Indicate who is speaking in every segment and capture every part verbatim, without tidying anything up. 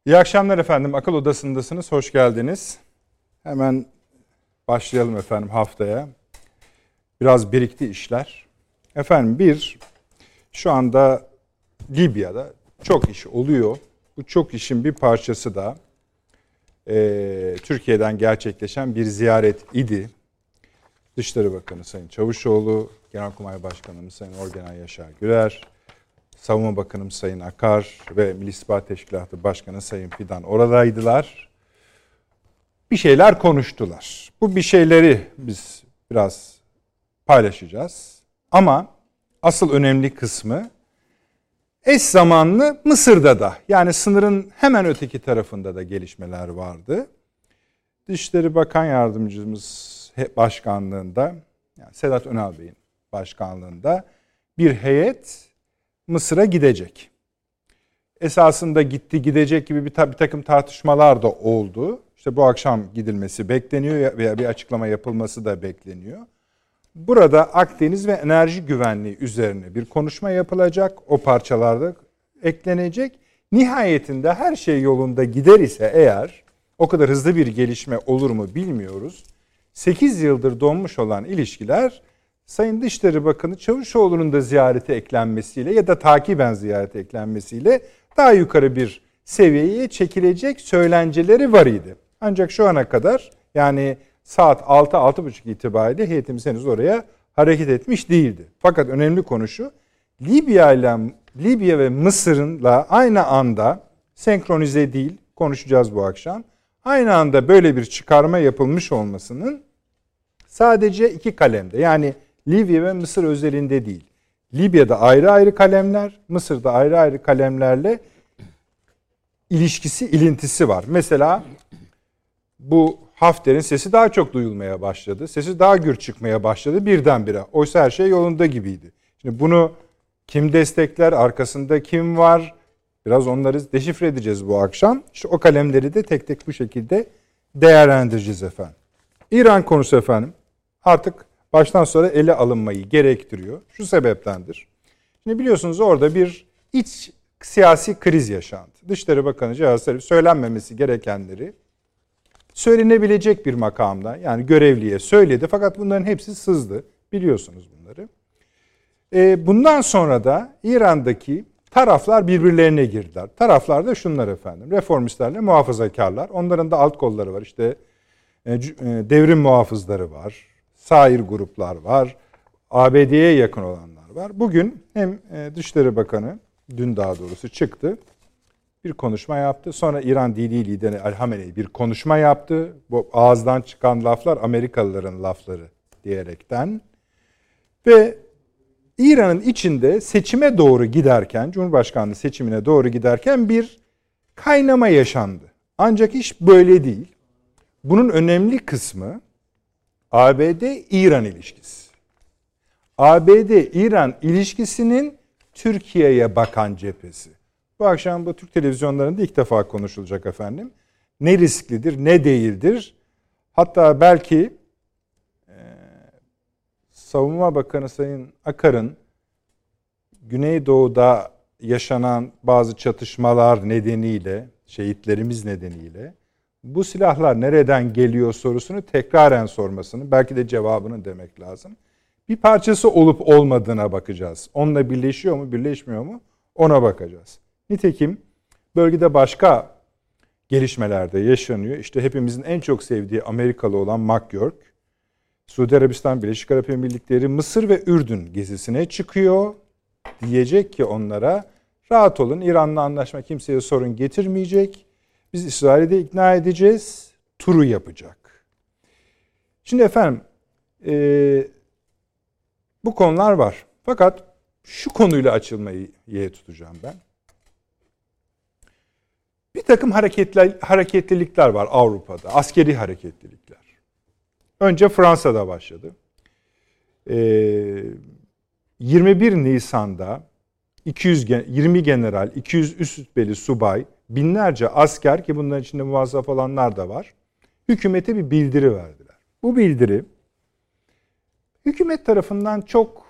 Speaker 1: İyi akşamlar efendim. Akıl Odası'ndasınız. Hoş geldiniz. Hemen başlayalım efendim haftaya. Biraz birikti işler. Efendim bir, şu anda Libya'da çok iş oluyor. Bu çok işin bir parçası da e, Türkiye'den gerçekleşen bir ziyaret idi. Dışişleri Bakanı Sayın Çavuşoğlu, Genelkurmay Başkanımız Sayın Orgeneral Yaşar Güler, Savunma Bakanımız Sayın Akar ve Milli İstihbarat Teşkilatı Başkanı Sayın Fidan oradaydılar. Bir şeyler konuştular. Bu bir şeyleri biz biraz paylaşacağız. Ama asıl önemli kısmı eş zamanlı Mısır'da da, yani sınırın hemen öteki tarafında da gelişmeler vardı. Dışişleri Bakan Yardımcımız başkanlığında, yani Sedat Önal Bey'in başkanlığında bir heyet Mısır'a gidecek. Esasında gitti gidecek gibi bir, ta- bir takım tartışmalar da oldu. İşte bu akşam gidilmesi bekleniyor veya bir açıklama yapılması da bekleniyor. Burada Akdeniz ve enerji güvenliği üzerine bir konuşma yapılacak. O parçalarda eklenecek. Nihayetinde her şey yolunda gider ise eğer, o kadar hızlı bir gelişme olur mu bilmiyoruz. sekiz yıldır donmuş olan ilişkiler Sayın Dışişleri Bakanı Çavuşoğlu'nun da ziyarete eklenmesiyle ya da takiben ziyarete eklenmesiyle daha yukarı bir seviyeye çekilecek söylenceleri var idi. Ancak şu ana kadar, yani saat altı altı buçuk itibariyle heyetimiz henüz oraya hareket etmiş değildi. Fakat önemli konu şu: Libya ile Libya ve Mısır'la aynı anda, senkronize değil, konuşacağız bu akşam, aynı anda böyle bir çıkarma yapılmış olmasının sadece iki kalemde, yani Libya ve Mısır özelinde değil, Libya'da ayrı ayrı kalemler, Mısır'da ayrı ayrı kalemlerle ilişkisi, ilintisi var. Mesela bu Hafter'in sesi daha çok duyulmaya başladı. Sesi daha gür çıkmaya başladı birdenbire. Oysa her şey yolunda gibiydi. Şimdi bunu kim destekler, arkasında kim var? Biraz onları deşifre edeceğiz bu akşam. İşte o kalemleri de tek tek bu şekilde değerlendireceğiz efendim. İran konusu efendim artık baştan sonra ele alınmayı gerektiriyor. Şu sebeptendir. Şimdi biliyorsunuz orada bir iç siyasi kriz yaşandı. Dışişleri Bakanı Cevdet Zarif söylenmemesi gerekenleri söylenebilecek bir makamda, yani görevliye söyledi. Fakat bunların hepsi sızdı. Biliyorsunuz bunları. Bundan sonra da İran'daki taraflar birbirlerine girdiler. Taraflar da şunlar efendim: reformistlerle muhafazakarlar. Onların da alt kolları var. İşte devrim muhafızları var. Sair gruplar var. A B D'ye yakın olanlar var. Bugün hem Dışişleri Bakanı, dün daha doğrusu çıktı, bir konuşma yaptı. Sonra İran dini lideri Ali Hamenei bir konuşma yaptı. Bu ağızdan çıkan laflar Amerikalıların lafları diyerekten. Ve İran'ın içinde seçime doğru giderken, Cumhurbaşkanlığı seçimine doğru giderken bir kaynama yaşandı. Ancak iş böyle değil. Bunun önemli kısmı A B D-İran ilişkisi. A B D-İran ilişkisinin Türkiye'ye bakan cephesi. Bu akşam bu Türk televizyonlarında ilk defa konuşulacak efendim. Ne risklidir, ne değildir? Hatta belki e, Savunma Bakanı Sayın Akar'ın Güneydoğu'da yaşanan bazı çatışmalar nedeniyle, şehitlerimiz nedeniyle bu silahlar nereden geliyor sorusunu tekraren sormasını, belki de cevabını demek lazım. Bir parçası olup olmadığına bakacağız. Onunla birleşiyor mu, birleşmiyor mu? Ona bakacağız. Nitekim bölgede başka gelişmeler de yaşanıyor. İşte hepimizin en çok sevdiği Amerikalı olan McGurk, Suudi Arabistan, Birleşik Arap Emirlikleri, Mısır ve Ürdün gezisine çıkıyor. Diyecek ki onlara, rahat olun, İran'la anlaşma kimseye sorun getirmeyecek. Biz İsrail'i de ikna edeceğiz. Turu yapacak. Şimdi efendim e, bu konular var. Fakat şu konuyla açılmayı ye tutacağım ben. Bir takım hareketli, hareketlilikler var Avrupa'da. Askeri hareketlilikler. Önce Fransa'da başladı. Ee, yirmi bir Nisan'da iki yüz yirmi general, iki yüz üst rütbeli subay, binlerce asker, ki bunların içinde muvazzaf olanlar da var, hükümete bir bildiri verdiler. Bu bildiri hükümet tarafından çok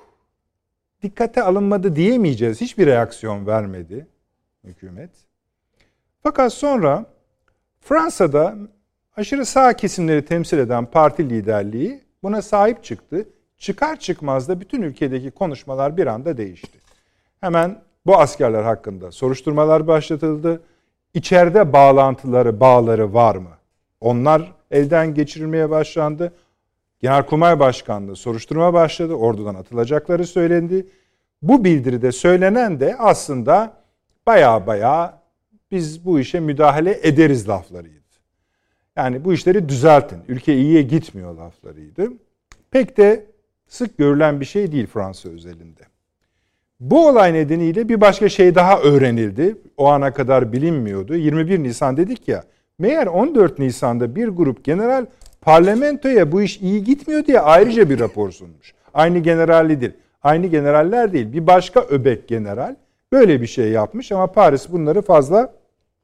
Speaker 1: dikkate alınmadı diyemeyeceğiz. Hiçbir reaksiyon vermedi hükümet. Fakat sonra Fransa'da aşırı sağ kesimleri temsil eden parti liderliği buna sahip çıktı. Çıkar çıkmaz da bütün ülkedeki konuşmalar bir anda değişti. Hemen bu askerler hakkında soruşturmalar başlatıldı. İçeride bağlantıları, bağları var mı? Onlar elden geçirilmeye başlandı. Genelkurmay Başkanlığı soruşturma başladı. Ordudan atılacakları söylendi. Bu bildiride söylenen de aslında baya baya biz bu işe müdahale ederiz laflarıydı. Yani bu işleri düzeltin, ülke iyiye gitmiyor laflarıydı. Pek de sık görülen bir şey değil Fransa özelinde. Bu olay nedeniyle bir başka şey daha öğrenildi. O ana kadar bilinmiyordu. yirmi bir Nisan dedik ya. Meğer on dört Nisan'da bir grup general parlamentoya bu iş iyi gitmiyor diye ayrıca bir rapor sunmuş. Aynı generalli değil. Aynı generaller değil. Bir başka öbek general böyle bir şey yapmış ama Paris bunları fazla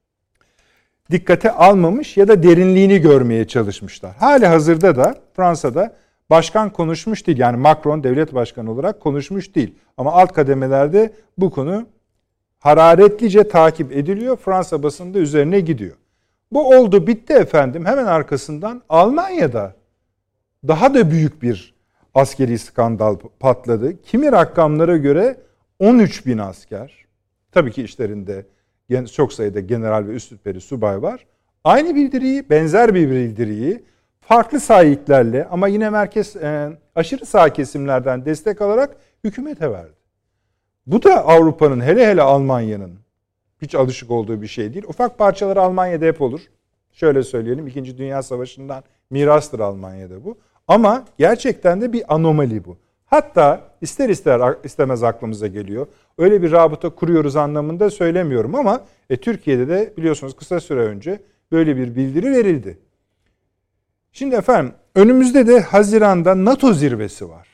Speaker 1: dikkate almamış ya da derinliğini görmeye çalışmışlar. Hali hazırda da Fransa'da başkan konuşmuş değil. Yani Macron devlet başkanı olarak konuşmuş değil. Ama alt kademelerde bu konu hararetlice takip ediliyor. Fransa basında üzerine gidiyor. Bu oldu bitti efendim. Hemen arkasından Almanya'da daha da büyük bir askeri skandal patladı. Kimi rakamlara göre on üç bin asker. Tabii ki işlerinde çok sayıda general ve üst rütbeli subay var. Aynı bildiriyi, benzer bir bildiriyi farklı sahiplerle ama yine merkez e, aşırı sağ kesimlerden destek alarak hükümete verdi. Bu da Avrupa'nın hele hele Almanya'nın hiç alışık olduğu bir şey değil. Ufak parçaları Almanya'da hep olur. Şöyle söyleyelim, İkinci Dünya Savaşı'ndan mirastır Almanya'da bu. Ama gerçekten de bir anomali bu. Hatta ister ister istemez aklımıza geliyor. Öyle bir rabıta kuruyoruz anlamında söylemiyorum ama e, Türkiye'de de biliyorsunuz kısa süre önce böyle bir bildiri verildi. Şimdi efendim önümüzde de Haziran'da NATO zirvesi var.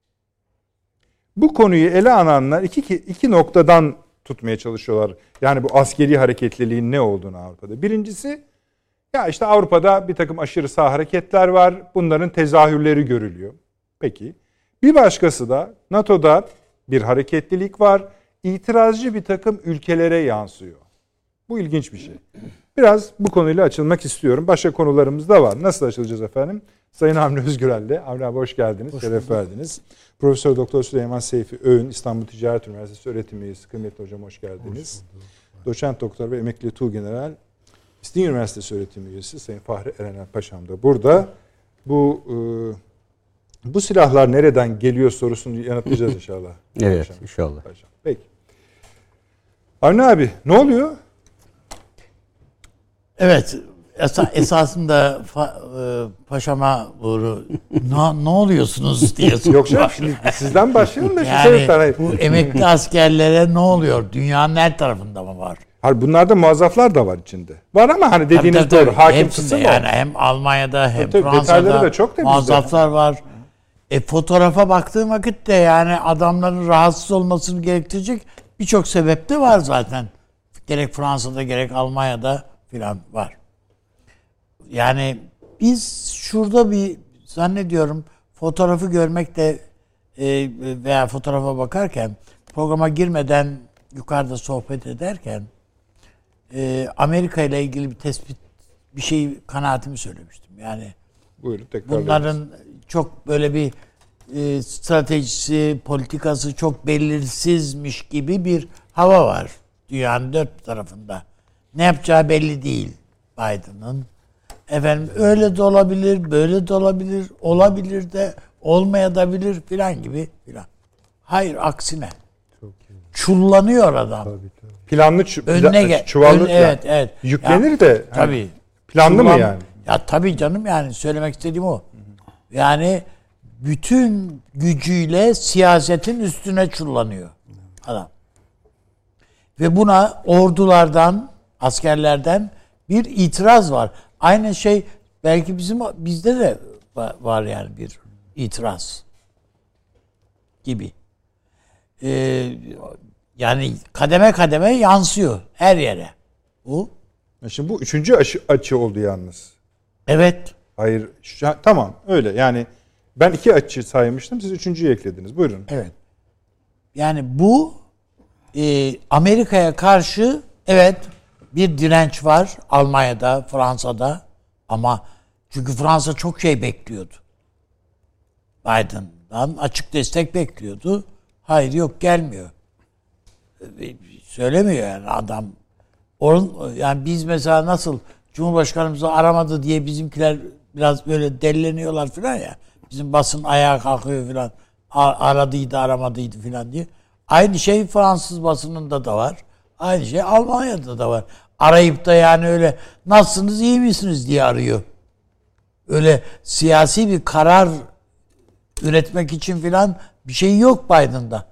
Speaker 1: Bu konuyu ele alanlar iki, iki noktadan tutmaya çalışıyorlar. Yani bu askeri hareketliliğin ne olduğunu Avrupa'da. Birincisi ya işte Avrupa'da bir takım aşırı sağ hareketler var. Bunların tezahürleri görülüyor. Peki. Bir başkası da NATO'da bir hareketlilik var. İtirazcı bir takım ülkelere yansıyor. Bu ilginç bir şey. Biraz bu konuyla açılmak istiyorum. Başka konularımız da var. Nasıl açılacağız efendim? Sayın Avni Özgürel'le. Avni abi hoş geldiniz. Hoş Şeref verdiniz. Profesör Doktor Süleyman Seyfi Öğün, İstanbul Ticaret Üniversitesi öğretim üyesi. Kıymetli hocam hoş geldiniz. Hoş Doçent Doktor ve emekli Tuğgeneral İstinye Üniversitesi öğretim üyesi Sayın Fahri Erener Paşam da burada. Bu bu silahlar nereden geliyor sorusunu yanıtlayacağız inşallah.
Speaker 2: Evet,
Speaker 1: Paşam.
Speaker 2: inşallah.
Speaker 1: Paşam. Peki. Avni abi ne oluyor?
Speaker 3: Evet, esa, esasında fa, e, paşama doğru ne, ne oluyorsunuz diye soruyor.
Speaker 1: Yok canım şimdi sizden başlayalım da
Speaker 3: yani,
Speaker 1: şu tane.
Speaker 3: Bu emekli askerlere ne oluyor? Dünyanın her tarafında mı var?
Speaker 1: Hayır bunlarda muazzaflar da var içinde. Var ama hani dediğiniz
Speaker 3: tabii, tabii,
Speaker 1: doğru. Hakim
Speaker 3: hepsinde
Speaker 1: kısım
Speaker 3: yani
Speaker 1: o.
Speaker 3: hem Almanya'da hem
Speaker 1: tabii, tabii,
Speaker 3: Fransa'da
Speaker 1: da çok
Speaker 3: muazzaflar var. E fotoğrafa baktığım vakit de yani adamların rahatsız olmasını gerektirecek birçok sebep de var zaten. Gerek Fransa'da gerek Almanya'da filan var. Yani biz şurada bir zannediyorum fotoğrafı görmek de e, veya fotoğrafa bakarken programa girmeden yukarıda sohbet ederken e, Amerika ile ilgili bir tespit bir şey kanaatimi söylemiştim. Yani
Speaker 1: buyurun tekrar.
Speaker 3: Bunların çok böyle bir e, stratejisi, politikası çok belirsizmiş gibi bir hava var dünyanın dört tarafında. Ne yapacağı belli değil Biden'ın. Efendim öyle de olabilir, böyle de olabilir, olabilir de olmayabilir filan gibi filan. Hayır aksine. Çullanıyor adam.
Speaker 1: Tabii, tabii. Planlı ç-
Speaker 3: önüne gel.
Speaker 1: çuvallı
Speaker 3: Ön, evet, evet.
Speaker 1: Yüklenir
Speaker 3: ya,
Speaker 1: de.
Speaker 3: Tabii.
Speaker 1: Yani, planlı
Speaker 3: Çullan,
Speaker 1: mı yani?
Speaker 3: Ya tabii canım yani söylemek istediğim o. Yani bütün gücüyle siyasetin üstüne çullanıyor adam. Ve buna ordulardan, askerlerden bir itiraz var. Aynı şey belki bizim bizde de var yani bir itiraz gibi. Ee, yani kademe kademe yansıyor her yere. Bu.
Speaker 1: Şimdi bu üçüncü açı, açı oldu yalnız.
Speaker 3: Evet.
Speaker 1: Hayır. Şu, tamam öyle yani ben iki açı saymıştım siz üçüncüyü eklediniz. Buyurun.
Speaker 3: Evet. Yani bu e, Amerika'ya karşı evet bir direnç var Almanya'da, Fransa'da ama çünkü Fransa çok şey bekliyordu. Biden'dan açık destek bekliyordu. Hayır yok gelmiyor. Söylemiyor yani adam. Onun, yani biz mesela nasıl Cumhurbaşkanımızı aramadı diye bizimkiler biraz böyle delleniyorlar falan ya. Bizim basın ayağa kalkıyor falan. Aradıydı aramadıydı falan diye. Aynı şey Fransız basınında da var. Aynı şey Almanya'da da var. Arayıp da yani öyle nasılsınız iyi misiniz diye arıyor. Öyle siyasi bir karar üretmek için falan bir şey yok Biden'da.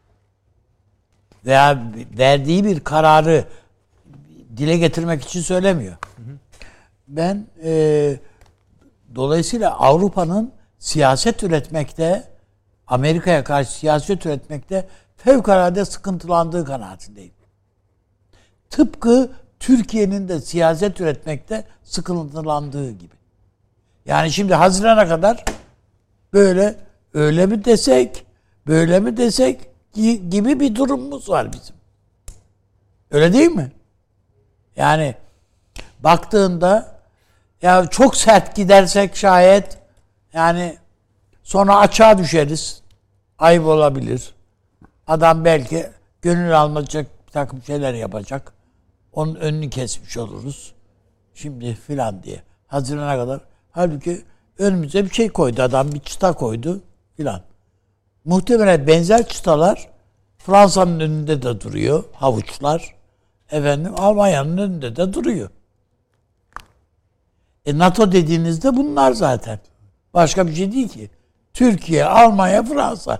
Speaker 3: Veya verdiği bir kararı dile getirmek için söylemiyor. Ben e, dolayısıyla Avrupa'nın siyaset üretmekte, Amerika'ya karşı siyaset üretmekte fevkalade sıkıntılandığı kanaatindeyim. Tıpkı Türkiye'nin de siyaset üretmekte sıkıntılandığı gibi. Yani şimdi Haziran'a kadar böyle öyle mi desek, böyle mi desek gibi bir durumumuz var bizim. Öyle değil mi? Yani baktığında ya çok sert gidersek şayet yani sonra açığa düşeriz. Ayıp olabilir. Adam belki gönül almayacak bir takım şeyler yapacak. Onun önünü kesmiş oluruz. Şimdi filan diye. Haziran'a kadar. Halbuki önümüze bir şey koydu adam. Bir çıta koydu filan. Muhtemelen benzer çıtalar Fransa'nın önünde de duruyor. Havuçlar. Efendim Almanya'nın önünde de duruyor. E NATO dediğinizde bunlar zaten. Başka bir şey değil ki. Türkiye, Almanya, Fransa.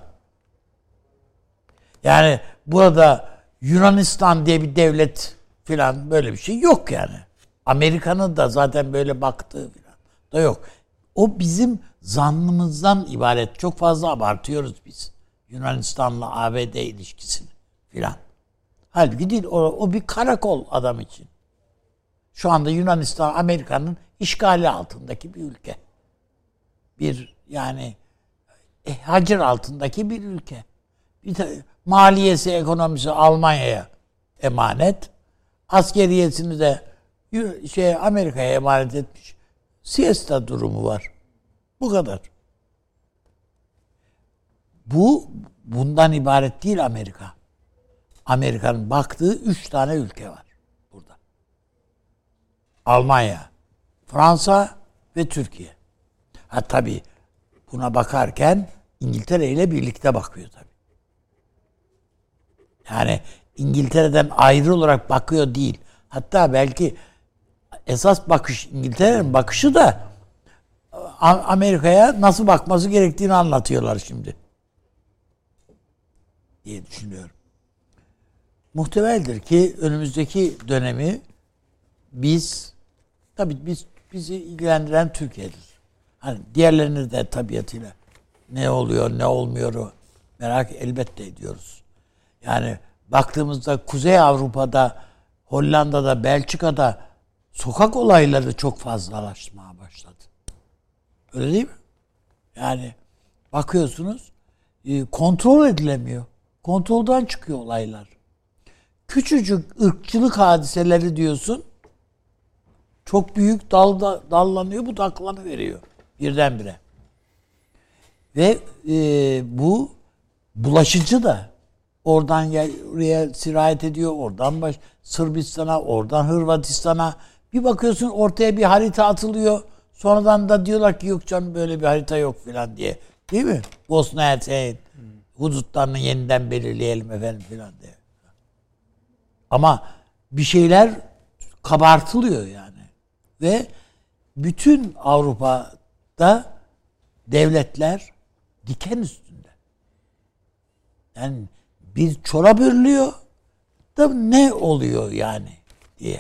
Speaker 3: Yani burada Yunanistan diye bir devlet filan böyle bir şey yok yani. Amerika'nın da zaten böyle baktığı filan da yok. O bizim zannımızdan ibaret. Çok fazla abartıyoruz biz. Yunanistan'la A B D ilişkisini filan. Halbuki değil. O, o bir karakol adam için. Şu anda Yunanistan Amerika'nın işgali altındaki bir ülke. Bir yani e, hacir altındaki bir ülke. Bir de, maliyesi, ekonomisi Almanya'ya emanet. Askeriyesini de şey Amerika'ya emanet etmiş. Siesta durumu var. Bu kadar. Bu bundan ibaret değil Amerika. Amerika'nın baktığı üç tane ülke var burada. Almanya, Fransa ve Türkiye. Ha tabii buna bakarken İngiltere ile birlikte bakıyor tabii. Yani İngiltere'den ayrı olarak bakıyor değil. Hatta belki esas bakış İngiltere'nin bakışı da Amerika'ya nasıl bakması gerektiğini anlatıyorlar şimdi. Diye düşünüyorum. Muhtemeldir ki önümüzdeki dönemi biz tabii biz bizi ilgilendiren Türkiye'dir. Hani diğerlerini de tabiatıyla ne oluyor, ne olmuyor merak elbette ediyoruz. Yani baktığımızda Kuzey Avrupa'da, Hollanda'da, Belçika'da sokak olayları çok fazlalaşmaya başladı. Öyle değil mi? Yani bakıyorsunuz kontrol edilemiyor. Kontrolden çıkıyor olaylar. Küçücük ırkçılık hadiseleri diyorsun. Çok büyük dalda, dallanıyor, budaklanıveriyor birdenbire. Ve e, bu bulaşıcı da. Oradan oraya sirayet ediyor, oradan baş, Sırbistan'a, oradan Hırvatistan'a. Bir bakıyorsun ortaya bir harita atılıyor. Sonradan da diyorlar ki yok canım böyle bir harita yok filan diye. Değil mi? Bosna Hersey'in hudutlarını yeniden belirleyelim efendim filan diye. Ama bir şeyler kabartılıyor yani. Ve bütün Avrupa'da devletler diken üstünde. Yani bir çorap örülüyor da ne oluyor yani diye.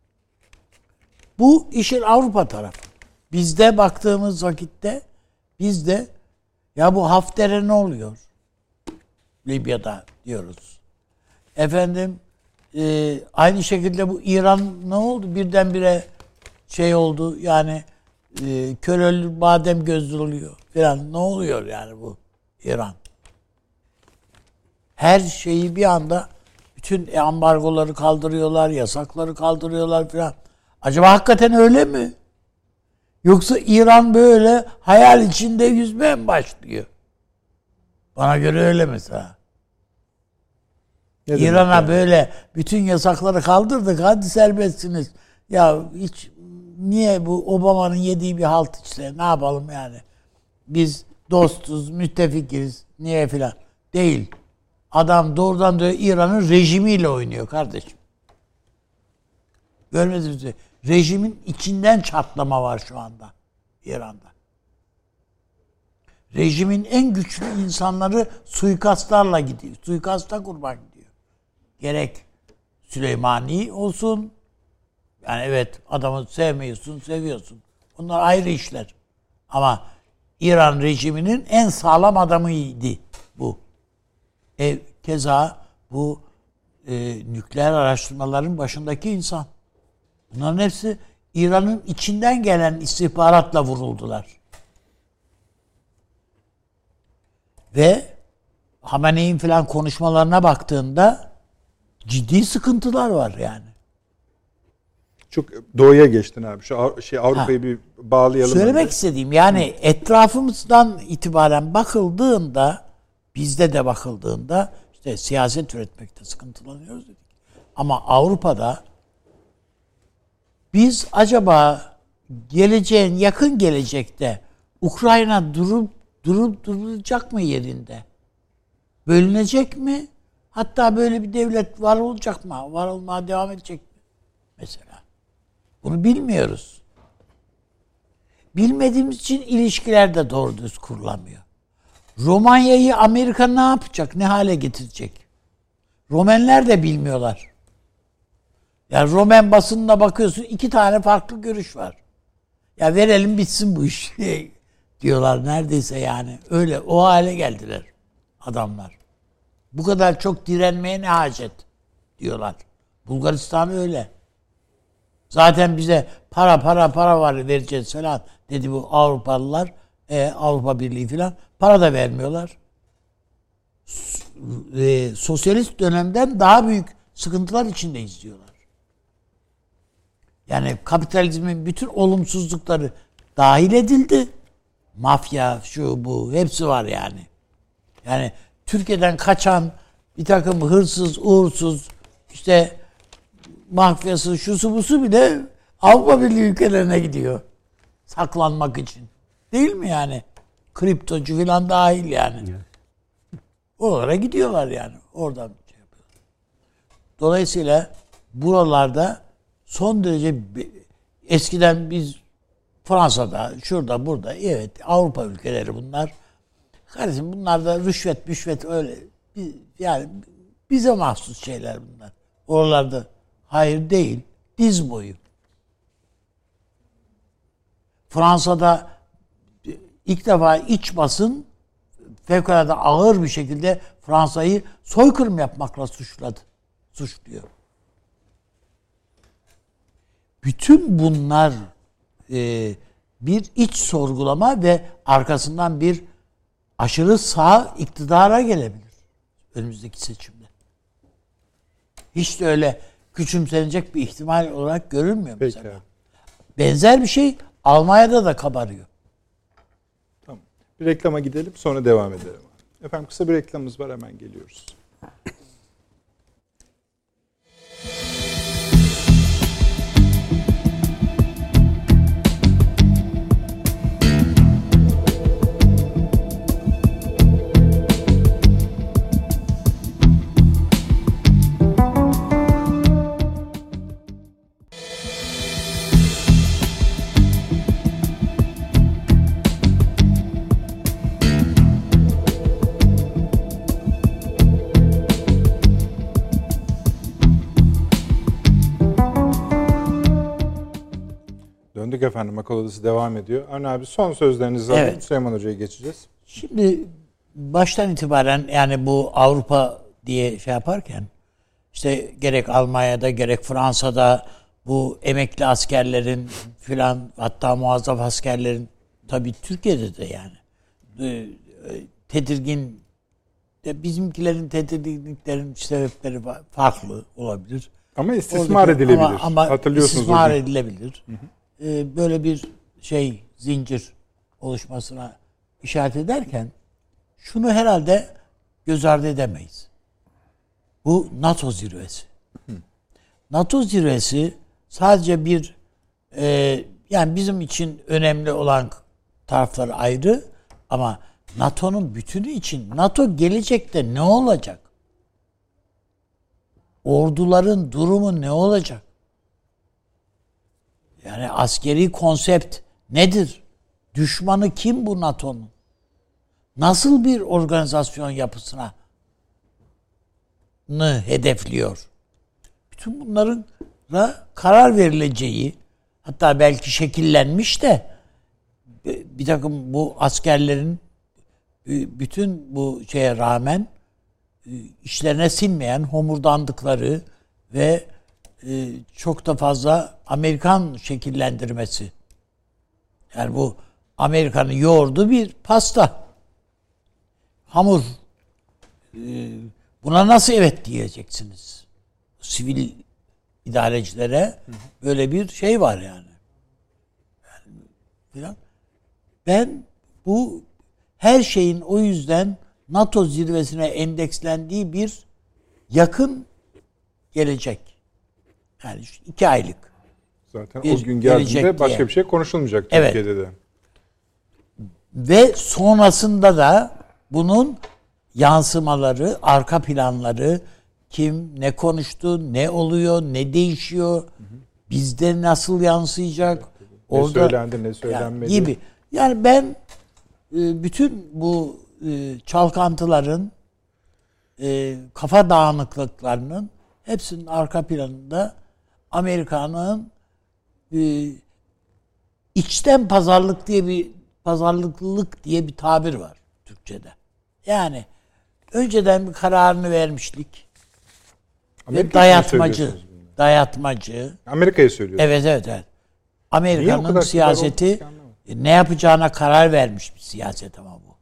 Speaker 3: Bu işin Avrupa tarafı. Bizde baktığımız vakitte bizde ya bu Hafter'e ne oluyor? Libya'da diyoruz. Efendim e, aynı şekilde bu İran ne oldu? Birdenbire şey oldu yani e, körölü badem gözlü oluyor falan. Ne oluyor yani bu İran? Her şeyi bir anda Bütün ambargoları kaldırıyorlar, yasakları kaldırıyorlar falan. Acaba hakikaten öyle mi? Yoksa İran böyle hayal içinde yüzmeye mi başlıyor? Bana göre öyle mesela. İran'a yani böyle bütün yasakları kaldırdık, hadi serbestsiniz. Ya hiç niye bu Obama'nın yediği bir halt işte, ne yapalım yani? Biz dostuz, müttefikiz, niye filan? Değil. Adam doğrudan doğruya İran'ın rejimiyle oynuyor kardeşim. Görmediniz mi? Rejimin içinden çatlama var şu anda İran'da. Rejimin en güçlü insanları suikastlarla gidiyor. Suikasta kurban gidiyor. Gerek Süleymani olsun. Yani evet, adamı sevmiyorsun, seviyorsun. Bunlar ayrı işler. Ama İran rejiminin en sağlam adamıydı bu. E, keza bu e, nükleer araştırmaların başındaki insan. Bunların hepsi İran'ın içinden gelen istihbaratla vuruldular. Ve Hamenei'nin falan konuşmalarına baktığında ciddi sıkıntılar var yani.
Speaker 1: Çok doğuya geçtin abi. Şu şey Avrupa'yı bir bağlayalım.
Speaker 3: Söylemek
Speaker 1: önce.
Speaker 3: istediğim yani etrafımızdan itibaren bakıldığında, bizde de bakıldığında işte siyaset üretmekte sıkıntılanıyoruz dedik. Ama Avrupa'da biz acaba geleceğin yakın gelecekte Ukrayna durup durup durulacak mı yerinde? Bölünecek mi? Hatta böyle bir devlet var olacak mı? Var olmaya devam edecek mi? Mesela. Bunu bilmiyoruz. Bilmediğimiz için ilişkiler de doğru düz kurulamıyor. Romanya'yı Amerika ne yapacak? Ne hale getirecek? Romenler de bilmiyorlar. Yani Romen basınına bakıyorsun, iki tane farklı görüş var. Ya verelim bitsin bu iş diyorlar neredeyse yani. Öyle o hale geldiler adamlar. Bu kadar çok direnmeye ne hacet diyorlar. Bulgaristan öyle. Zaten bize para para para var vereceğiz falan dedi bu Avrupalılar. E, Avrupa Birliği falan para da vermiyorlar. E, sosyalist dönemden daha büyük sıkıntılar içinde izliyorlar. Yani kapitalizmin bütün olumsuzlukları dahil edildi. Mafya, şu bu hepsi var yani. Yani Türkiye'den kaçan bir takım hırsız, uğursuz, işte mafyası, şusu busu bile Avrupa Birliği ülkelerine gidiyor. Saklanmak için. Değil mi yani? Kriptocu falan dahil yani. Evet. Oralara gidiyorlar yani. Oradan şey yapıyorlar. Dolayısıyla buralarda son derece eskiden biz Fransa'da, şurada, burada, evet Avrupa ülkeleri bunlar. Kardeşim bunlar da rüşvet, müşvet öyle. Yani bize mahsus şeyler bunlar. Oralarda hayır değil, diz boyu. Fransa'da ilk defa iç basın fevkalade ağır bir şekilde Fransa'yı soykırım yapmakla suçladı. Suçluyor. Bütün bunlar e, bir iç sorgulama ve arkasından bir aşırı sağ iktidara gelebilir önümüzdeki seçimde. Hiç de öyle küçümsenecek bir ihtimal olarak görülmüyor mesela. Peki. Benzer bir şey Almanya'da da kabarıyor.
Speaker 1: Tamam. Bir reklama gidelim, sonra devam edelim. Efendim kısa bir reklamımız var, hemen geliyoruz. Döndük efendim, akıl odası devam ediyor. Avni abi son sözlerinizi alayım, evet. Süleyman Hoca'ya geçeceğiz.
Speaker 3: Şimdi baştan itibaren yani bu Avrupa diye şey yaparken işte gerek Almanya'da gerek Fransa'da bu emekli askerlerin filan, hatta muazzaf askerlerin, tabii Türkiye'de de yani tedirgin de bizimkilerin tedirginliklerin sebepleri farklı olabilir.
Speaker 1: Ama istismar Oradaki, edilebilir. Ama,
Speaker 3: ama
Speaker 1: Hatırlıyorsunuz
Speaker 3: istismar edilebilir. Hı hı. Ee, böyle bir şey zincir oluşmasına işaret ederken şunu herhalde göz ardı edemeyiz. Bu NATO zirvesi. Hı. NATO zirvesi sadece bir e, yani bizim için önemli olan tarafları ayrı ama NATO'nun bütünü için NATO gelecekte ne olacak? Orduların durumu ne olacak? Yani askeri konsept nedir? Düşmanı kim bu NATO'nun? Nasıl bir organizasyon yapısına hedefliyor? Bütün bunların karar verileceği, hatta belki şekillenmiş de bir takım bu askerlerin bütün bu şeye rağmen işlerine sinmeyen homurdandıkları ve çok da fazla Amerikan şekillendirmesi. Yani bu Amerika'nın yoğurduğu bir pasta. Hamur. Buna nasıl evet diyeceksiniz? Sivil idarecilere böyle bir şey var yani. yani ben bu her şeyin o yüzden NATO zirvesine endekslendiği bir yakın gelecek. Yani iki aylık.
Speaker 1: Zaten o gün geldiğinde başka diye. bir şey konuşulmayacak Türkiye'de evet. de.
Speaker 3: Ve sonrasında da bunun yansımaları, arka planları, kim ne konuştu, ne oluyor, ne değişiyor, hı hı. bizde nasıl yansıyacak,
Speaker 1: evet, ne
Speaker 3: orada
Speaker 1: söylendi, ne söylenmedi
Speaker 3: yani gibi. Yani ben bütün bu çalkantıların, kafa dağınıklıklarının hepsinin arka planında Amerika'nın içten pazarlık diye bir pazarlıklılık diye bir tabir var Türkçe'de. Yani önceden bir kararını vermişlik. Ve dayatmacı, dayatmacı.
Speaker 1: Amerika'ya söylüyorsun.
Speaker 3: Evet, evet, evet. Amerika'nın siyaseti ne yapacağına karar vermiş bir siyaset ama bu.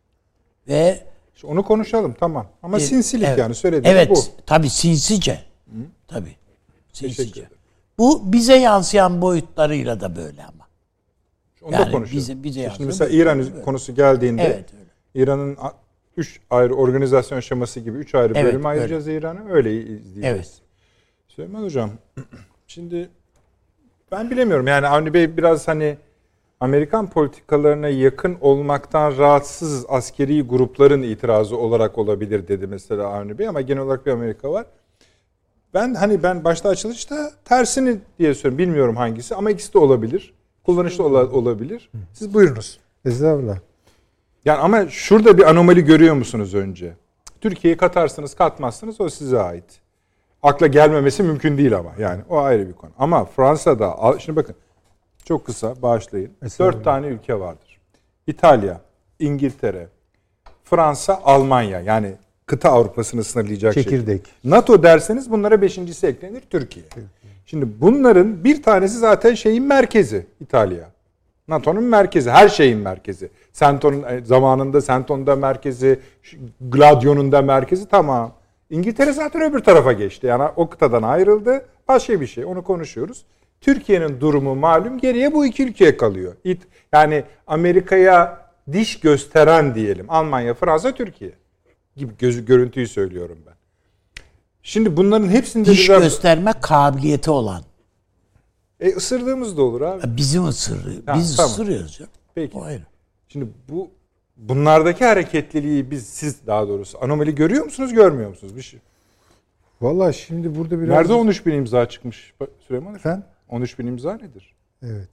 Speaker 3: Ve
Speaker 1: işte onu konuşalım tamam. Ama e, sinsilik evet, yani söylediğim
Speaker 3: evet,
Speaker 1: bu.
Speaker 3: Evet, tabii sinsice. Hı? Tabii. Sinsice. Bu bize yansıyan boyutlarıyla da böyle ama.
Speaker 1: Onu yani da konuşalım. Bize, bize Şimdi mesela İran böyle. konusu geldiğinde evet, İran'ın üç ayrı organizasyon şeması gibi üç ayrı evet, bölüme ayıracağız İran'ı. Öyle izleyeceğiz. Evet. Süleyman Hocam, şimdi ben bilemiyorum. Yani Avni Bey biraz hani Amerikan politikalarına yakın olmaktan rahatsız askeri grupların itirazı olarak olabilir dedi mesela Avni Bey ama genel olarak bir Amerika var. Ben hani ben başta açılışta tersini diye söylüyorum. Bilmiyorum hangisi ama ikisi de olabilir. Kullanışlı ola, olabilir. Siz buyurunuz.
Speaker 2: Estağfurullah.
Speaker 1: Yani ama şurada bir anomali görüyor musunuz önce? Türkiye'yi katarsınız, katmazsınız o size ait. Akla gelmemesi mümkün değil ama yani o ayrı bir konu. Ama Fransa'da, şimdi bakın çok kısa bağışlayın. Dört tane ülke vardır. İtalya, İngiltere, Fransa, Almanya yani kıta Avrupa'sını sınırlayacak
Speaker 2: çekirdek.
Speaker 1: Şekilde. NATO derseniz bunlara beşincisi eklenir Türkiye. Şimdi bunların bir tanesi zaten şeyin merkezi İtalya. NATO'nun merkezi, her şeyin merkezi. Senton'un zamanında Senton'da merkezi, Gladio'nun da merkezi tamam. İngiltere zaten öbür tarafa geçti. Yani o kıtadan ayrıldı. Başka bir şey. Onu konuşuyoruz. Türkiye'nin durumu malum. Geriye bu iki ülkeye kalıyor. Yani Amerika'ya diş gösteren diyelim. Almanya, Fransa, Türkiye gibi gözü görüntüyü söylüyorum ben. Şimdi bunların hepsinde
Speaker 3: diş bize... gösterme kabiliyeti olan.
Speaker 1: E ısırdığımız da olur abi.
Speaker 3: Bizim ısırıyor.
Speaker 1: Ha,
Speaker 3: Biz
Speaker 1: tamam.
Speaker 3: ısırıyoruz ya.
Speaker 1: Peki. O ayrı. Şimdi bu bunlardaki hareketliliği biz siz daha doğrusu anomali görüyor musunuz, görmüyor musunuz? Bir şey.
Speaker 2: Vallahi şimdi burada biraz...
Speaker 1: Nerede on üç bin imza çıkmış Süleyman
Speaker 2: Efendim?
Speaker 1: on üç bin imza nedir?
Speaker 2: Evet.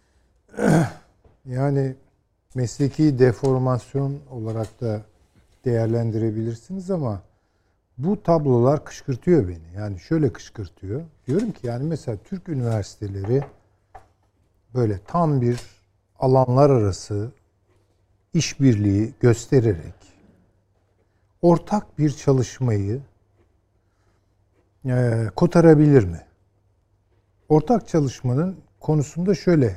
Speaker 2: Yani mesleki deformasyon olarak da değerlendirebilirsiniz ama bu tablolar kışkırtıyor beni. Yani şöyle kışkırtıyor. Diyorum ki yani mesela Türk üniversiteleri böyle tam bir alanlar arası işbirliği göstererek ortak bir çalışmayı e, kotarabilir mi? Ortak çalışmanın konusunda şöyle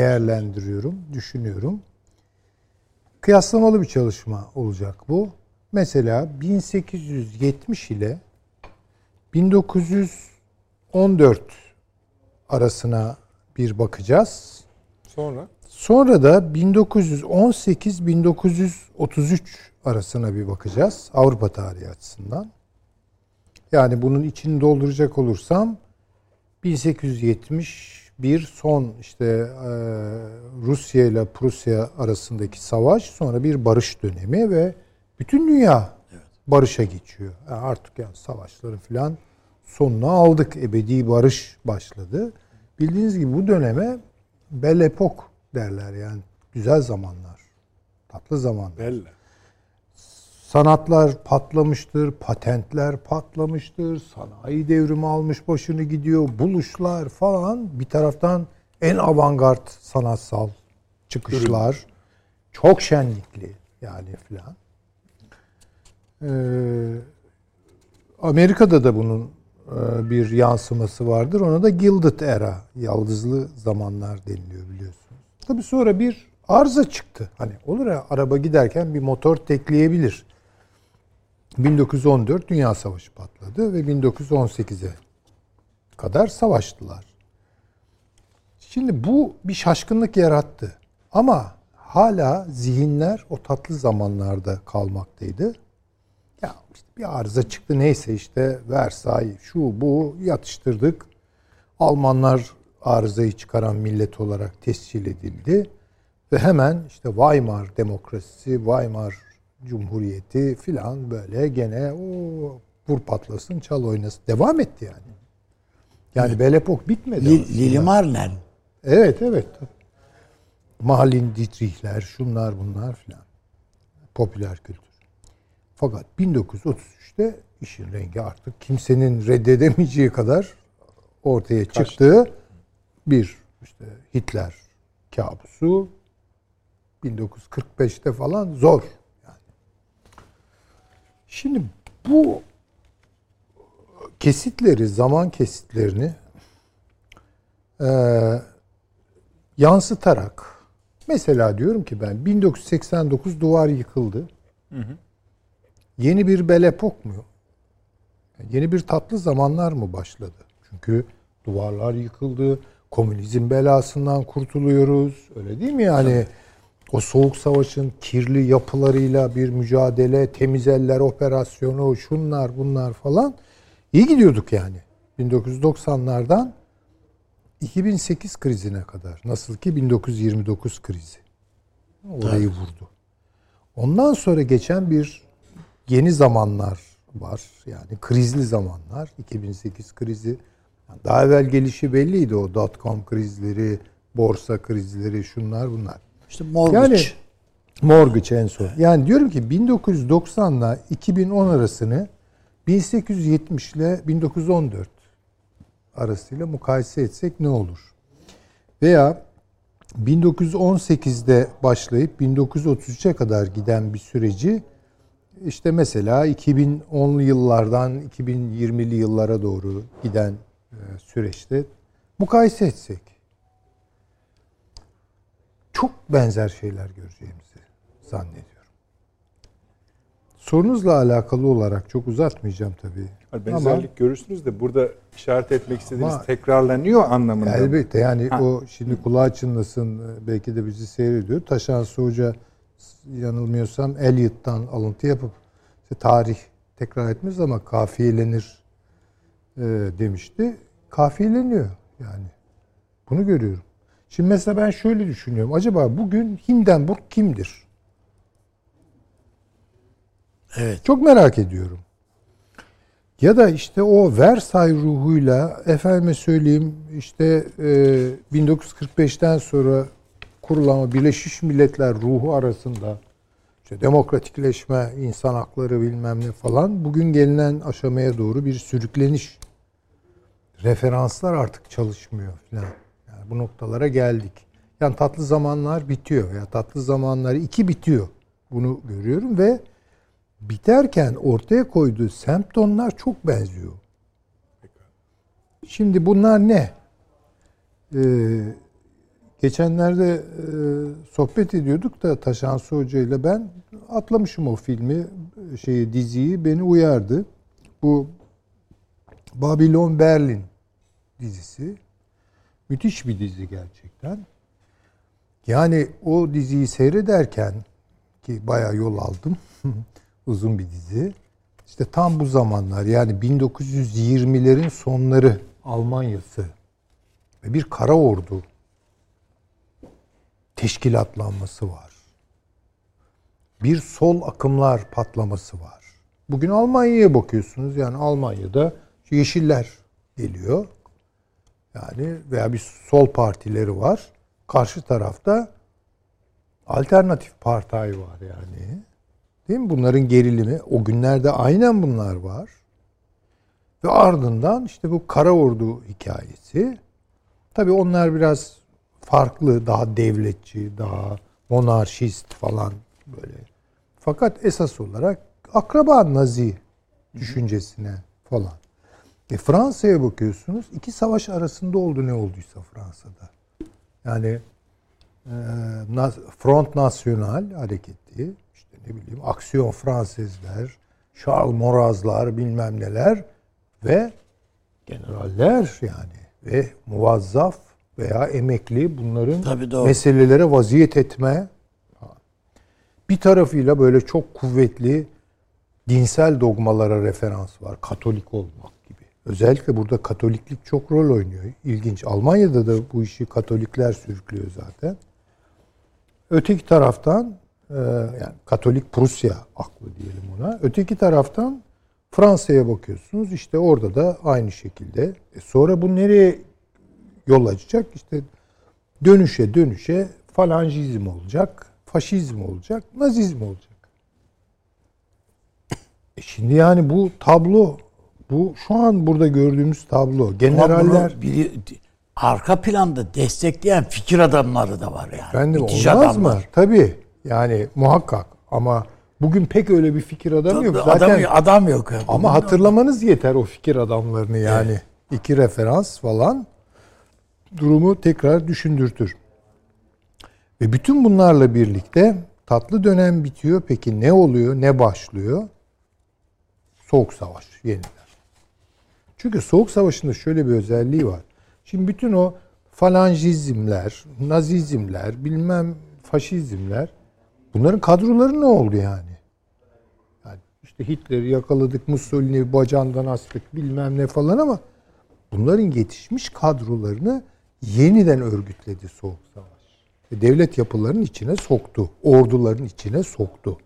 Speaker 2: değerlendiriyorum, düşünüyorum. Kıyaslamalı bir çalışma olacak bu. mesela bin sekiz yüz yetmiş ile bin dokuz yüz on dört arasına bir bakacağız.
Speaker 1: Sonra?
Speaker 2: Sonra da bin dokuz yüz on sekiz bin dokuz yüz otuz üç arasına bir bakacağız Avrupa tarihi açısından. Yani bunun içini dolduracak olursam bin sekiz yüz yetmiş bir son işte e, Rusya ile Prusya arasındaki savaş, sonra bir barış dönemi ve bütün dünya barışa geçiyor. Yani artık yani savaşların filan sonuna aldık. Ebedi barış başladı. Bildiğiniz gibi bu döneme Belle Époque derler, yani güzel zamanlar, tatlı zamanlar.
Speaker 1: Belle.
Speaker 2: Sanatlar patlamıştır, patentler patlamıştır, sanayi devrimi almış başını gidiyor, buluşlar falan. Bir taraftan en avantgard sanatsal çıkışlar, çok şenlikli yani filan. Ee, Amerika'da da bunun e, bir yansıması vardır. Ona da Gilded Era, yaldızlı zamanlar deniliyor biliyorsunuz. Tabii sonra bir arıza çıktı. Hani olur ya, araba giderken bir motor tekleyebilir. bin dokuz yüz on dört Dünya Savaşı patladı ve bin dokuz yüz on sekize kadar savaştılar. Şimdi bu bir şaşkınlık yarattı. Ama hala zihinler o tatlı zamanlarda kalmaktaydı. Ya işte bir arıza çıktı, neyse işte Versay, şu bu yatıştırdık. Almanlar arızayı çıkaran millet olarak tescil edildi. Ve hemen işte Weimar demokrasisi, Weimar Cumhuriyeti filan böyle gene o vur patlasın, çal oynasın devam etti yani. Yani Belle Époque bitmedi.
Speaker 3: Lili Marlen.
Speaker 2: Evet evet. Marlene Dietrich'ler, şunlar bunlar filan. Popüler kültür. Fakat bin dokuz yüz otuz üçte işin rengi artık kimsenin reddedemeyeceği kadar ortaya
Speaker 1: Kaçtı.
Speaker 2: çıktığı bir işte Hitler kabusu. bin dokuz yüz kırk beşte falan zor. Yani. Şimdi bu kesitleri, zaman kesitlerini e, yansıtarak, mesela diyorum ki ben bin dokuz yüz seksen dokuz duvar yıkıldı. Hı hı. Yeni bir Belle Époque mu? Yeni bir tatlı zamanlar mı başladı? Çünkü duvarlar yıkıldı. Komünizm belasından kurtuluyoruz. Öyle değil mi yani? Tabii. O Soğuk Savaş'ın kirli yapılarıyla bir mücadele, temiz eller operasyonu, şunlar bunlar falan. İyi gidiyorduk yani. bin dokuz yüz doksanlardan iki bin sekiz krizine kadar. Nasıl ki bin dokuz yüz yirmi dokuz krizi. Orayı evet. vurdu. Ondan sonra geçen bir yeni zamanlar var. Yani krizli zamanlar. iki bin sekiz krizi. Daha evvel gelişi belliydi, o dot-com krizleri, borsa krizleri, şunlar bunlar.
Speaker 3: İşte mortgage.
Speaker 2: Yani mortgage en son. Yani diyorum ki bin dokuz yüz doksanla iki bin on arasını bin sekiz yüz yetmiş ile bin dokuz yüz on dört arasıyla mukayese etsek ne olur? Veya bin dokuz yüz on sekizde başlayıp bin dokuz yüz otuz üçe kadar giden bir süreci işte mesela iki bin onlu yıllardan iki bin yirmili yıllara doğru giden süreçte mukayese etsek çok benzer şeyler göreceğimizi zannediyorum. Sorunuzla alakalı olarak çok uzatmayacağım tabii.
Speaker 1: Benzerlik ama, görürsünüz de burada işaret etmek istediğiniz tekrarlanıyor anlamında.
Speaker 2: Elbette yani ha. O şimdi kulağı çınlasın, belki de bizi seyrediyor. Taşansı Hoca yanılmıyorsam Eliot'tan alıntı yapıp işte tarih tekrar etmez ama kafiyelenir e, demişti. Kafiyeleniyor yani. Bunu görüyorum. Şimdi mesela ben şöyle düşünüyorum. Acaba bugün Hindenburg kimdir?
Speaker 3: Evet.
Speaker 2: Çok merak ediyorum. Ya da işte o Versay ruhuyla efendime söyleyeyim işte e, bin dokuz yüz kırk beşten sonra kurulan Birleşmiş Milletler ruhu arasında işte demokratikleşme, insan hakları bilmem ne falan bugün gelinen aşamaya doğru bir sürükleniş. Referanslar artık çalışmıyor falan. Yani bu noktalara geldik. Yani tatlı zamanlar bitiyor. Ya tatlı zamanlar iki bitiyor. Bunu görüyorum ve biterken ortaya koyduğu semptomlar çok benziyor. Şimdi bunlar ne? Ee, geçenlerde e, sohbet ediyorduk da Taşansı Hoca ile ben atlamışım o filmi. şeyi diziyi beni uyardı. Bu Babylon Berlin dizisi. Müthiş bir dizi gerçekten. Yani o diziyi seyrederken ki bayağı yol aldım. Uzun bir dizi. İşte tam bu zamanlar yani bin dokuz yüz yirmilerin sonları Almanya'sı ve bir kara ordu teşkilatlanması var. Bir sol akımlar patlaması var. Bugün Almanya'ya bakıyorsunuz. Yani Almanya'da Yeşiller geliyor. Yani veya bir sol partileri var. Karşı tarafta alternatif partay var yani. Değil mi? Bunların gerilimi. O günlerde aynen bunlar var. Ve ardından işte bu kara ordu hikayesi. Tabii onlar biraz farklı, daha devletçi, daha monarşist falan böyle. Fakat esas olarak akraba Nazi düşüncesine falan. E Fransa'ya bakıyorsunuz. İki savaş arasında oldu ne olduysa Fransa'da. Yani e, Front National hareketi, işte ne bileyim Aksiyon Fransızlar, Charles Maurraz'lar bilmem neler ve generaller yani ve muvazzaf veya emekli bunların meselelere vaziyet etme. Bir tarafıyla böyle çok kuvvetli dinsel dogmalara referans var. Katolik olmak gibi. Özellikle burada Katoliklik çok rol oynuyor. İlginç. Almanya'da da bu işi Katolikler sürüklüyor zaten. Öteki taraftan yani Katolik Prusya aklı diyelim ona. Öteki taraftan Fransa'ya bakıyorsunuz. İşte orada da aynı şekilde. E sonra bu nereye yol açacak? İşte dönüşe dönüşe falancizm olacak, faşizm olacak, nazizm olacak. E şimdi yani bu tablo, bu şu an burada gördüğümüz tablo. Generaller
Speaker 3: biri, arka planda destekleyen fikir adamları da var yani.
Speaker 2: Efendim olmaz adamlar. Mı? Tabii. Yani muhakkak. Ama bugün pek öyle bir fikir adamı Tabii, yok. Zaten
Speaker 3: adam, adam yok. Yani.
Speaker 2: Ama hatırlamanız yeter o fikir adamlarını yani. Evet. İki referans falan durumu tekrar düşündürtür. Ve bütün bunlarla birlikte tatlı dönem bitiyor. Peki ne oluyor? Ne başlıyor? Soğuk Savaş yeniden. Çünkü Soğuk Savaş'ın da şöyle bir özelliği var. Şimdi bütün o falancizmler, nazizmler, bilmem faşizmler bunların kadroları ne oldu yani? Yani işte Hitler'i yakaladık, Mussolini bacağından astık bilmem ne falan ama bunların yetişmiş kadrolarını yeniden örgütledi Soğuk Savaş. Ve devlet yapılarının içine soktu. Orduların içine soktu.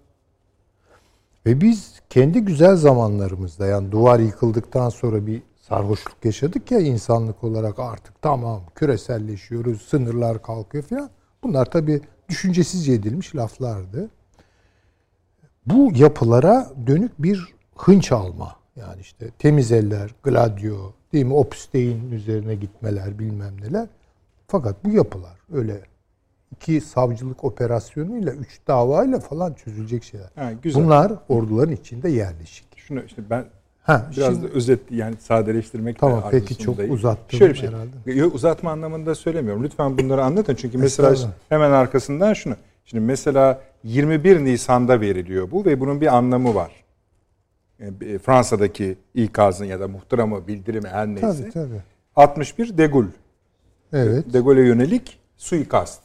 Speaker 2: Ve biz kendi güzel zamanlarımızda yani duvar yıkıldıktan sonra bir sarhoşluk yaşadık ya insanlık olarak artık tamam küreselleşiyoruz, sınırlar kalkıyor falan. Bunlar tabii düşüncesizce edilmiş laflardı. Bu yapılara dönük bir hınç alma. Yani işte temiz eller, Gladio, değil mi? Opus Dei'nin üzerine gitmeler bilmem neler. Fakat bu yapılar öyle iki savcılık operasyonuyla, üç davayla falan çözülecek şeyler. Ha, güzel. Bunlar orduların içinde yerleşik.
Speaker 1: Şunu işte ben ha, biraz şimdi, da özet yani sadeleştirmek
Speaker 2: tamam, peki çok uzattım
Speaker 1: Şöyle bir şey.
Speaker 2: herhalde.
Speaker 1: Yok, uzatma anlamında söylemiyorum. Lütfen bunları anlatın. Çünkü mesela hemen arkasından şunu. Şimdi mesela yirmi bir Nisan'da veriliyor bu ve bunun bir anlamı var. Yani Fransa'daki ikazın ya da muhtıramı, bildirimi her neyse.
Speaker 2: Tabii tabii.
Speaker 1: altmış bir De Gaulle.
Speaker 2: Evet.
Speaker 1: De Gaulle'e yönelik suikast.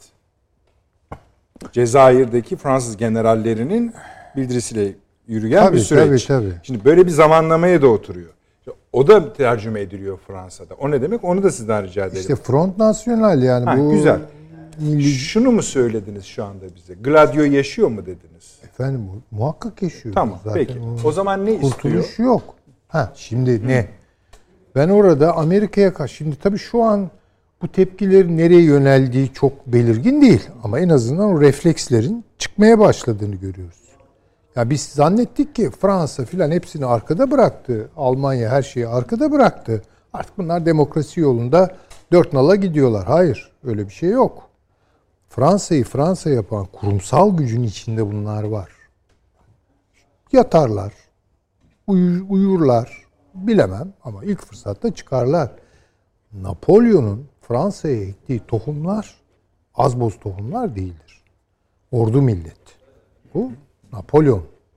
Speaker 1: Cezayir'deki Fransız generallerinin bildirisiyle yürüyen tabii, bir süreç.
Speaker 2: Tabii, tabii.
Speaker 1: Şimdi böyle bir zamanlamaya da oturuyor. O da tercüme ediliyor Fransa'da. O ne demek? Onu da sizden rica ederim.
Speaker 2: İşte Front National yani ha, bu.
Speaker 1: Güzel. Şunu mu söylediniz şu anda bize? Gladio yaşıyor mu dediniz?
Speaker 2: Efendim muhakkak yaşıyor.
Speaker 1: Tamam zaten peki. O, o zaman ne istiyor?
Speaker 2: Kurtuluş yok. Ha şimdi Hı. ne? Ben orada Amerika'ya karşı şimdi tabii şu an bu tepkilerin nereye yöneldiği çok belirgin değil. Ama en azından o reflekslerin çıkmaya başladığını görüyoruz. Ya biz zannettik ki Fransa filan hepsini arkada bıraktı. Almanya her şeyi arkada bıraktı. Artık bunlar demokrasi yolunda dört nala gidiyorlar. Hayır, öyle bir şey yok. Fransa'yı Fransa yapan kurumsal gücün içinde bunlar var. Yatarlar, uyur, uyurlar, bilemem ama ilk fırsatta çıkarlar. Napolyon'un Fransa'ya ektiği tohumlar az boz tohumlar değildir. Ordu millet. Bu Napolyon.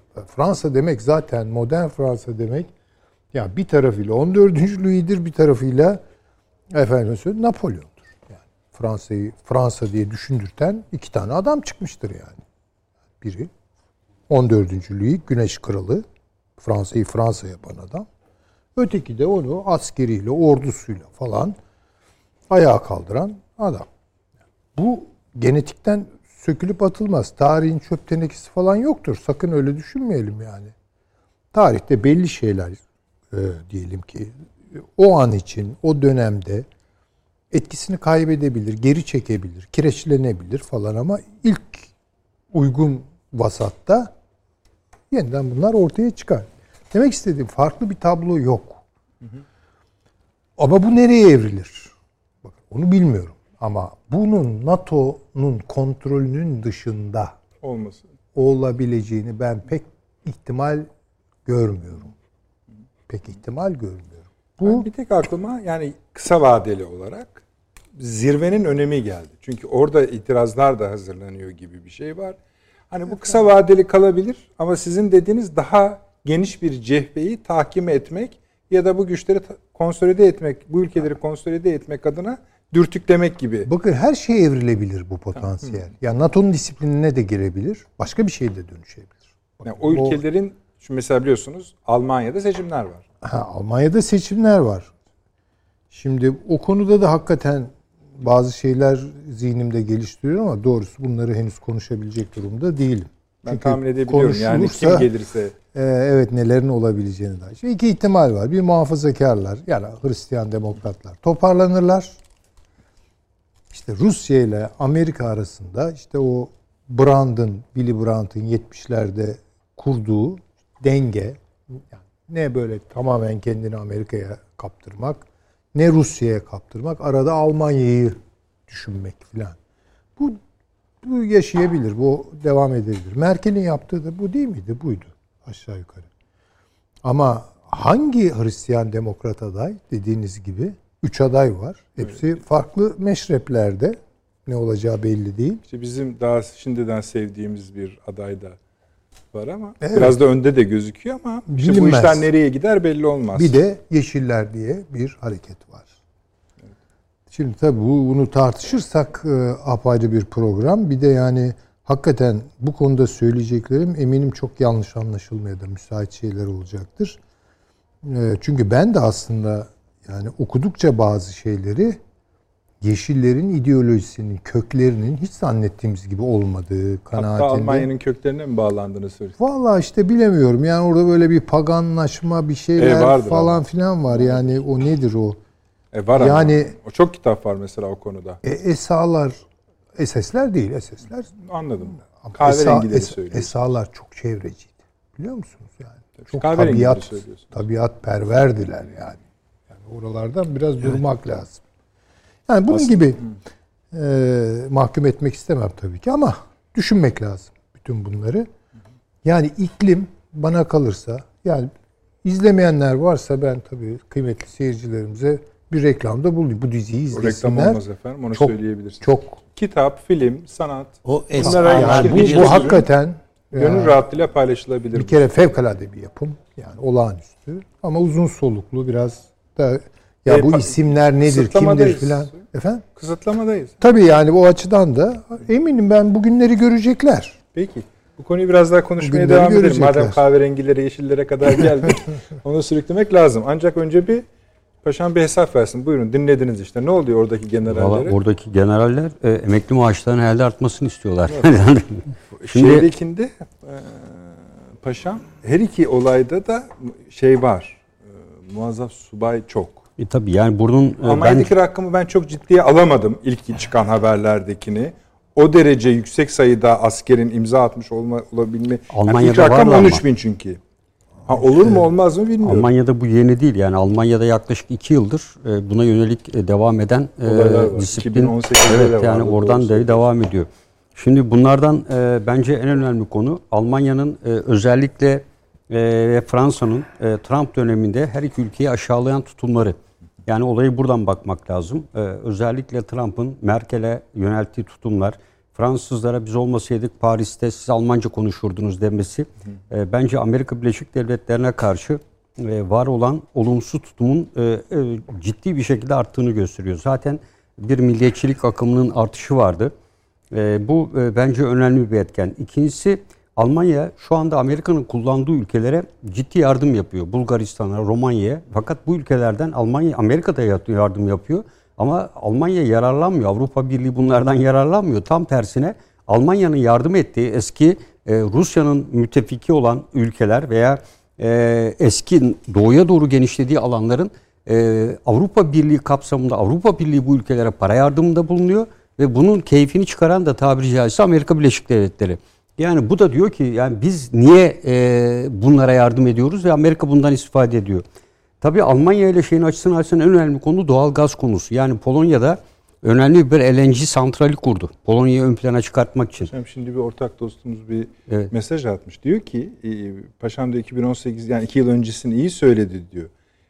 Speaker 2: Fransa demek zaten modern Fransa demek. Ya bir tarafıyla on dördüncü Louis'dir, bir tarafıyla efendim söyleyeyim Napolyon'dur. Yani Fransa'yı Fransa diye düşündürten iki tane adam çıkmıştır yani. Biri on dördüncü Louis, Güneş Kralı, Fransa'yı Fransa yapan adam. Öteki de onu askeriyle, ordusuyla falan ayağa kaldıran adam. Bu genetikten sökülüp atılmaz. Tarihin çöp tenekesi falan yoktur. Sakın öyle düşünmeyelim yani. Tarihte belli şeyler e, diyelim ki o an için, o dönemde etkisini kaybedebilir, geri çekebilir, kireçlenebilir falan ama ilk uygun vasatta yeniden bunlar ortaya çıkar. Demek istediğim farklı bir tablo yok. Hı hı. Ama bu nereye evrilir? Bakın onu bilmiyorum. Ama bunun NATO'nun kontrolünün dışında
Speaker 1: olması
Speaker 2: olabileceğini ben pek ihtimal görmüyorum. Pek ihtimal görmüyorum.
Speaker 1: Bu ben bir tek aklıma yani kısa vadeli olarak zirvenin önemi geldi. Çünkü orada itirazlar da hazırlanıyor gibi bir şey var. Hani bu kısa vadeli kalabilir ama sizin dediğiniz daha geniş bir cehveyi tahkim etmek ya da bu güçleri konsolide etmek, bu ülkeleri konsolide etmek adına dürtüklemek gibi.
Speaker 2: Bakın her şey evrilebilir bu potansiyel. Hı. Yani NATO'nun disiplinine de girebilir. Başka bir şeye de dönüşebilir.
Speaker 1: Bakın, yani o ülkelerin, şu mesela biliyorsunuz Almanya'da seçimler var.
Speaker 2: Ha, Almanya'da seçimler var. Şimdi o konuda da hakikaten bazı şeyler zihnimde geliştiriyor ama doğrusu bunları henüz konuşabilecek durumda değilim.
Speaker 1: Ben Çünkü tahmin edebiliyorum yani kim gelirse.
Speaker 2: E, evet nelerin olabileceğini dair. Şimdi iki ihtimal var. Bir muhafazakarlar yani Hristiyan demokratlar toparlanırlar. İşte Rusya ile Amerika arasında işte o Brandt'ın, Willy Brandt'ın yetmişlerde kurduğu denge yani ne böyle tamamen kendini Amerika'ya kaptırmak ne Rusya'ya kaptırmak arada Almanya'yı düşünmek filan. Bu, bu yaşayabilir, bu devam edebilir. Merkel'in yaptığı da bu değil miydi? Buydu aşağı yukarı. Ama hangi Hristiyan demokrat aday dediğiniz gibi üç aday var. Hepsi evet. farklı meşreplerde. Ne olacağı belli değil.
Speaker 1: İşte bizim daha şimdiden sevdiğimiz bir aday da var ama evet. biraz da önde de gözüküyor ama işte bu işler nereye gider belli olmaz.
Speaker 2: Bir de Yeşiller diye bir hareket var. Evet. Şimdi tabii bu, bunu tartışırsak e, apayrı bir program. Bir de yani hakikaten bu konuda söyleyeceklerim eminim çok yanlış anlaşılmaya da müsait şeyler olacaktır. E, çünkü ben de aslında yani okudukça bazı şeyleri Yeşillerin ideolojisinin köklerinin hiç zannettiğimiz gibi olmadığı kanaatinde.
Speaker 1: Hatta Almanya'nın köklerine mi bağlandığını söylüyorsun?
Speaker 2: Vallahi işte bilemiyorum. Yani orada böyle bir paganlaşma bir şeyler e, falan ama. filan var. Yani o nedir o?
Speaker 1: E var yani, ama. O çok kitap var mesela o konuda.
Speaker 2: E, Esalar, Esesler değil Esesler.
Speaker 1: Anladım. Kahverengileri
Speaker 2: Esa,
Speaker 1: söylüyorsun.
Speaker 2: Esalar çok çevreciydi. Biliyor musunuz yani?
Speaker 1: Tabii,
Speaker 2: çok tabiat, tabiat perverdiler yani. Yani oralardan biraz evet. durmak lazım. Yani bunun Aslında, gibi e, mahkum etmek istemem tabii ki ama düşünmek lazım bütün bunları. Yani iklim bana kalırsa yani izlemeyenler varsa ben tabii kıymetli seyircilerimize bir reklamda bulayım. Bu diziyi izlesinler.
Speaker 1: O reklam olmaz efendim onu
Speaker 2: çok,
Speaker 1: söyleyebilirsiniz.
Speaker 2: Çok.
Speaker 1: Kitap, film, sanat.
Speaker 3: O
Speaker 2: bunlara yani bu, bu hakikaten
Speaker 1: gönül yani, rahatlığıyla paylaşılabilir.
Speaker 2: Bir kere fevkalade bir yapım. Yani olağanüstü ama uzun soluklu biraz da ya e, bu isimler nedir, kimdir filan. Efendim?
Speaker 1: Kısıtlamadayız.
Speaker 2: Tabii yani o açıdan da eminim ben bugünleri görecekler.
Speaker 1: Peki. Bu konuyu biraz daha konuşmaya devam edelim. Madem kahverengilere, yeşillere kadar geldik. Onu sürüklemek lazım. Ancak önce bir paşam bir hesap versin. Buyurun dinlediniz işte. Ne oluyor oradaki generallere?
Speaker 4: Valla oradaki generaller e, emekli maaşlarının herhalde artmasını istiyorlar.
Speaker 1: Evet. Şimdi Şeydekinde e, paşam her iki olayda da şey var. E, muazzaf subay çok.
Speaker 4: E tabii yani bunun...
Speaker 1: Almanya'daki ben... rakamı ben çok ciddiye alamadım ilk çıkan haberlerdekini. O derece yüksek sayıda askerin imza atmış olma, olabilme...
Speaker 4: Almanya'da
Speaker 1: yani rakam
Speaker 4: var
Speaker 1: on üç bin çünkü. Ha, olur mu olmaz mı bilmiyorum.
Speaker 4: Almanya'da bu yeni değil. Yani Almanya'da yaklaşık iki yıldır buna yönelik devam eden e, disiplin... iki bin on sekizde evet, yani oradan da devam ediyor. Şimdi bunlardan e, bence en önemli konu Almanya'nın e, özellikle ve e, Fransa'nın e, Trump döneminde her iki ülkeyi aşağılayan tutumları. Yani olayı buradan bakmak lazım. Ee, özellikle Trump'ın Merkel'e yönelttiği tutumlar, Fransızlara biz olmasaydık Paris'te siz Almanca konuşurdunuz demesi e, bence Amerika Birleşik Devletleri'ne karşı e, var olan olumsuz tutumun e, e, ciddi bir şekilde arttığını gösteriyor. Zaten bir milliyetçilik akımının artışı vardı. E, bu e, bence önemli bir etken. İkincisi, Almanya şu anda Amerika'nın kullandığı ülkelere ciddi yardım yapıyor. Bulgaristan'a, Romanya'ya. Fakat bu ülkelerden Almanya, Amerika'da yardım yapıyor. Ama Almanya yararlanmıyor. Avrupa Birliği bunlardan yararlanmıyor. Tam tersine Almanya'nın yardım ettiği eski e, Rusya'nın müttefiki olan ülkeler veya e, eski doğuya doğru genişlediği alanların e, Avrupa Birliği kapsamında Avrupa Birliği bu ülkelere para yardımında bulunuyor ve bunun keyfini çıkaran da tabiri caizse Amerika Birleşik Devletleri. Yani bu da diyor ki yani biz niye e, bunlara yardım ediyoruz ve Amerika bundan istifade ediyor. Tabii Almanya ile şeyin açısından açısından en önemli konu doğal gaz konusu. Yani Polonya'da önemli bir L N G santrali kurdu. Polonya'yı ön plana çıkartmak için.
Speaker 1: Paşam şimdi bir ortak dostumuz bir
Speaker 4: evet.
Speaker 1: mesaj atmış. Diyor ki Paşam da iki bin on sekiz yani iki yıl öncesini iyi söyledi diyor.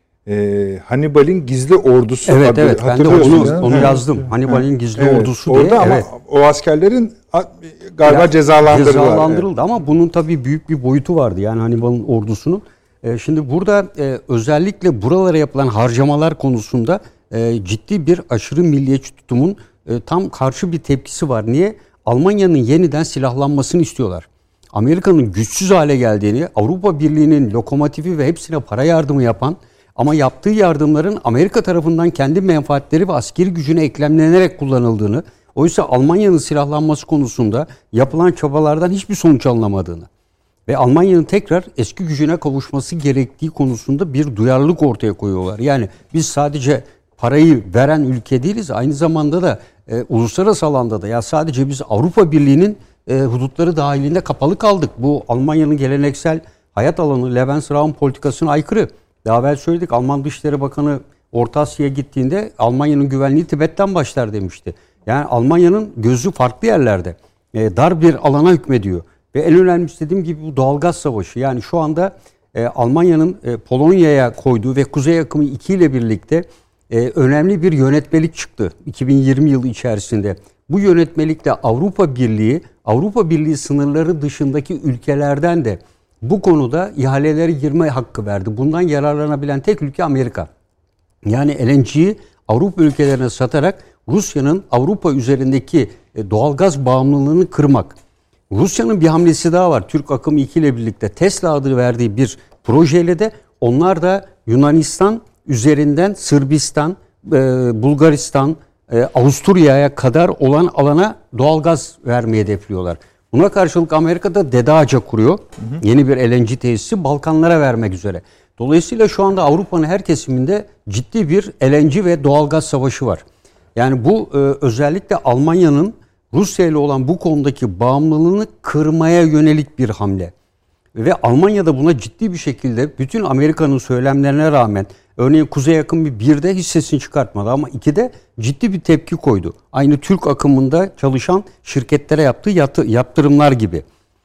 Speaker 1: Ee, Hannibal'in gizli ordusu.
Speaker 4: Evet
Speaker 1: adı,
Speaker 4: evet ben de onu, onu yazdım. Hannibal'in gizli evet. ordusu
Speaker 1: Orada
Speaker 4: diye.
Speaker 1: Ama evet. o askerlerin galiba ya, cezalandırdılar.
Speaker 4: Cezalandırıldı evet. Ama bunun tabii büyük bir boyutu vardı. Yani Hannibal'in ordusunun. Ee, şimdi burada e, özellikle buralara yapılan harcamalar konusunda e, ciddi bir aşırı milliyetçi tutumun e, tam karşı bir tepkisi var. Niye? Almanya'nın yeniden silahlanmasını istiyorlar. Amerika'nın güçsüz hale geldiğini, Avrupa Birliği'nin lokomotifi ve hepsine para yardımı yapan ama yaptığı yardımların Amerika tarafından kendi menfaatleri ve askeri gücüne eklemlenerek kullanıldığını, oysa Almanya'nın silahlanması konusunda yapılan çabalardan hiçbir sonuç alınamadığını ve Almanya'nın tekrar eski gücüne kavuşması gerektiği konusunda bir duyarlılık ortaya koyuyorlar. Yani biz sadece parayı veren ülke değiliz, aynı zamanda da e, uluslararası alanda da ya sadece biz Avrupa Birliği'nin e, hudutları dahilinde kapalı kaldık. Bu Almanya'nın geleneksel hayat alanı Lebensraum politikasına aykırı. Daha evvel söyledik, Alman Dışişleri Bakanı Orta Asya'ya gittiğinde Almanya'nın güvenliği Tibet'ten başlar demişti. Yani Almanya'nın gözü farklı yerlerde. E, dar bir alana hükmediyor. Ve en önemlisi dediğim gibi bu doğalgaz savaşı. Yani şu anda e, Almanya'nın e, Polonya'ya koyduğu ve Kuzey Akımı iki ile birlikte e, önemli bir yönetmelik çıktı iki bin yirmi yılı içerisinde. Bu yönetmelikle Avrupa Birliği, Avrupa Birliği sınırları dışındaki ülkelerden de bu konuda ihalelere girme hakkı verdi. Bundan yararlanabilen tek ülke Amerika. Yani L N G'yi Avrupa ülkelerine satarak Rusya'nın Avrupa üzerindeki e, doğalgaz bağımlılığını kırmak. Rusya'nın bir hamlesi daha var. Türk Akımı iki ile birlikte Tesla adı verdiği bir projeyle de onlar da Yunanistan üzerinden Sırbistan, e, Bulgaristan, e, Avusturya'ya kadar olan alana doğalgaz vermeyi hedefliyorlar. Buna karşılık Amerika'da Dede Ağaca kuruyor. Hı hı. Yeni bir L N G tesisi Balkanlara vermek üzere. Dolayısıyla şu anda Avrupa'nın her kesiminde ciddi bir L N G ve doğalgaz savaşı var. Yani bu e, özellikle Almanya'nın Rusya ile olan bu konudaki bağımlılığını kırmaya yönelik bir hamle. Ve Almanya da buna ciddi bir şekilde bütün Amerika'nın söylemlerine rağmen örneğin Kuzey Akım birde hiç sesini çıkartmadı ama ikide ciddi bir tepki koydu. Aynı Türk akımında çalışan şirketlere yaptığı yatı, yaptırımlar gibi.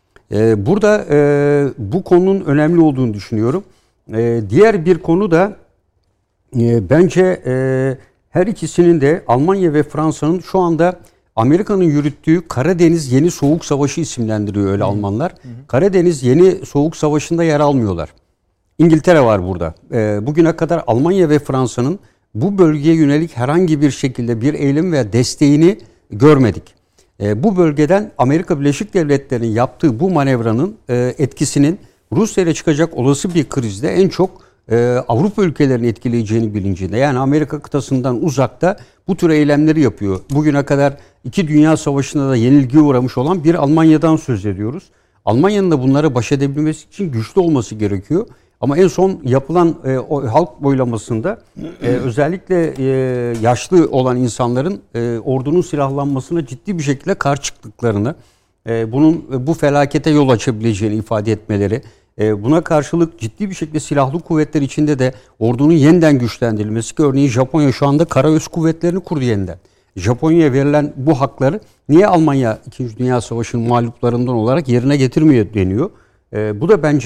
Speaker 4: Ee, burada e, bu konunun önemli olduğunu düşünüyorum. E, diğer bir konu da e, bence e, her ikisinin de Almanya ve Fransa'nın şu anda Amerika'nın yürüttüğü Karadeniz Yeni Soğuk Savaşı isimlendiriyor öyle hı. Almanlar. Hı hı. Karadeniz Yeni Soğuk Savaşı'nda yer almıyorlar. İngiltere var burada. E, bugüne kadar Almanya ve Fransa'nın bu bölgeye yönelik herhangi bir şekilde bir eylem veya desteğini görmedik. E, bu bölgeden Amerika Birleşik Devletleri'nin yaptığı bu manevranın e, etkisinin Rusya ile çıkacak olası bir krizde en çok e, Avrupa ülkelerini etkileyeceğini bilincinde. Yani Amerika kıtasından uzakta bu tür eylemleri yapıyor. Bugüne kadar iki dünya savaşında da yenilgiye uğramış olan bir Almanya'dan söz ediyoruz. Almanya'nın da bunlara baş edebilmesi için güçlü olması gerekiyor. Ama en son yapılan e, o halk oylamasında e, özellikle e, yaşlı olan insanların e, ordunun silahlanmasına ciddi bir şekilde karşı çıktıklarını, e, bunun e, bu felakete yol açabileceğini ifade etmeleri, e, buna karşılık ciddi bir şekilde silahlı kuvvetler içinde de ordunun yeniden güçlendirilmesi ki örneğin Japonya şu anda Karaöz kuvvetlerini kurdu yeniden. Japonya'ya verilen bu hakları niye Almanya İkinci Dünya Savaşı'nın mağluplarından olarak yerine getirmiyor deniyor. E, bu da bence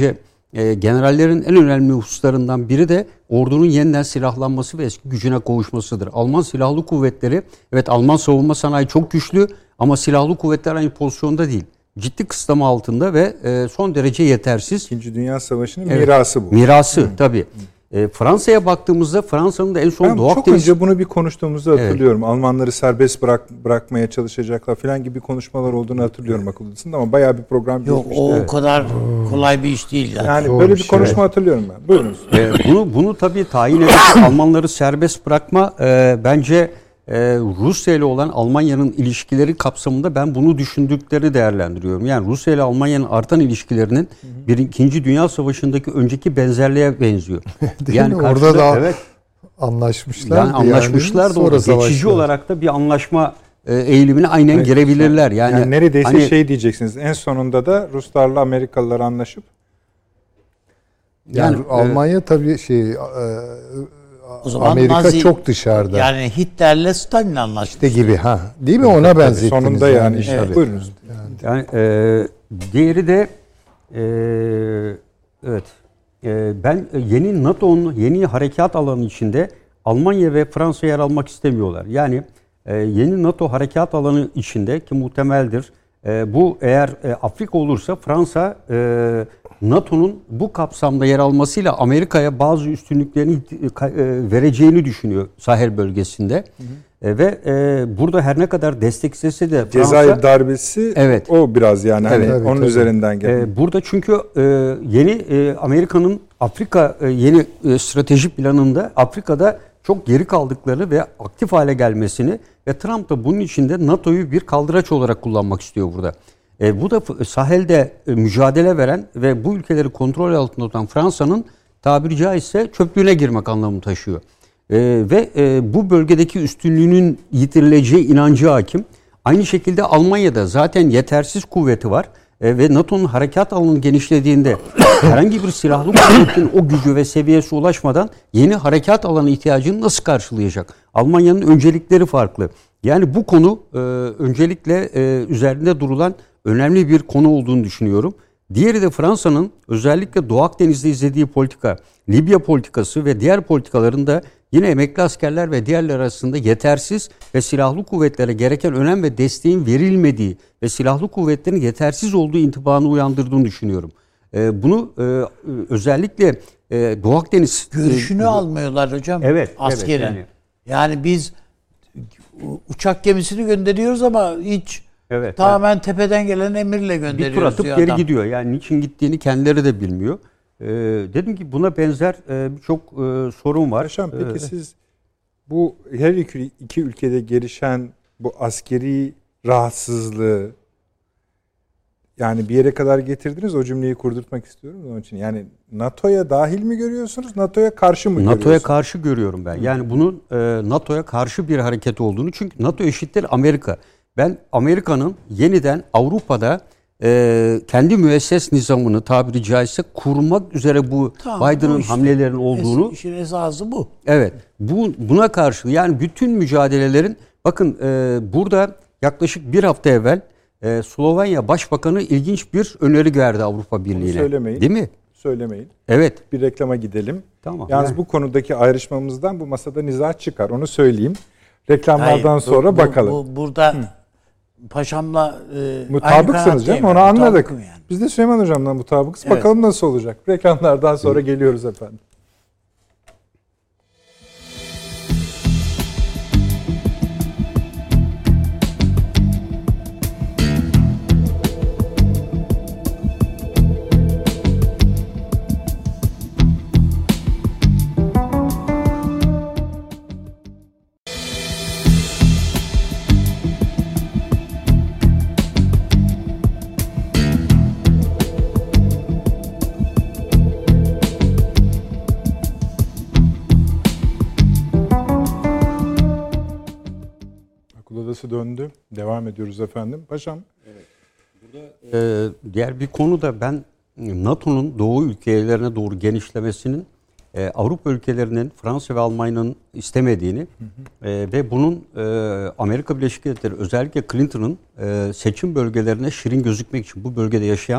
Speaker 4: e, generallerin en önemli hususlarından biri de ordunun yeniden silahlanması ve eski gücüne kavuşmasıdır. Alman silahlı kuvvetleri, evet Alman savunma sanayi çok güçlü ama silahlı kuvvetler aynı pozisyonda değil. Ciddi kısıtlama altında ve e, son derece yetersiz.
Speaker 1: İkinci Dünya Savaşı'nın
Speaker 4: evet,
Speaker 1: mirası bu.
Speaker 4: Mirası Hı. tabii. E, Fransa'ya baktığımızda Fransa'nın da en son
Speaker 1: ben
Speaker 4: Doğu
Speaker 1: çok
Speaker 4: Akdeniz...
Speaker 1: önce bunu bir konuştuğumuzu hatırlıyorum. Evet. Almanları serbest bırak bırakmaya çalışacaklar falan gibi konuşmalar olduğunu hatırlıyorum akıl odasında ama bayağı bir program
Speaker 3: yok
Speaker 1: geçmişti.
Speaker 3: o
Speaker 1: Evet.
Speaker 3: kadar kolay bir iş değil zaten.
Speaker 1: Yani
Speaker 2: Doğru
Speaker 1: böyle bir
Speaker 2: şey.
Speaker 1: konuşma hatırlıyorum ben. Buyurunuz.
Speaker 4: E, bunu bunu tabii tayin edip Almanları serbest bırakma e, bence e, Rusya ile olan Almanya'nın ilişkileri kapsamında ben bunu düşündükleri değerlendiriyorum. Yani Rusya ile Almanya'nın artan ilişkilerinin bir ikinci Dünya Savaşı'ndaki önceki benzerliğe benziyor.
Speaker 2: yani orada da evet, anlaşmışlar.
Speaker 4: Yani anlaşmışlar da orada geçici olarak da bir anlaşma e, eğilimine aynen evet, girebilirler. Yani,
Speaker 1: yani neredeyse
Speaker 4: hani,
Speaker 1: şey diyeceksiniz. En sonunda da Ruslarla Amerikalılar anlaşıp
Speaker 2: yani, yani Almanya e, tabii şey e,
Speaker 3: o zaman
Speaker 2: Amerika
Speaker 3: Nazi,
Speaker 2: çok dışarıda.
Speaker 3: Yani Hitler'le Stalin anlaştı.
Speaker 2: İşte gibi ha. Değil mi? Ona benzettiniz.
Speaker 1: Sonunda yani. yani
Speaker 2: işte.
Speaker 1: Evet. Buyurunuz.
Speaker 4: Yani, yani e, diğeri de e, evet e, ben yeni NATO'nun yeni harekat alanı içinde Almanya ve Fransa yer almak istemiyorlar. Yani e, yeni NATO harekat alanı içinde ki muhtemeldir. E, bu eğer e, Afrika olursa Fransa e, NATO'nun bu kapsamda yer almasıyla Amerika'ya bazı üstünlüklerini e, vereceğini düşünüyor Sahel bölgesinde. Hı hı. E, ve e, burada her ne kadar desteklese de Fransa...
Speaker 1: Cezayir darbesi evet, o biraz yani evet, hani evet, onun evet. üzerinden geldi.
Speaker 4: E, burada çünkü e, yeni e, Amerika'nın Afrika e, yeni e, strateji planında Afrika'da çok geri kaldıklarını ve aktif hale gelmesini ve Trump da bunun içinde NATO'yu bir kaldıraç olarak kullanmak istiyor burada. E, bu da sahilde e, mücadele veren ve bu ülkeleri kontrol altında tutan Fransa'nın tabiri caizse çöplüğüne girmek anlamını taşıyor. E, ve e, bu bölgedeki üstünlüğünün yitirileceği inancı hakim. Aynı şekilde Almanya'da zaten yetersiz kuvveti var. E, ve NATO'nun harekat alanı genişlediğinde herhangi bir silahlı kuvvetin o gücü ve seviyesi ulaşmadan yeni harekat alanı ihtiyacını nasıl karşılayacak? Almanya'nın öncelikleri farklı. Yani bu konu e, öncelikle e, üzerinde durulan önemli bir konu olduğunu düşünüyorum. Diğeri de Fransa'nın özellikle Doğu Akdeniz'de izlediği politika, Libya politikası ve diğer politikaların da yine emekli askerler ve diğerler arasında yetersiz ve silahlı kuvvetlere gereken önem ve desteğin verilmediği ve silahlı kuvvetlerin yetersiz olduğu intibanı uyandırdığını düşünüyorum. Ee, bunu e, özellikle e, Doğu Akdeniz...
Speaker 3: Görüşünü
Speaker 4: e,
Speaker 3: almıyorlar hocam
Speaker 4: evet,
Speaker 3: askerin.
Speaker 4: Evet, yani.
Speaker 3: yani biz uçak gemisini gönderiyoruz ama hiç
Speaker 4: evet,
Speaker 3: tamamen
Speaker 4: evet.
Speaker 3: tepeden gelen emirle gönderiyoruz.
Speaker 4: Bir tur atıp geri adam. gidiyor. Yani niçin gittiğini kendileri de bilmiyor. Ee, dedim ki buna benzer e, birçok e, sorun var.
Speaker 1: Paşam peki ee, siz bu her iki, iki ülkede gelişen bu askeri rahatsızlığı yani bir yere kadar getirdiniz, o cümleyi kurdurtmak istiyorum onun için. Yani NATO'ya dahil mi görüyorsunuz, NATO'ya karşı mı
Speaker 4: NATO'ya
Speaker 1: görüyorsunuz? NATO'ya
Speaker 4: karşı görüyorum ben. Yani bunun e, NATO'ya karşı bir hareket olduğunu, çünkü NATO eşittir Amerika. Ben Amerika'nın yeniden Avrupa'da e, kendi müesses nizamını tabiri caizse kurmak üzere bu tamam, Biden'ın işte, hamlelerinin olduğunu...
Speaker 3: İşin esası bu.
Speaker 4: Evet. Bu, buna karşı yani bütün mücadelelerin... Bakın e, burada yaklaşık bir hafta evvel e, Slovenya Başbakanı ilginç bir öneri verdi Avrupa Birliği'ne. Bunu
Speaker 1: söylemeyin.
Speaker 4: Değil mi?
Speaker 1: Söylemeyin.
Speaker 4: Evet.
Speaker 1: Bir reklama gidelim.
Speaker 4: Tamam.
Speaker 1: Yalnız
Speaker 4: yani.
Speaker 1: bu konudaki ayrışmamızdan bu masada nizah çıkar. Onu söyleyeyim. Reklamlardan
Speaker 3: Hayır,
Speaker 1: sonra
Speaker 3: bu,
Speaker 1: bakalım.
Speaker 3: Bu, burada Hı. Paşamla e,
Speaker 1: mutabıksınız canım, onu anladık.
Speaker 3: Yani.
Speaker 1: Biz de Süleyman Hocam'la mutabıkız. Evet. Bakalım nasıl olacak. Reklamlardan sonra Hı. geliyoruz efendim. Döndü. Devam ediyoruz efendim. Paşam.
Speaker 4: Evet. Burada e, diğer bir konu da ben NATO'nun Doğu ülkelerine doğru genişlemesinin e, Avrupa ülkelerinin, Fransa ve Almanya'nın istemediğini hı hı. E, ve bunun e, Amerika Birleşik Devletleri özellikle Clinton'ın e, seçim bölgelerine şirin gözükmek için bu bölgede yaşayan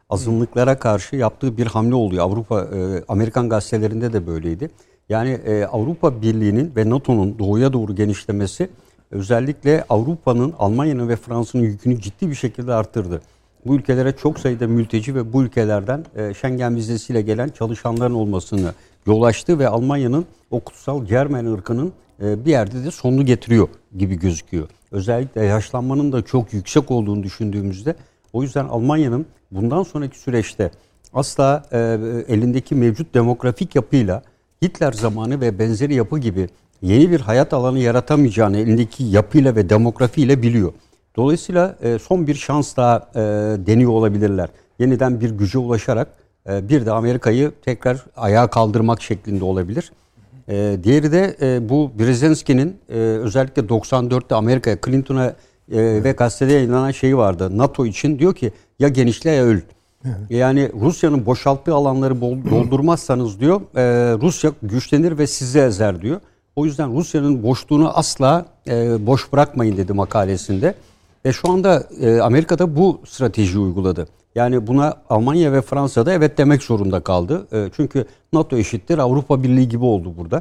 Speaker 4: azınlıklara karşı yaptığı bir hamle oluyor. Avrupa, e, Amerikan gazetelerinde de böyleydi. Yani e, Avrupa Birliği'nin ve NATO'nun doğuya doğru genişlemesi özellikle Avrupa'nın, Almanya'nın ve Fransa'nın yükünü ciddi bir şekilde arttırdı. Bu ülkelere çok sayıda mülteci ve bu ülkelerden e, Schengen vizesiyle gelen çalışanların olmasını yol açtı ve Almanya'nın o kutsal Cermen ırkının e, bir yerde de sonunu getiriyor gibi gözüküyor. Özellikle yaşlanmanın da çok yüksek olduğunu düşündüğümüzde o yüzden Almanya'nın bundan sonraki süreçte asla e, elindeki mevcut demografik yapıyla Hitler zamanı ve benzeri yapı gibi yeni bir hayat alanı yaratamayacağını elindeki yapıyla ve demografiyle biliyor. Dolayısıyla e, son bir şans daha e, deniyor olabilirler. Yeniden bir güce ulaşarak e, bir de Amerika'yı tekrar ayağa kaldırmak şeklinde olabilir. E, diğeri de e, bu Brzezinski'nin e, özellikle doksan dörtte Amerika'ya, Clinton'a e, ve gazetede yayınlanan şeyi vardı. NATO için diyor ki ya genişle ya öl. Evet. Yani Rusya'nın boşalttığı alanları doldurmazsanız diyor e, Rusya güçlenir ve sizi ezer diyor. O yüzden Rusya'nın boşluğunu asla e, boş bırakmayın dedi makalesinde. Ve şu anda e, Amerika'da bu stratejiyi uyguladı. Yani buna Almanya ve Fransa'da evet demek zorunda kaldı. E, çünkü NATO eşittir Avrupa Birliği gibi oldu burada.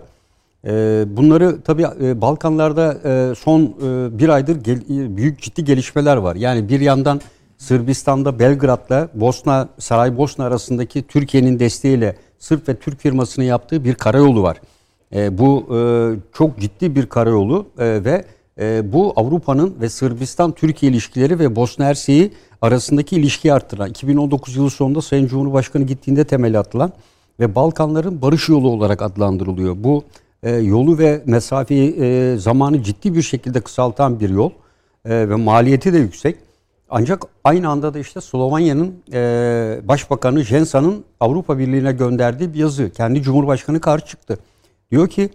Speaker 4: E, bunları tabii e, Balkanlarda e, son e, bir aydır gel, e, büyük ciddi gelişmeler var. Yani bir yandan Sırbistan'da Belgrad'la Bosna, Saraybosna arasındaki Türkiye'nin desteğiyle Sırp ve Türk firmasının yaptığı bir karayolu var. E, bu e, çok ciddi bir karayolu e, ve e, bu Avrupa'nın ve Sırbistan-Türkiye ilişkileri ve Bosna Hersek'i arasındaki ilişkiyi arttıran, iki bin on dokuz yılı sonunda Sayın Cumhurbaşkanı gittiğinde temeli atılan ve Balkanların barış yolu olarak adlandırılıyor. Bu e, yolu ve mesafeyi, e, zamanı ciddi bir şekilde kısaltan bir yol e, ve maliyeti de yüksek. Ancak aynı anda da işte Slovanya'nın e, Başbakanı Jensa'nın Avrupa Birliği'ne gönderdiği bir yazı. Kendi Cumhurbaşkanı karşı çıktı. Diyor ki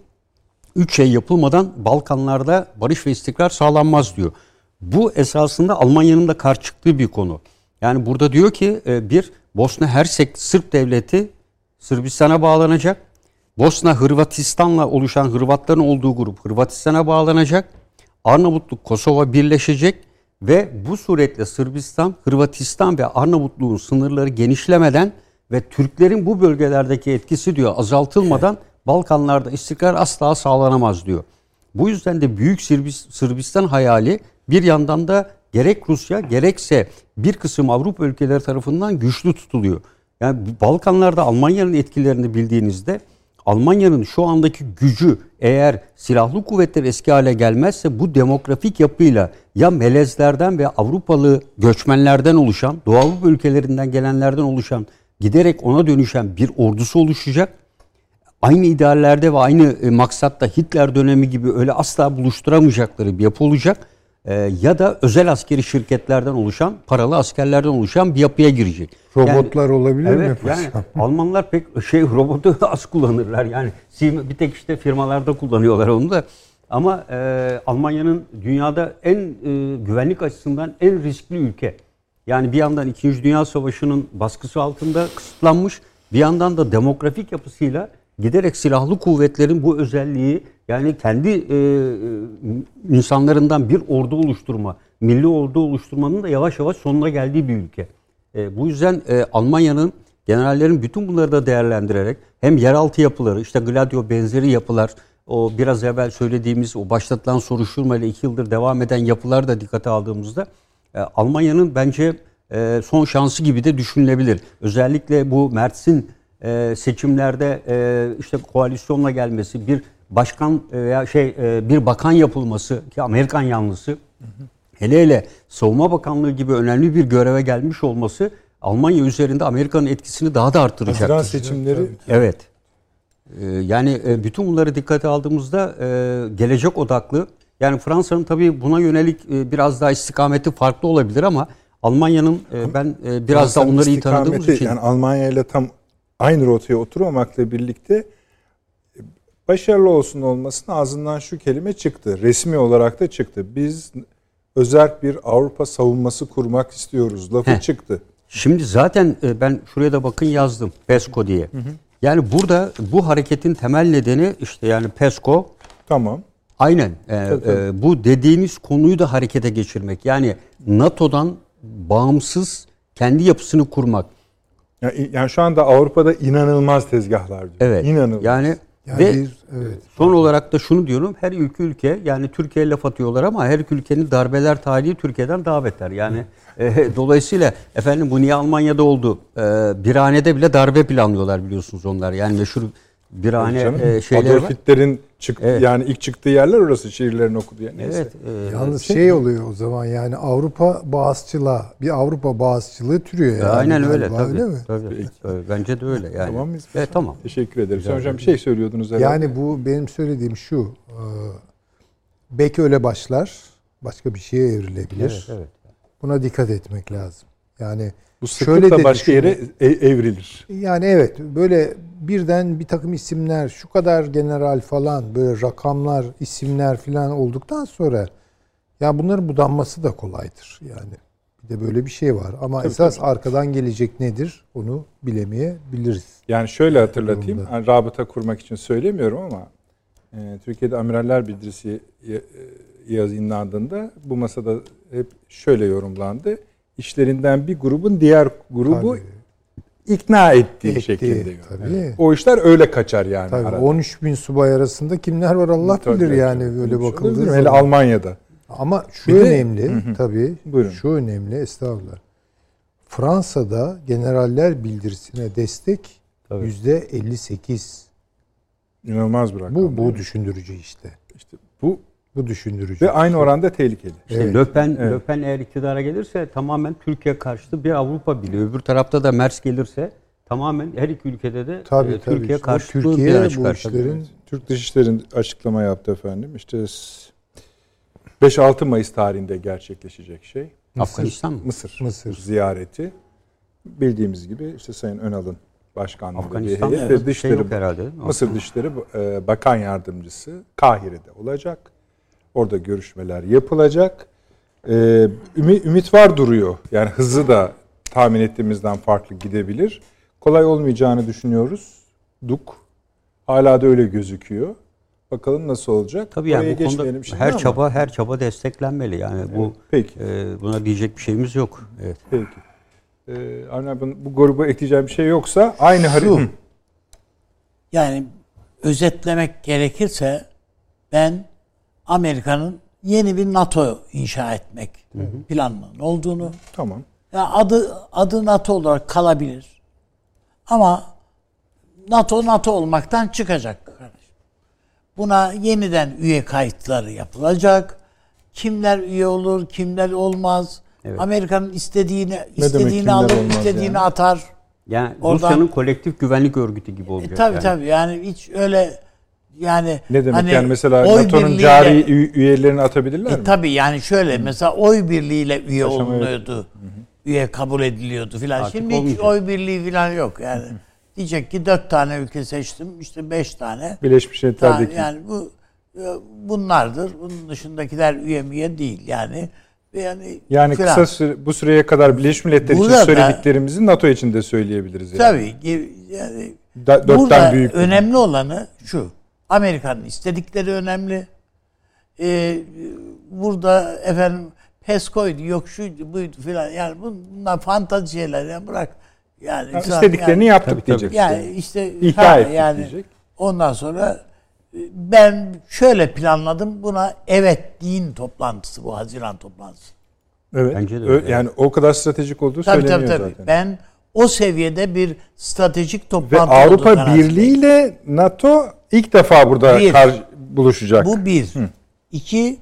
Speaker 4: üç şey yapılmadan Balkanlarda barış ve istikrar sağlanmaz diyor. Bu esasında Almanya'nın da karşı çıktığı bir konu. Yani burada diyor ki bir Bosna Hersek Sırp devleti Sırbistan'a bağlanacak. Bosna Hırvatistan'la oluşan Hırvatların olduğu grup Hırvatistan'a bağlanacak. Arnavutluk Kosova birleşecek ve bu suretle Sırbistan, Hırvatistan ve Arnavutluğun sınırları genişlemeden ve Türklerin bu bölgelerdeki etkisi diyor azaltılmadan Balkanlarda istikrar asla sağlanamaz diyor. Bu yüzden de Büyük Sırbistan hayali bir yandan da gerek Rusya gerekse bir kısım Avrupa ülkeleri tarafından güçlü tutuluyor. Yani Balkanlarda Almanya'nın etkilerini bildiğinizde Almanya'nın şu andaki gücü eğer silahlı kuvvetler eski hale gelmezse bu demografik yapıyla ya melezlerden ve Avrupalı göçmenlerden oluşan, Doğu Avrupa ülkelerinden gelenlerden oluşan giderek ona dönüşen bir ordusu oluşacak. Aynı ideallerde ve aynı maksatta Hitler dönemi gibi öyle asla buluşturamayacakları bir yapı olacak. Ee, ya da özel askeri şirketlerden oluşan, paralı askerlerden oluşan bir yapıya girecek.
Speaker 2: Robotlar yani, olabilir
Speaker 4: evet,
Speaker 2: mi?
Speaker 4: Yani Almanlar pek şey robotu az kullanırlar. Yani bir tek işte firmalarda kullanıyorlar onu da. Ama e, Almanya'nın dünyada en e, güvenlik açısından en riskli ülke. Yani bir yandan İkinci Dünya Savaşı'nın baskısı altında kısıtlanmış, bir yandan da demografik yapısıyla giderek silahlı kuvvetlerin bu özelliği yani kendi e, insanlarından bir ordu oluşturma, milli ordu oluşturmanın da yavaş yavaş sonuna geldiği bir ülke. E, bu yüzden e, Almanya'nın generallerin bütün bunları da değerlendirerek hem yeraltı yapıları, işte Gladio benzeri yapılar, o biraz evvel söylediğimiz o başlatılan soruşturma ile iki yıldır devam eden yapılar da dikkate aldığımızda e, Almanya'nın bence e, son şansı gibi de düşünülebilir. Özellikle bu Merz'in e, seçimlerde e, işte koalisyonla gelmesi, bir başkan veya şey e, bir bakan yapılması ki Amerikan yanlısı, hı hı. hele hele Savunma Bakanlığı gibi önemli bir göreve gelmiş olması Almanya üzerinde Amerika'nın etkisini daha da artıracaktır.
Speaker 1: Haziran seçimleri.
Speaker 4: Evet. E, yani e, bütün bunları dikkate aldığımızda e, gelecek odaklı. Yani Fransa'nın tabii buna yönelik e, biraz daha istikameti farklı olabilir ama Almanya'nın e, ben e, biraz da onları iyi tanıdığımız için.
Speaker 1: Yani Almanya ile tam aynı rotaya oturmamakla birlikte başarılı olsun olmasın ağzından şu kelime çıktı. Resmi olarak da çıktı. Biz özerk bir Avrupa savunması kurmak istiyoruz. Lafı Heh. çıktı.
Speaker 4: Şimdi zaten ben şuraya da bakın yazdım. PESCO diye. Hı hı. Yani burada bu hareketin temel nedeni işte yani PESCO.
Speaker 1: Tamam.
Speaker 4: Aynen. Tabii, tabii. E, bu dediğiniz konuyu da harekete geçirmek. Yani NATO'dan bağımsız kendi yapısını kurmak.
Speaker 1: Yani, yani şu anda Avrupa'da inanılmaz tezgahlar diyor.
Speaker 4: Evet.
Speaker 1: İnanılmaz.
Speaker 4: Yani,
Speaker 2: Yani
Speaker 4: ve
Speaker 2: bir, evet.
Speaker 4: son olarak da şunu diyorum. Her ülke ülke yani Türkiye laf atıyorlar ama her ülkenin darbeler tarihi Türkiye'den daha beter. Yani e, dolayısıyla efendim bu niye Almanya'da oldu? E, Birhane'de bile darbe planlıyorlar biliyorsunuz onlar. Yani meşhur Birhane e, şeyleri
Speaker 1: Adolf
Speaker 4: var.
Speaker 1: Hitler'in çık,
Speaker 4: Evet.
Speaker 1: yani ilk çıktığı yerler orası, şiirlerini okudu yani. Neyse.
Speaker 4: Evet. E,
Speaker 2: Yalnız şey oluyor o zaman, yani Avrupa bağızçılığa, bir Avrupa bağızçılığı türüyor yani.
Speaker 4: Aynen öyle
Speaker 2: galiba,
Speaker 4: tabii.
Speaker 2: öyle mi?
Speaker 4: Tabii. Tabii. Bence de öyle yani.
Speaker 1: Tamam mıyız?
Speaker 4: Evet, tamam.
Speaker 1: Teşekkür ederim. Sen hocam bir şey söylüyordunuz herhalde.
Speaker 2: Yani bu benim söylediğim şu. E, belki öyle başlar, başka bir şeye evrilebilir.
Speaker 4: Evet, evet.
Speaker 2: Buna dikkat etmek lazım. Yani
Speaker 1: bu
Speaker 2: şöyle
Speaker 1: sıklıkla
Speaker 2: de
Speaker 1: başka yere
Speaker 2: düşünün.
Speaker 1: e- evrilir.
Speaker 2: Yani evet, böyle birden bir takım isimler, şu kadar general falan, böyle rakamlar, isimler falan olduktan sonra ya bunların budanması da kolaydır yani. Bir de böyle bir şey var ama
Speaker 1: Tabii,
Speaker 2: esas
Speaker 1: tabii.
Speaker 2: arkadan gelecek nedir onu bilemeyebiliriz.
Speaker 1: Yani şöyle hatırlatayım.
Speaker 2: Durumda.
Speaker 1: Yani rabıta kurmak için söylemiyorum ama e, Türkiye'de Amiraller Bildirisi e, yayınlandığında bu masada hep şöyle yorumlandı. İşlerinden bir grubun diğer grubu
Speaker 2: Tabii.
Speaker 1: ikna ettiği
Speaker 2: Etti,
Speaker 1: şeklinde.
Speaker 2: tabii.
Speaker 1: Yani. O işler öyle kaçar yani.
Speaker 2: Tabii
Speaker 1: arada.
Speaker 2: on üç bin subay arasında kimler var Allah
Speaker 1: Tabii,
Speaker 2: bilir
Speaker 1: tabii,
Speaker 2: yani
Speaker 1: tabii.
Speaker 2: böyle
Speaker 1: Olmuş
Speaker 2: bakıldığı
Speaker 1: olabilir mi? Hele
Speaker 2: zaman.
Speaker 1: Almanya'da.
Speaker 2: Ama şu
Speaker 1: Bir de-
Speaker 2: önemli
Speaker 1: Hı hı.
Speaker 2: tabii.
Speaker 1: Buyurun.
Speaker 2: Şu önemli, estağfurullah. Fransa'da generaller bildirisine destek
Speaker 4: Tabii.
Speaker 2: yüzde elli sekiz.
Speaker 1: İnanılmaz bir rakam.
Speaker 2: Bu
Speaker 1: değil
Speaker 2: bu
Speaker 1: mi?
Speaker 2: düşündürücü işte.
Speaker 1: İşte bu
Speaker 2: Bu düşündürücü.
Speaker 1: ve aynı oranda tehlikeli.
Speaker 4: İşte
Speaker 2: Evet.
Speaker 4: Le Pen,
Speaker 1: Evet.
Speaker 4: Le Pen eğer iktidara gelirse tamamen Türkiye karşıtı bir Avrupa Birliği. Öbür tarafta da Merz gelirse tamamen her iki ülkede de
Speaker 2: Tabii,
Speaker 4: e,
Speaker 2: tabii.
Speaker 4: Türkiye
Speaker 2: O
Speaker 4: karşıtı
Speaker 2: Türkiye
Speaker 4: bir yana
Speaker 2: bu
Speaker 4: çıkar.
Speaker 2: işlerin-
Speaker 1: Türk Dışişleri'nin açıklama yaptı efendim. İşte beş altı Mayıs tarihinde gerçekleşecek şey.
Speaker 4: Afganistan mı?
Speaker 1: Mısır.
Speaker 2: Mısır.
Speaker 1: Ziyareti. Bildiğimiz gibi işte Sayın Önal'ın başkanlığı bir
Speaker 4: Afganistan
Speaker 1: heyet
Speaker 4: evet,
Speaker 1: ve
Speaker 4: bir şey
Speaker 1: Dışişleri
Speaker 4: yok herhalde, değil mi?
Speaker 1: Mısır Dışişleri e, Bakan Yardımcısı Kahire'de olacak. Orada görüşmeler yapılacak. E, ümi- ümit var duruyor. Yani hızı da tahmin ettiğimizden farklı gidebilir. Kolay olmayacağını düşünüyoruz. Duk. Hala da öyle gözüküyor. Bakalım nasıl olacak.
Speaker 4: Tabii yani
Speaker 1: Oraya
Speaker 4: bu konuda
Speaker 1: geçmeyelim şimdi
Speaker 4: her
Speaker 1: ama-
Speaker 4: çaba her çaba desteklenmeli. Yani bu
Speaker 1: Evet, peki.
Speaker 4: e, buna diyecek bir şeyimiz yok. Evet.
Speaker 1: Peki. Ee, Avni abi, bu gruba ekleyeceğim bir şey yoksa aynı harita.
Speaker 3: Yani özetlemek gerekirse ben Amerika'nın yeni bir NATO inşa etmek planının olduğunu,
Speaker 1: Tamam.
Speaker 3: ya adı adı NATO olarak kalabilir. Ama NATO NATO olmaktan çıkacak kardeşim. Buna yeniden üye kayıtları yapılacak. Kimler üye olur, kimler olmaz.
Speaker 4: Evet.
Speaker 3: Amerika'nın istediğini
Speaker 1: demek
Speaker 3: istediğini
Speaker 1: kimler
Speaker 3: alır,
Speaker 1: olmaz
Speaker 3: istediğini
Speaker 1: yani?
Speaker 3: atar.
Speaker 4: Yani
Speaker 3: Oradan-
Speaker 4: Rusya'nın kolektif güvenlik örgütü gibi olacak.
Speaker 3: E, tabii
Speaker 4: yani.
Speaker 3: tabii yani hiç öyle yani
Speaker 1: Ne demek
Speaker 3: hani
Speaker 1: yani mesela
Speaker 3: oy
Speaker 1: NATO'nun
Speaker 3: birliğiyle-
Speaker 1: cari ü- üyelerini atabilirler
Speaker 3: E,
Speaker 1: mi?
Speaker 3: tabii yani şöyle mesela oy birliğiyle üye
Speaker 1: Aşama
Speaker 3: olunuyordu. Üye kabul ediliyordu filan.
Speaker 4: Artık
Speaker 3: Şimdi hiç
Speaker 4: olmayacak.
Speaker 3: oy birliği filan yok yani. Diyecek ki dört tane ülke seçtim işte beş tane.
Speaker 1: Birleşmiş Milletler'deki.
Speaker 3: Yani bu e, bunlardır. Bunun dışındakiler üye miye değil yani. Yani,
Speaker 1: Yani
Speaker 3: filan.
Speaker 1: kısa süre, bu süreye kadar Birleşmiş Milletler için
Speaker 3: Burada-
Speaker 1: söylediklerimizi NATO için de söyleyebiliriz. Yani.
Speaker 3: Tabii ki yani
Speaker 1: Da, dörtten
Speaker 3: burada
Speaker 1: büyük.
Speaker 3: önemli olanı şu. Amerika'nın istedikleri önemli. Ee, burada efendim PESCO'ydu, yok şuydu, buydu filan. Yani bunlar fantazi şeyler. Yani bırak. Yani,
Speaker 1: Yani
Speaker 3: zaten
Speaker 1: istediklerini
Speaker 3: yani,
Speaker 1: yaptık
Speaker 4: Tabii,
Speaker 1: diyecek.
Speaker 3: yani
Speaker 1: işte.
Speaker 3: işte
Speaker 1: İhya
Speaker 3: ha,
Speaker 1: ettik
Speaker 3: yani
Speaker 1: diyecek.
Speaker 3: ondan sonra e, ben şöyle planladım. Buna evet deyin toplantısı bu Haziran toplantısı.
Speaker 1: Evet.
Speaker 4: Bence de
Speaker 1: Ö-
Speaker 4: öyle.
Speaker 1: Yani o kadar stratejik olduğu
Speaker 3: Tabii
Speaker 1: söyleniyor
Speaker 3: tabii tabii.
Speaker 1: zaten.
Speaker 3: Ben o seviyede bir stratejik
Speaker 1: Ve
Speaker 3: toplantı olduğu
Speaker 1: Avrupa
Speaker 3: kanaatindeyim.
Speaker 1: Birliği ile NATO ilk defa burada
Speaker 3: Bir.
Speaker 1: kar- buluşacak.
Speaker 3: Bu bir. İki,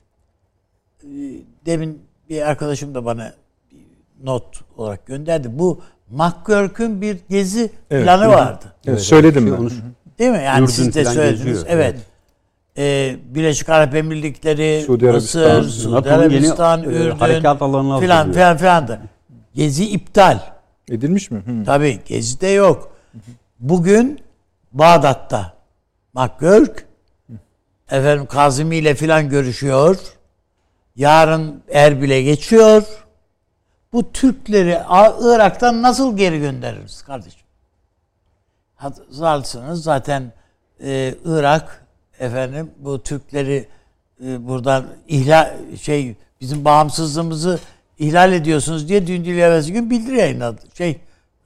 Speaker 3: e, demin bir arkadaşım da bana bir not olarak gönderdi. Bu McGurk'ün bir gezi
Speaker 1: Evet.
Speaker 3: planı
Speaker 1: Hı hı.
Speaker 3: vardı.
Speaker 1: Evet, söyledim
Speaker 4: Şey,
Speaker 1: ben.
Speaker 4: onu-
Speaker 3: Değil mi? Yani
Speaker 4: Ürdün
Speaker 3: siz de
Speaker 4: falan
Speaker 3: söylediniz.
Speaker 4: geziyor.
Speaker 3: Evet. Ee, Birleşik Arap Emirlikleri,
Speaker 1: Suudi Arabistan,
Speaker 3: Mısır, Suudi
Speaker 4: NATO'nun yeni,
Speaker 3: Arabistan,
Speaker 4: e,
Speaker 3: Ürdün
Speaker 4: harekat alanına
Speaker 3: filan
Speaker 4: hazırlıyor.
Speaker 3: filan filan da. Gezi iptal.
Speaker 1: Edilmiş mi? Hı.
Speaker 3: Tabii Gezi'de yok. Bugün Bağdat'ta McGurk efendim Kazimi ile filan görüşüyor. Yarın Erbil'e geçiyor. Bu Türkleri A- Irak'tan nasıl geri göndeririz kardeşim? Hatırlarsınız zaten e, Irak efendim bu Türkleri e, buradan ihlal şey bizim bağımsızlığımızı ihlal ediyorsunuz diye dün değil evvelsi gün bildiri yayınladı. Şey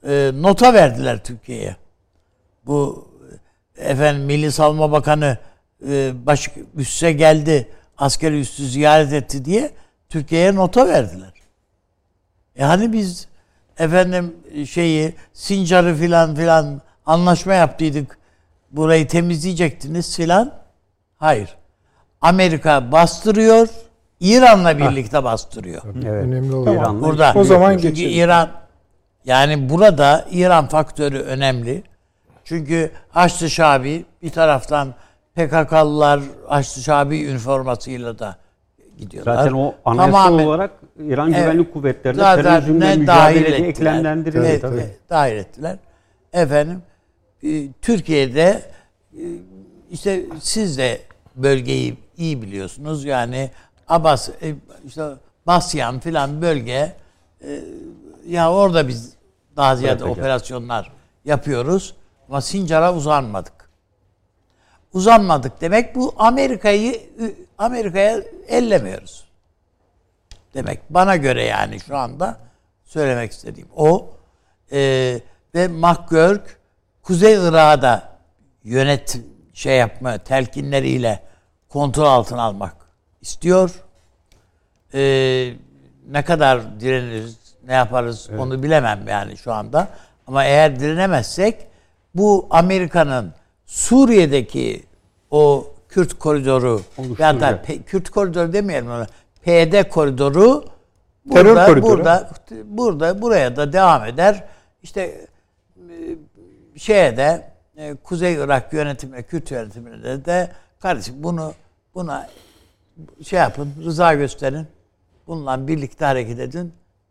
Speaker 3: e, nota verdiler Türkiye'ye. Bu efendim Milli Savunma Bakanı e, baş üsse geldi, askeri üssü ziyaret etti diye Türkiye'ye nota verdiler. Yani biz efendim şeyi Sincar'ı filan filan anlaşma yaptıydık. Burayı temizleyecektiniz filan. Hayır. Amerika bastırıyor. İran'la birlikte ha. bastırıyor.
Speaker 2: Evet. Önemli olan.
Speaker 3: Tamam. Burada. O zaman çünkü İran yani burada İran faktörü önemli. Çünkü Haçlı Şabi bir taraftan P K K'lılar Haçlı Şabi üniformasıyla da gidiyorlar.
Speaker 4: Zaten o anayasal Tamamen, olarak İran evet, Güvenlik Kuvvetleri'ne terörizmle mücadelede eklemlendirildi.
Speaker 3: Evet, tabii. Dahil ettiler. Efendim Türkiye'de işte siz de bölgeyi iyi biliyorsunuz. Yani Abbas işte Basyan filan bölge ya orada biz daha ziyade evet, operasyonlar yapıyoruz. Ama Sincar'a uzanmadık. Uzanmadık demek bu Amerika'yı Amerika'ya ellemiyoruz demek. Bana göre yani şu anda söylemek istediğim o. Ee, ve McGurk Kuzey Irak'ı da yönet şey yapma telkinleriyle kontrol altına almak istiyor. Ee, ne kadar direniriz, ne yaparız evet. onu bilemem yani şu anda. Ama eğer direnemezsek bu Amerika'nın Suriye'deki o Kürt koridoru ya da Kürt koridoru demeyelim ona. P D koridoru burada koridoru. burada burada buraya da devam eder. İşte şeye de Kuzey Irak yönetimine, Kürt yönetimine de, de kardeşim bunu buna şey yapın, rıza gösterin. Bununla birlikte hareket edin.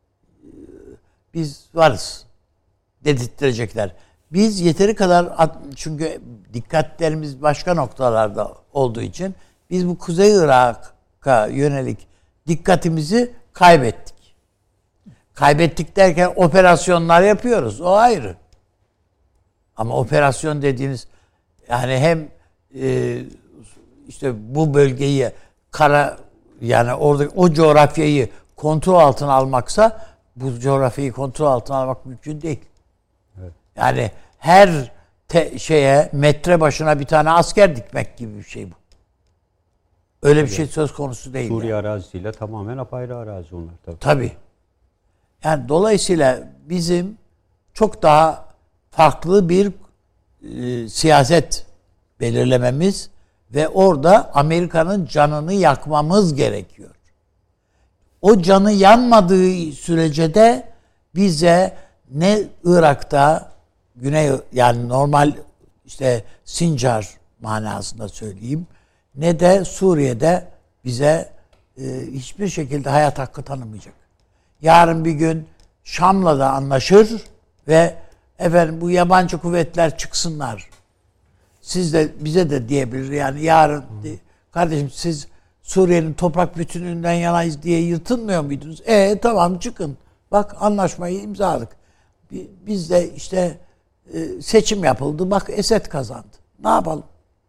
Speaker 3: Biz varız dedirtecekler. Biz yeteri kadar çünkü dikkatlerimiz başka noktalarda olduğu için biz bu Kuzey Irak'a yönelik dikkatimizi kaybettik. Kaybettik derken operasyonlar yapıyoruz. O ayrı. Ama operasyon dediğiniz yani hem e, işte bu bölgeyi kara yani orada o coğrafyayı kontrol altına almaksa bu coğrafyayı kontrol altına almak mümkün değil. Evet. Yani her te, şeye metre başına bir tane asker dikmek gibi bir şey bu. Öyle tabii. bir şey söz konusu değil.
Speaker 4: Suriye
Speaker 3: yani.
Speaker 4: arazisiyle tamamen apayrı arazi onlar tabii.
Speaker 3: Tabii. Yani dolayısıyla bizim çok daha farklı bir e, siyaset belirlememiz ve orada Amerika'nın canını yakmamız gerekiyor. O canı yanmadığı sürece de bize ne Irak'ta Güney yani normal işte Sincar manasında söyleyeyim ne de Suriye'de bize e, hiçbir şekilde hayat hakkı tanımayacak. Yarın bir gün Şam'la da anlaşır ve efendim bu yabancı kuvvetler çıksınlar. Siz de bize de diyebilir yani yarın hmm. kardeşim siz Suriye'nin toprak bütünlüğünden yanayız diye yırtınmıyor muydunuz? E tamam çıkın. Bak anlaşmayı imzaladık. Biz de işte e, seçim yapıldı. Bak Esed kazandı. Ne yapalım?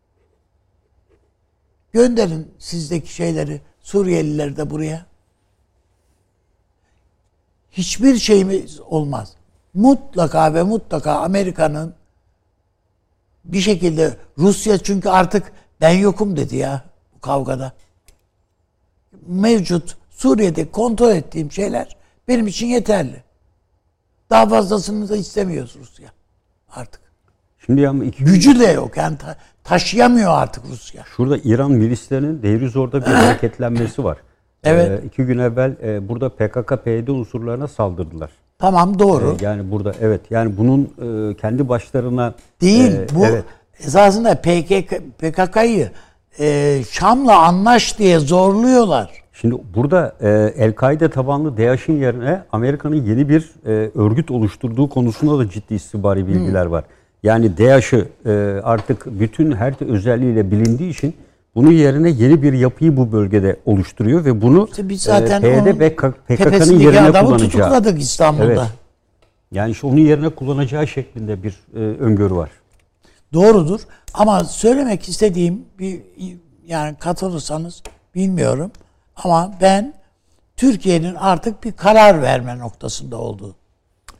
Speaker 3: Gönderin sizdeki şeyleri, Suriyelileri de buraya. Hiçbir şeyimiz olmaz. Mutlaka ve mutlaka Amerika'nın bir şekilde Rusya çünkü artık ben yokum dedi ya bu kavgada. Mevcut Suriye'de kontrol ettiğim şeyler benim için yeterli. Daha fazlasını da istemiyoruz Rusya artık. Şimdi ama iki gücü de yok yani ta- taşıyamıyor artık Rusya.
Speaker 4: Şurada İran milislerinin Deirizor'da bir hareketlenmesi var.
Speaker 3: Evet.
Speaker 4: Ee, iki gün evvel e, burada P K K P Y D unsurlarına saldırdılar.
Speaker 3: Tamam doğru.
Speaker 4: Ee, yani burada evet yani bunun e, kendi başlarına
Speaker 3: değil e, bu evet. Esasında P K K'yı e, Şam'la anlaş diye zorluyorlar.
Speaker 4: Şimdi burada e, El-Kaide tabanlı DAEŞ'in yerine Amerika'nın yeni bir e, örgüt oluşturduğu konusunda da ciddi istihbari bilgiler hmm. var. Yani DAEŞ'ı e, artık bütün her özelliğiyle bilindiği için bunun yerine yeni bir yapıyı bu bölgede oluşturuyor ve bunu
Speaker 3: işte biz zaten
Speaker 4: e, P Y D ve P K K'nın yerine
Speaker 3: adamı
Speaker 4: kullanacağı.
Speaker 3: tutukladık İstanbul'da. Evet.
Speaker 4: Yani işte onun yerine kullanacağı şeklinde bir e, öngörü var.
Speaker 3: Doğrudur. Ama söylemek istediğim bir yani katılırsanız bilmiyorum ama ben Türkiye'nin artık bir karar verme noktasında olduğu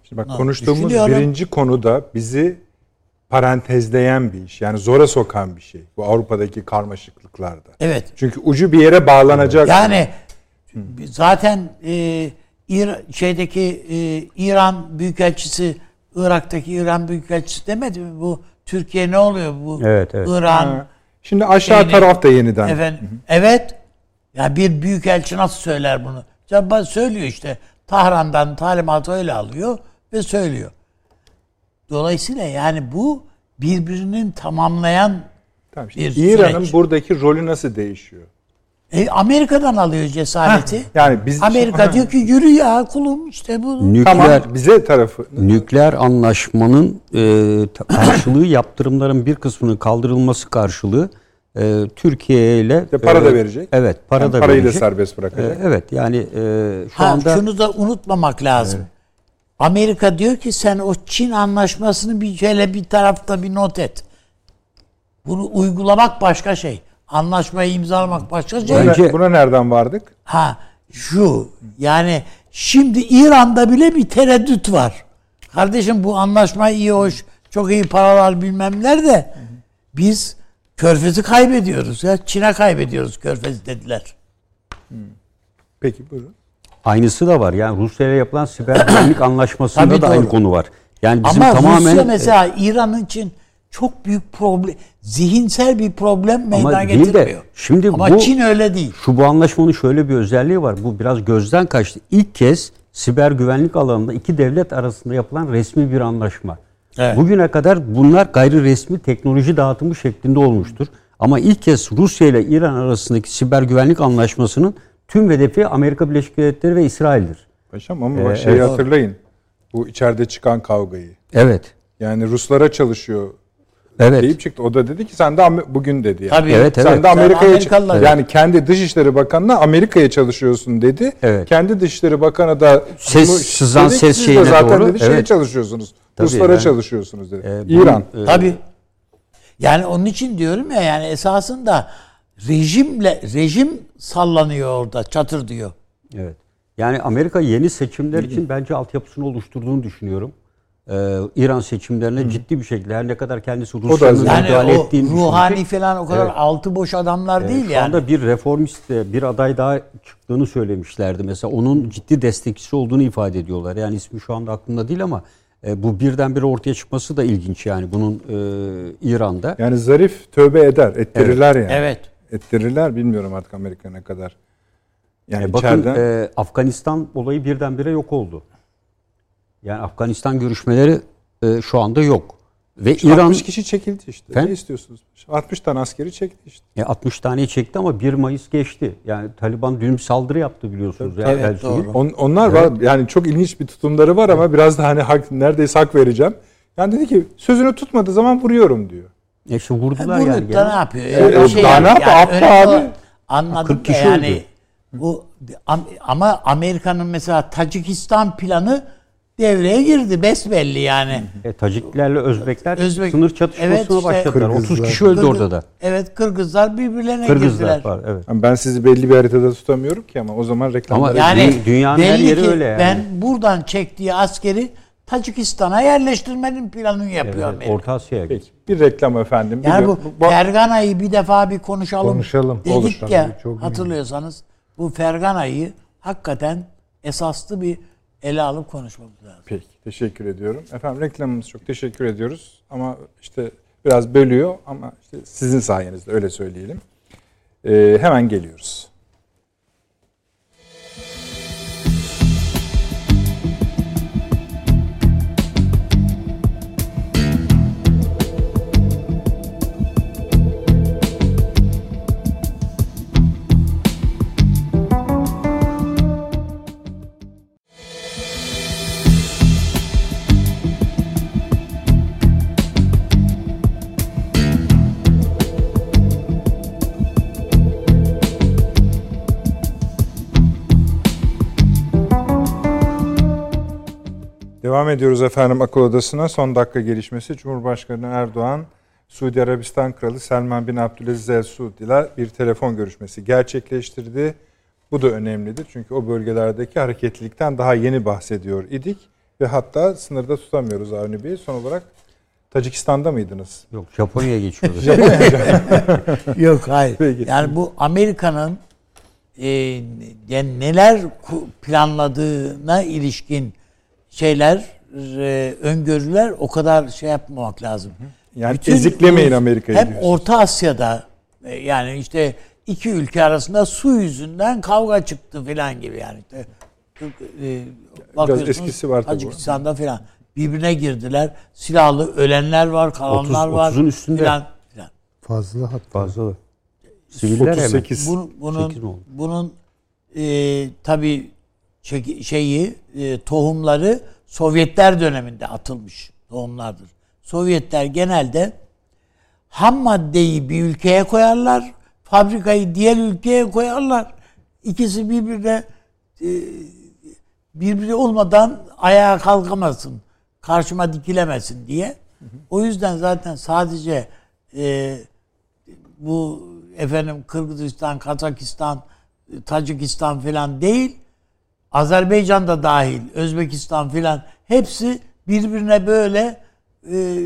Speaker 1: Şimdi bak
Speaker 3: Ha,
Speaker 1: konuştuğumuz
Speaker 3: düşünüyorum.
Speaker 1: birinci konu da bizi parantezleyen bir iş. Yani zora sokan bir şey. Bu Avrupa'daki karmaşıklıklarda.
Speaker 3: Evet.
Speaker 1: Çünkü ucu bir yere bağlanacak.
Speaker 3: Yani zaten e, İr, şeydeki e, İran Büyükelçisi, Irak'taki İran Büyükelçisi demedi mi? Bu Türkiye ne oluyor bu?
Speaker 4: Evet, evet.
Speaker 3: İran.
Speaker 1: Ha. Şimdi aşağı
Speaker 3: Şeyini-
Speaker 1: tarafta yeniden.
Speaker 3: Efendim, evet. Ya bir büyükelçi nasıl söyler bunu? Ya söylüyor işte. Tahran'dan talimatı öyle alıyor ve söylüyor. Dolayısıyla yani bu birbirinin tamamlayan
Speaker 1: Tamam, işte
Speaker 3: bir
Speaker 1: İran'ın
Speaker 3: süreç.
Speaker 1: buradaki rolü nasıl değişiyor?
Speaker 3: E, Amerika'dan alıyor cesareti.
Speaker 1: Yani biz
Speaker 3: Amerika diyor ki yürü ya kulum işte bu.
Speaker 4: Nükleer
Speaker 1: tamam bize tarafı
Speaker 4: nükleer anlaşmanın e, ta- karşılığı yaptırımların bir kısmının kaldırılması karşılığı e, Türkiye ile
Speaker 1: İşte para
Speaker 4: e,
Speaker 1: da verecek.
Speaker 4: Evet, para
Speaker 1: Yani
Speaker 4: da
Speaker 1: parayı
Speaker 4: verecek.
Speaker 1: da serbest bırakacak.
Speaker 4: E, evet, yani e, şu
Speaker 3: Ha,
Speaker 4: anda
Speaker 3: şunu da unutmamak lazım. Amerika diyor ki sen o Çin anlaşmasını bir şöyle bir tarafta bir not et. Bunu uygulamak başka şey. Anlaşmayı imzalamak başka şey.
Speaker 1: Buna,
Speaker 4: Bence-
Speaker 1: buna nereden vardık?
Speaker 3: Ha şu yani şimdi İran'da bile bir tereddüt var. Kardeşim bu anlaşma iyi hoş, çok iyi paralar bilmemler de biz Körfez'i kaybediyoruz ya. Çin'e kaybediyoruz Körfez dediler.
Speaker 1: Peki buyurun.
Speaker 4: aynısı da var. Yani Rusya ile yapılan siber güvenlik anlaşmasında
Speaker 3: Tabii
Speaker 4: da aynı
Speaker 3: doğru.
Speaker 4: konu var. Yani bizim
Speaker 3: Ama
Speaker 4: tamamen
Speaker 3: Rusya mesela İran için çok büyük problem, zihinsel bir problem meydana
Speaker 4: ama değil de
Speaker 3: getirmiyor.
Speaker 4: şimdi
Speaker 3: Ama
Speaker 4: bu
Speaker 3: Çin öyle değil.
Speaker 4: Şu bu anlaşmanın şöyle bir özelliği var. Bu biraz gözden kaçtı. İlk kez siber güvenlik alanında iki devlet arasında yapılan resmi bir anlaşma.
Speaker 3: Evet.
Speaker 4: Bugüne kadar bunlar gayri resmi teknoloji dağıtımı şeklinde olmuştur. Ama ilk kez Rusya ile İran arasındaki siber güvenlik anlaşmasının tüm hedefi Amerika Birleşik Devletleri ve İsrail'dir.
Speaker 1: Paşam ama
Speaker 4: Ee,
Speaker 1: bak şeyi
Speaker 4: evet.
Speaker 1: hatırlayın. Bu içeride çıkan kavgayı.
Speaker 4: Evet.
Speaker 1: Yani Ruslara çalışıyor
Speaker 4: Evet.
Speaker 1: deyip çıktı. O da dedi ki sen de Am- bugün dedi yani.
Speaker 3: Tabii.
Speaker 4: Evet,
Speaker 1: Sen
Speaker 4: evet.
Speaker 1: de Amerika'ya
Speaker 3: Amerikalılar-
Speaker 1: yani kendi Dışişleri Bakanı'na Amerika'ya çalışıyorsun dedi.
Speaker 4: Evet.
Speaker 1: Kendi Dışişleri Bakanı da
Speaker 4: Ses-
Speaker 1: bunu-
Speaker 4: sızan
Speaker 1: dedi ki,
Speaker 4: ses
Speaker 1: siz de
Speaker 4: şeyine
Speaker 1: zaten
Speaker 4: doğru,
Speaker 1: dedi şeye
Speaker 4: evet.
Speaker 1: çalışıyorsunuz.
Speaker 4: Tabii,
Speaker 1: Ruslara
Speaker 4: yani-
Speaker 1: çalışıyorsunuz dedi.
Speaker 4: Ee,
Speaker 1: İran.
Speaker 4: bunun, e,
Speaker 3: Tabii. Yani onun için diyorum ya yani esasında rejimle rejim sallanıyor orada çatır diyor.
Speaker 4: Evet. Yani Amerika yeni seçimler için bence altyapısını oluşturduğunu düşünüyorum. Ee, İran seçimlerine ciddi bir şekilde her ne kadar kendisi Rusya'nın
Speaker 3: Yani
Speaker 4: müdahale
Speaker 3: o
Speaker 4: ettiğini
Speaker 3: ruhani
Speaker 4: düşünsek,
Speaker 3: falan o kadar
Speaker 4: Evet.
Speaker 3: altı boş adamlar
Speaker 4: e,
Speaker 3: değil
Speaker 4: şu
Speaker 3: yani.
Speaker 4: anda bir reformist de bir aday daha çıktığını söylemişlerdi. Mesela onun ciddi destekçisi olduğunu ifade ediyorlar. Yani ismi şu anda aklımda değil ama e, bu birdenbire ortaya çıkması da ilginç yani bunun e, İran'da.
Speaker 1: Yani zarif tövbe eder. Ettirirler yani.
Speaker 3: Evet.
Speaker 1: Ettirirler. Bilmiyorum artık Amerika ne kadar. Yani
Speaker 4: E, bakın
Speaker 1: içeriden
Speaker 4: e, Afganistan olayı birdenbire yok oldu. Yani Afganistan görüşmeleri e, şu anda yok. Ve İran
Speaker 1: altmış kişi çekildi işte.
Speaker 4: Efendim?
Speaker 1: Ne istiyorsunuz? altmış tane askeri çekti işte.
Speaker 4: E, altmış taneyi çekti ama bir Mayıs geçti. Yani Taliban dün bir saldırı yaptı biliyorsunuz.
Speaker 1: Tabii,
Speaker 4: Yani
Speaker 3: evet,
Speaker 4: Elçiliği.
Speaker 3: doğru.
Speaker 1: On, onlar var yani çok ilginç bir tutumları var ama biraz da hani hak, neredeyse hak vereceğim. Yani dedi ki sözünü tutmadığı zaman vuruyorum diyor.
Speaker 4: E işte vurdular
Speaker 3: Bunu
Speaker 4: yani.
Speaker 3: da ne yapıyor?
Speaker 1: Evet,
Speaker 3: Öyle şey
Speaker 1: daha
Speaker 3: yani,
Speaker 1: ne yapıyor?
Speaker 3: yani
Speaker 1: Attı
Speaker 3: öyle
Speaker 1: abi.
Speaker 3: o- Anladım
Speaker 4: kırk
Speaker 3: da
Speaker 4: kişi
Speaker 3: yani
Speaker 4: öldü.
Speaker 3: bu am- ama Amerika'nın mesela Tacikistan planı devreye girdi besbelli yani.
Speaker 4: E, Taciklerle Özbekler
Speaker 3: Özbek-
Speaker 4: sınır çatışmasına
Speaker 3: Evet, işte-
Speaker 4: başladılar. otuz
Speaker 2: Kırgızlar.
Speaker 4: kişi öldü
Speaker 3: Kırgız-
Speaker 4: orada da.
Speaker 3: Evet Kırgızlar birbirlerine
Speaker 4: Kırgızlar
Speaker 3: girdiler.
Speaker 4: var. Evet.
Speaker 1: Yani ben sizi belli bir haritada tutamıyorum ki ama o zaman reklamlara
Speaker 4: Ama
Speaker 3: Yani
Speaker 4: Dü- dünyanın her
Speaker 3: belli
Speaker 4: yeri
Speaker 3: ki
Speaker 4: öyle yani.
Speaker 3: ben buradan çektiği askeri Tacikistan'a yerleştirmenin planını yapıyor
Speaker 4: Evet,
Speaker 3: Amerika.
Speaker 4: Orta Asya'ya
Speaker 1: Peki bir reklam efendim. Bir
Speaker 3: Yani
Speaker 1: de-
Speaker 3: bu Fergana'yı bir defa bir konuşalım.
Speaker 2: Konuşalım.
Speaker 3: Dedik
Speaker 2: Olur tabii,
Speaker 3: ya
Speaker 2: çok
Speaker 3: hatırlıyorsanız bu Fergana'yı hakikaten esaslı bir ele alıp konuşmamız lazım.
Speaker 1: Peki teşekkür ediyorum. Efendim reklamımız çok teşekkür ediyoruz. Ama işte biraz bölüyor ama işte sizin sayenizde öyle söyleyelim. Ee, hemen geliyoruz. Devam ediyoruz efendim akıl odasına. Son dakika gelişmesi Cumhurbaşkanı Erdoğan, Suudi Arabistan Kralı Selman bin Abdülaziz El Suud ile bir telefon görüşmesi gerçekleştirdi. Bu da önemlidir çünkü o bölgelerdeki hareketlilikten daha yeni bahsediyor idik. ve hatta sınırda tutamıyoruz Avni Bey. Son olarak Tacikistan'da mıydınız?
Speaker 4: Yok, Japonya'ya geçiyoruz.
Speaker 3: Yok hayır.
Speaker 1: Peki.
Speaker 3: Yani bu Amerika'nın e, yani neler planladığına ilişkin şeyler, e, öngörüler o kadar şey yapmamak lazım.
Speaker 1: Yani
Speaker 3: Bütün
Speaker 1: eziklemeyin
Speaker 3: bu,
Speaker 1: Amerika'yı
Speaker 3: hem
Speaker 1: diyorsunuz.
Speaker 3: Orta Asya'da e, yani işte iki ülke arasında su yüzünden kavga çıktı falan gibi yani. İşte, e, bakıyorsunuz,
Speaker 1: eskisi var tabii.
Speaker 3: Tacikistan'da falan birbirine girdiler. Silahlı ölenler var, kalanlar
Speaker 4: otuz,
Speaker 3: var.
Speaker 4: otuzun üstünde.
Speaker 3: Falan, falan.
Speaker 2: Fazla hatta.
Speaker 4: Fazla. Siviller
Speaker 1: otuz
Speaker 4: hemen.
Speaker 1: sekiz.
Speaker 3: Bunun bunun,
Speaker 4: sekiz mi oldu?
Speaker 3: bunun e, tabii şeyi e, tohumları Sovyetler döneminde atılmış tohumlardır. Sovyetler genelde ham maddeyi bir ülkeye koyarlar, fabrikayı diğer ülkeye koyarlar. İkisi birbirine e, birbiri olmadan ayağa kalkamasın, karşıma dikilemesin diye. O yüzden zaten sadece e, bu efendim Kırgızistan, Kazakistan, Tacikistan falan değil, Azerbaycan da dahil, Özbekistan falan hepsi birbirine böyle e,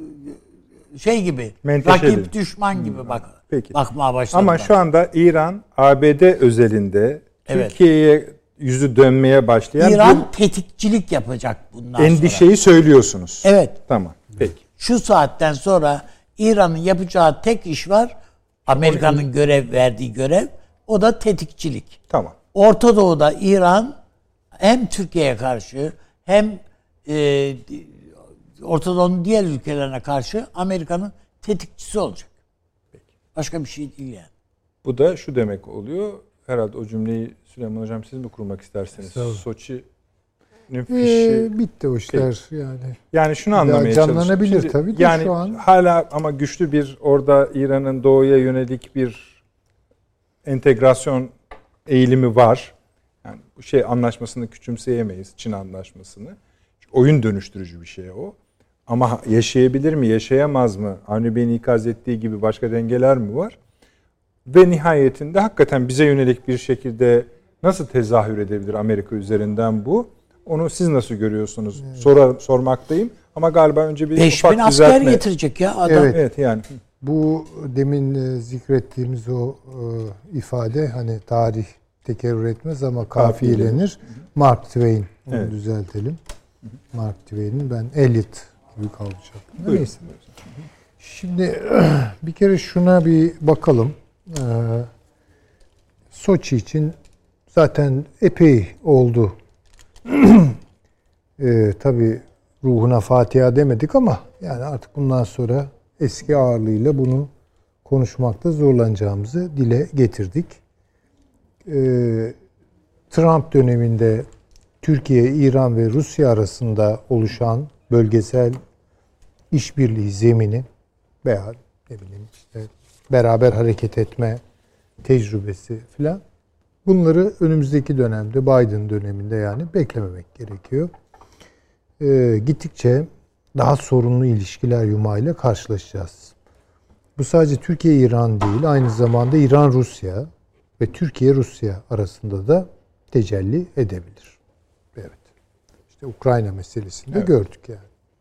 Speaker 3: şey gibi,
Speaker 1: Menteşeli.
Speaker 3: rakip düşman gibi bak
Speaker 1: Peki.
Speaker 3: bakmaya başladılar.
Speaker 1: Ama şu anda İran, A B D özelinde
Speaker 3: Evet.
Speaker 1: Türkiye'ye yüzü dönmeye başlayan
Speaker 3: İran tetikçilik yapacak bundan
Speaker 1: bir
Speaker 3: sonra.
Speaker 1: endişeyi söylüyorsunuz.
Speaker 3: Evet.
Speaker 1: Tamam. Peki.
Speaker 3: Şu saatten sonra İran'ın yapacağı tek iş var. Amerika'nın görev verdiği görev. O da tetikçilik.
Speaker 1: Tamam.
Speaker 3: Orta Doğu'da İran hem Türkiye'ye karşı hem e, Orta Doğu'nun diğer ülkelerine karşı Amerika'nın tetikçisi olacak. Başka bir şey değil yani.
Speaker 1: Bu da şu demek oluyor. Herhalde o cümleyi Süleyman Hocam siz mi kurmak isterseniz? Soçi'nin fişi...
Speaker 2: Ee, bitti o işler yani.
Speaker 1: Yani şunu
Speaker 2: Bir daha
Speaker 1: anlamaya çalışıyorum.
Speaker 2: canlanabilir
Speaker 1: Şimdi
Speaker 2: tabii de
Speaker 1: yani
Speaker 2: şu an-
Speaker 1: hala ama güçlü bir orada İran'ın doğuya yönelik bir entegrasyon eğilimi var. Yani bu şey anlaşmasını küçümseyemeyiz, Çin anlaşmasını. Çünkü oyun dönüştürücü bir şey o. Ama yaşayabilir mi, yaşayamaz mı? Avni Bey'in ikaz ettiği gibi başka dengeler mi var? Ve nihayetinde hakikaten bize yönelik bir şekilde nasıl tezahür edebilir Amerika üzerinden bu? Onu siz nasıl görüyorsunuz? Evet. Sorar, sormaktayım. Ama galiba önce bir
Speaker 3: beş
Speaker 1: ufak
Speaker 3: bin asker
Speaker 1: düzeltme.
Speaker 3: getirecek ya adam.
Speaker 2: Evet.
Speaker 1: Evet yani.
Speaker 2: Bu demin e, zikrettiğimiz o e, ifade hani tarih tekerrür etmez ama kafiyelenir. Mark Twain. Onu
Speaker 1: Evet.
Speaker 2: düzeltelim. Mark Twain'in ben Eliot gibi kalacak. Neyse. Şimdi bir kere şuna bir bakalım. Ee, Soçi için zaten epey oldu. ee, tabii ruhuna Fatiha demedik ama yani artık bundan sonra eski ağırlığıyla bunu konuşmakta zorlanacağımızı dile getirdik. Ee, Trump döneminde Türkiye, İran ve Rusya arasında oluşan bölgesel işbirliği zemini veya ne bileyim işte beraber hareket etme tecrübesi filan, bunları önümüzdeki dönemde Biden döneminde yani beklememek gerekiyor. Ee, gittikçe daha sorunlu ilişkiler yumağıyla karşılaşacağız. Bu sadece Türkiye-İran değil, aynı zamanda İran-Rusya ve Türkiye-Rusya arasında da tecelli edebilir. Evet. İşte Ukrayna meselesinde evet. gördük yani.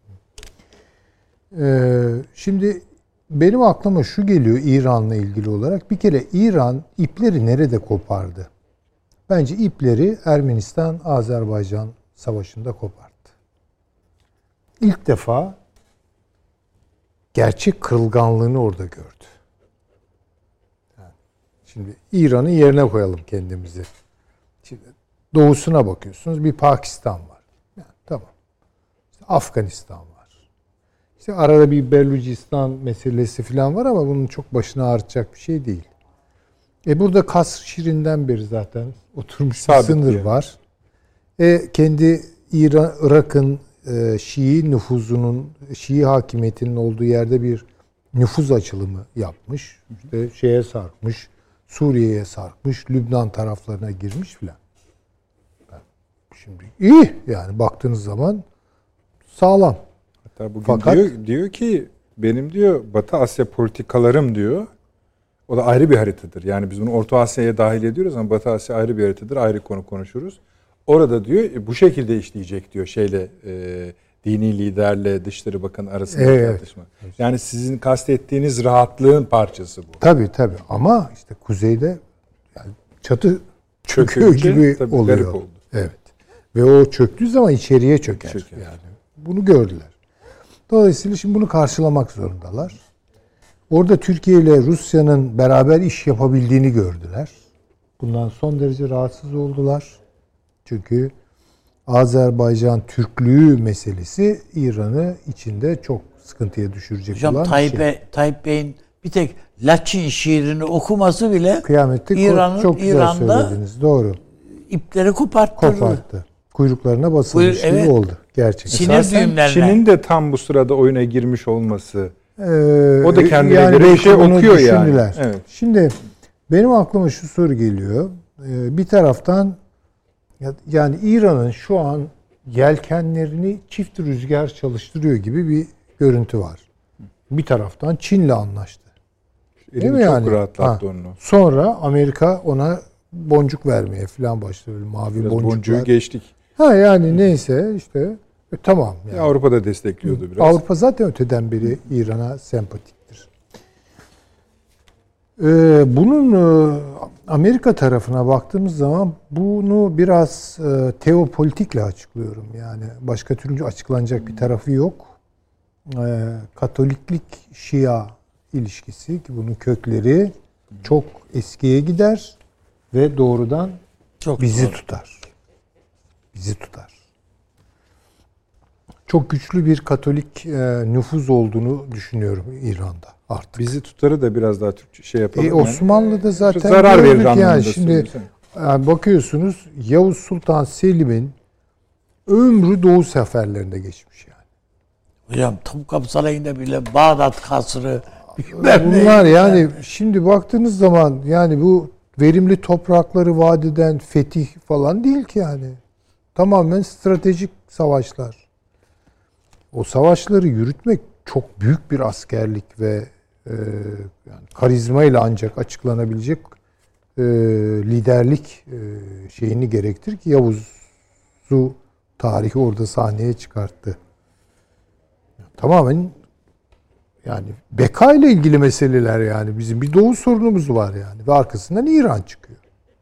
Speaker 2: Ee, şimdi benim aklıma şu geliyor İran'la ilgili olarak. Bir kere İran ipleri nerede kopardı? Bence ipleri Ermenistan-Azerbaycan savaşında kopardı. İlk defa gerçek kırılganlığını orada gördü. Yani şimdi İran'ın yerine koyalım kendimizi. Şimdi doğusuna bakıyorsunuz, bir Pakistan var. Yani, tamam. İşte Afganistan var. İşte arada bir Belucistan meselesi falan var ama bunun çok başına ağrıtacak bir şey değil. E burada Kasr Şirin'den beri zaten oturmuş bir sınır yani. var. E kendi İran, Irak'ın e, Şii nüfuzunun, Şii hakimiyetinin olduğu yerde bir nüfuz açılımı yapmış. İşte şeye sarkmış, Suriye'ye sarkmış, Lübnan taraflarına girmiş filan. Şimdi iyi yani baktığınız zaman sağlam.
Speaker 1: Hatta bugün
Speaker 2: Fakat,
Speaker 1: diyor, diyor ki benim diyor Batı Asya politikalarım diyor. O da ayrı bir haritadır. Yani biz bunu Orta Asya'ya dahil ediyoruz ama Batı Asya ayrı bir haritadır. Ayrı konu konuşuruz. orada diyor bu şekilde işleyecek diyor şeyle e, dini liderle Dışişleri Bakanı arasındaki
Speaker 2: evet.
Speaker 1: tartışma. Yani sizin kastettiğiniz rahatlığın parçası bu.
Speaker 2: Tabii tabii ama işte kuzeyde yani çatı çöküyor gibi oluyor.
Speaker 1: Garip oldu.
Speaker 2: Evet. Ve o çöktüğü zaman içeriye çöker. çöker. Yani bunu gördüler. Dolayısıyla şimdi bunu karşılamak zorundalar. Orada Türkiye ile Rusya'nın beraber iş yapabildiğini gördüler. Bundan son derece rahatsız oldular. Çünkü Azerbaycan Türklüğü meselesi İran'ı içinde çok sıkıntıya düşürecek
Speaker 3: Hocam,
Speaker 2: olan
Speaker 3: Tayyip
Speaker 2: bir şey.
Speaker 3: Tayyip Bey'in bir tek Laçin şiirini okuması bile
Speaker 2: kıyamette
Speaker 3: İran'ın
Speaker 2: çok güzel
Speaker 3: İran'da
Speaker 2: söylediniz. Doğru.
Speaker 3: ipleri koparttırdı.
Speaker 2: Koparttı. Kuyruklarına basılmış
Speaker 3: Buyur, evet.
Speaker 2: gibi oldu. Gerçekten.
Speaker 3: Sinir düğümlerine.
Speaker 1: Çin'in de tam bu sırada oyuna girmiş olması.
Speaker 2: Ee,
Speaker 1: o da kendine
Speaker 2: yani
Speaker 1: göre bir şey okuyor
Speaker 2: düşündüler.
Speaker 1: yani. Evet.
Speaker 2: Şimdi benim aklıma şu soru geliyor. Ee, bir taraftan yani İran'ın şu an yelkenlerini çift rüzgar çalıştırıyor gibi bir görüntü var. Bir taraftan Çin'le anlaştı. Değil mi
Speaker 1: çok
Speaker 2: yani?
Speaker 1: rahatlattı
Speaker 2: Ha.
Speaker 1: onu.
Speaker 2: Sonra Amerika ona boncuk vermeye falan başladı. Böyle mavi
Speaker 1: Biraz
Speaker 2: boncuklar.
Speaker 1: boncuğu geçtik.
Speaker 2: Ha yani neyse işte e, tamam. Yani.
Speaker 1: Avrupa da destekliyordu biraz.
Speaker 2: Avrupa zaten öteden beri İran'a sempatiktir. Ee, bunun e, Amerika tarafına baktığımız zaman bunu biraz e, teopolitikle açıklıyorum. Yani başka türlü açıklanacak bir tarafı yok. E, Katoliklik Şia ilişkisi ki bunun kökleri çok eskiye gider ve doğrudan
Speaker 3: Çok
Speaker 2: bizi
Speaker 3: doğru.
Speaker 2: tutar. Bizi tutar. Çok güçlü bir Katolik e, nüfuz olduğunu düşünüyorum İran'da artık.
Speaker 1: Bizi tutarı da biraz daha Türkçe şey yapalım.
Speaker 2: E, Osmanlı'da zaten
Speaker 1: zarar verir
Speaker 2: gördük
Speaker 1: anlamında
Speaker 2: yani. Şimdi yani bakıyorsunuz Yavuz Sultan Selim'in ömrü Doğu seferlerinde geçmiş yani.
Speaker 3: Hocam Topkapı Sarayı'nda bile Bağdat kasrı
Speaker 2: Bunlar yani şimdi baktığınız zaman yani bu verimli toprakları vaat eden fetih falan değil ki yani. Tamamen stratejik savaşlar. O savaşları yürütmek çok büyük bir askerlik ve e, yani karizma ile ancak açıklanabilecek e, liderlik e, şeyini gerektirir ki Yavuz'u tarihi orada sahneye çıkarttı. Tamamen yani beka ile ilgili meseleler yani. Bizim bir doğu sorunumuz var yani. Ve arkasından İran çıkıyor.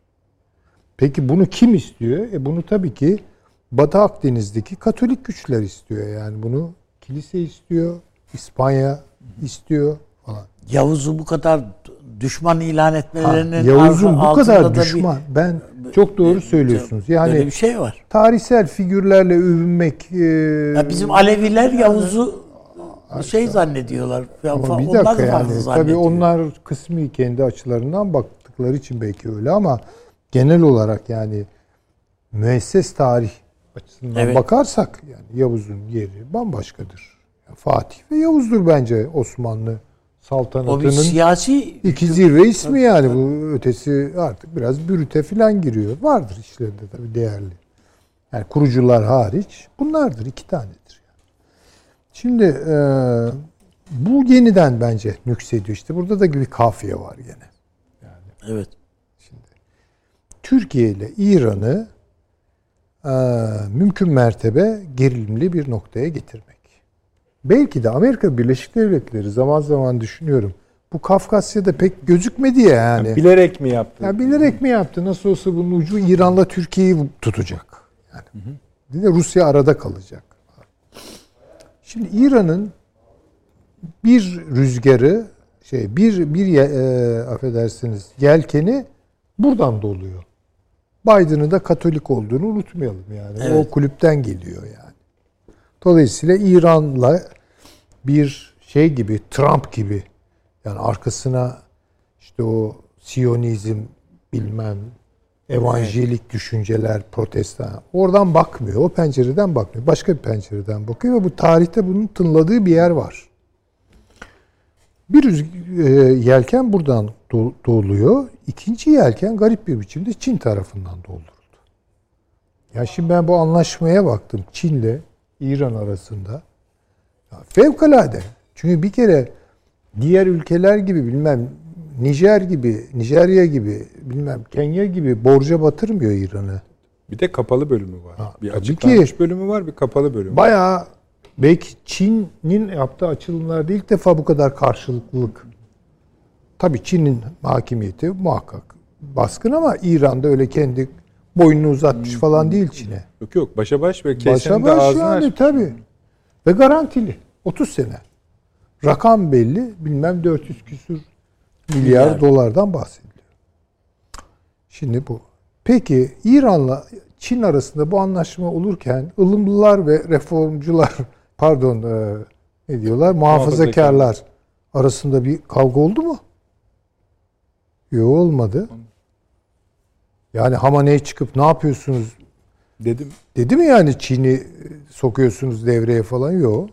Speaker 2: Peki bunu kim istiyor? E bunu tabii ki Batı Akdeniz'deki Katolik güçler istiyor. Yani bunu kilise istiyor, İspanya istiyor falan.
Speaker 3: Yavuz'u bu kadar düşman ilan etmelerinin
Speaker 2: Ha, Yavuz'un bu kadar
Speaker 3: da
Speaker 2: düşman. Bir, ben çok doğru söylüyorsunuz. Yani
Speaker 3: böyle bir şey var.
Speaker 2: Tarihsel figürlerle övünmek. E,
Speaker 3: Ya bizim Aleviler Yavuz'u şey zannediyorlar.
Speaker 2: Ama bir
Speaker 3: onlar
Speaker 2: dakika
Speaker 3: da farklı
Speaker 2: yani.
Speaker 3: zannediyor.
Speaker 2: Tabii onlar kısmi kendi açılarından baktıkları için belki öyle ama genel olarak yani müesses tarih açısından
Speaker 3: Evet.
Speaker 2: bakarsak yani Yavuz'un yeri bambaşkadır. Yani Fatih ve Yavuz'dur bence Osmanlı
Speaker 3: o bir
Speaker 2: saltanatının
Speaker 3: siyasi
Speaker 2: iki zirve ismi yani. Bu ötesi artık biraz bürüte falan giriyor. Vardır işlerinde tabii değerli. Yani kurucular hariç bunlardır. iki tanedir. Şimdi e, bu yeniden bence nüksediyor. İşte burada da bir kafiye var gene. Yani
Speaker 3: evet.
Speaker 2: şimdi Türkiye ile İran'ı e, mümkün mertebe gerilimli bir noktaya getirmek. Belki de Amerika Birleşik Devletleri zaman zaman düşünüyorum. Bu Kafkasya'da pek gözükmedi ya yani.
Speaker 1: yani bilerek mi yaptı?
Speaker 2: Ya bilerek mi yaptı? Nasıl olsa bunun ucu İran'la Türkiye'yi tutacak. Yani. Hı hı. Bir de Rusya arada kalacak. Şimdi İran'ın bir rüzgarı şey bir bir e, affedersiniz yelkeni buradan doluyor. Biden'ın da Katolik olduğunu unutmayalım yani.
Speaker 3: Evet.
Speaker 2: O kulüpten geliyor yani. Dolayısıyla İran'la bir şey gibi Trump gibi yani arkasına işte o Siyonizm bilmem evanjelik evet. düşünceler, protestan. Oradan bakmıyor. O pencereden bakmıyor. Başka bir pencereden bakıyor ve bu tarihte bunun tınladığı bir yer var. Bir e, yelken buradan do- doluyor. İkinci yelken garip bir biçimde Çin tarafından dolduruldu. Ya şimdi ben bu anlaşmaya baktım. Çin'le İran arasında. Ya fevkalade. Çünkü bir kere diğer ülkeler gibi bilmem Nijer gibi, Nijerya gibi, bilmem Kenya gibi borca batırmıyor İran'ı.
Speaker 1: Bir de kapalı bölümü var.
Speaker 2: Ha,
Speaker 1: bir
Speaker 2: tabii
Speaker 1: açıklanmış
Speaker 2: ki.
Speaker 1: bölümü var, bir kapalı bölümü var.
Speaker 2: Bayağı belki Çin'in yaptığı açılımlarda ilk defa bu kadar karşılıklılık. Tabii Çin'in hakimiyeti muhakkak baskın ama İran'da öyle kendi boynunu uzatmış hmm. falan değil Çin'e.
Speaker 1: Yok yok, başa baş ve kesenin de
Speaker 2: başa baş
Speaker 1: ağzını
Speaker 2: yani
Speaker 1: açmış.
Speaker 2: tabii. Ve garantili. otuz sene. Rakam belli. Bilmem dört yüz küsur milyar, milyar dolardan bahsediliyor. Şimdi bu. Peki İran'la Çin arasında bu anlaşma olurken ılımlılar ve reformcular pardon e, ne diyorlar muhafazakarlar arasında bir kavga oldu mu? Yok, olmadı. Yani Hamaney çıkıp ne yapıyorsunuz
Speaker 1: dedim.
Speaker 2: Dedi mi yani Çin'i sokuyorsunuz devreye falan? Yok.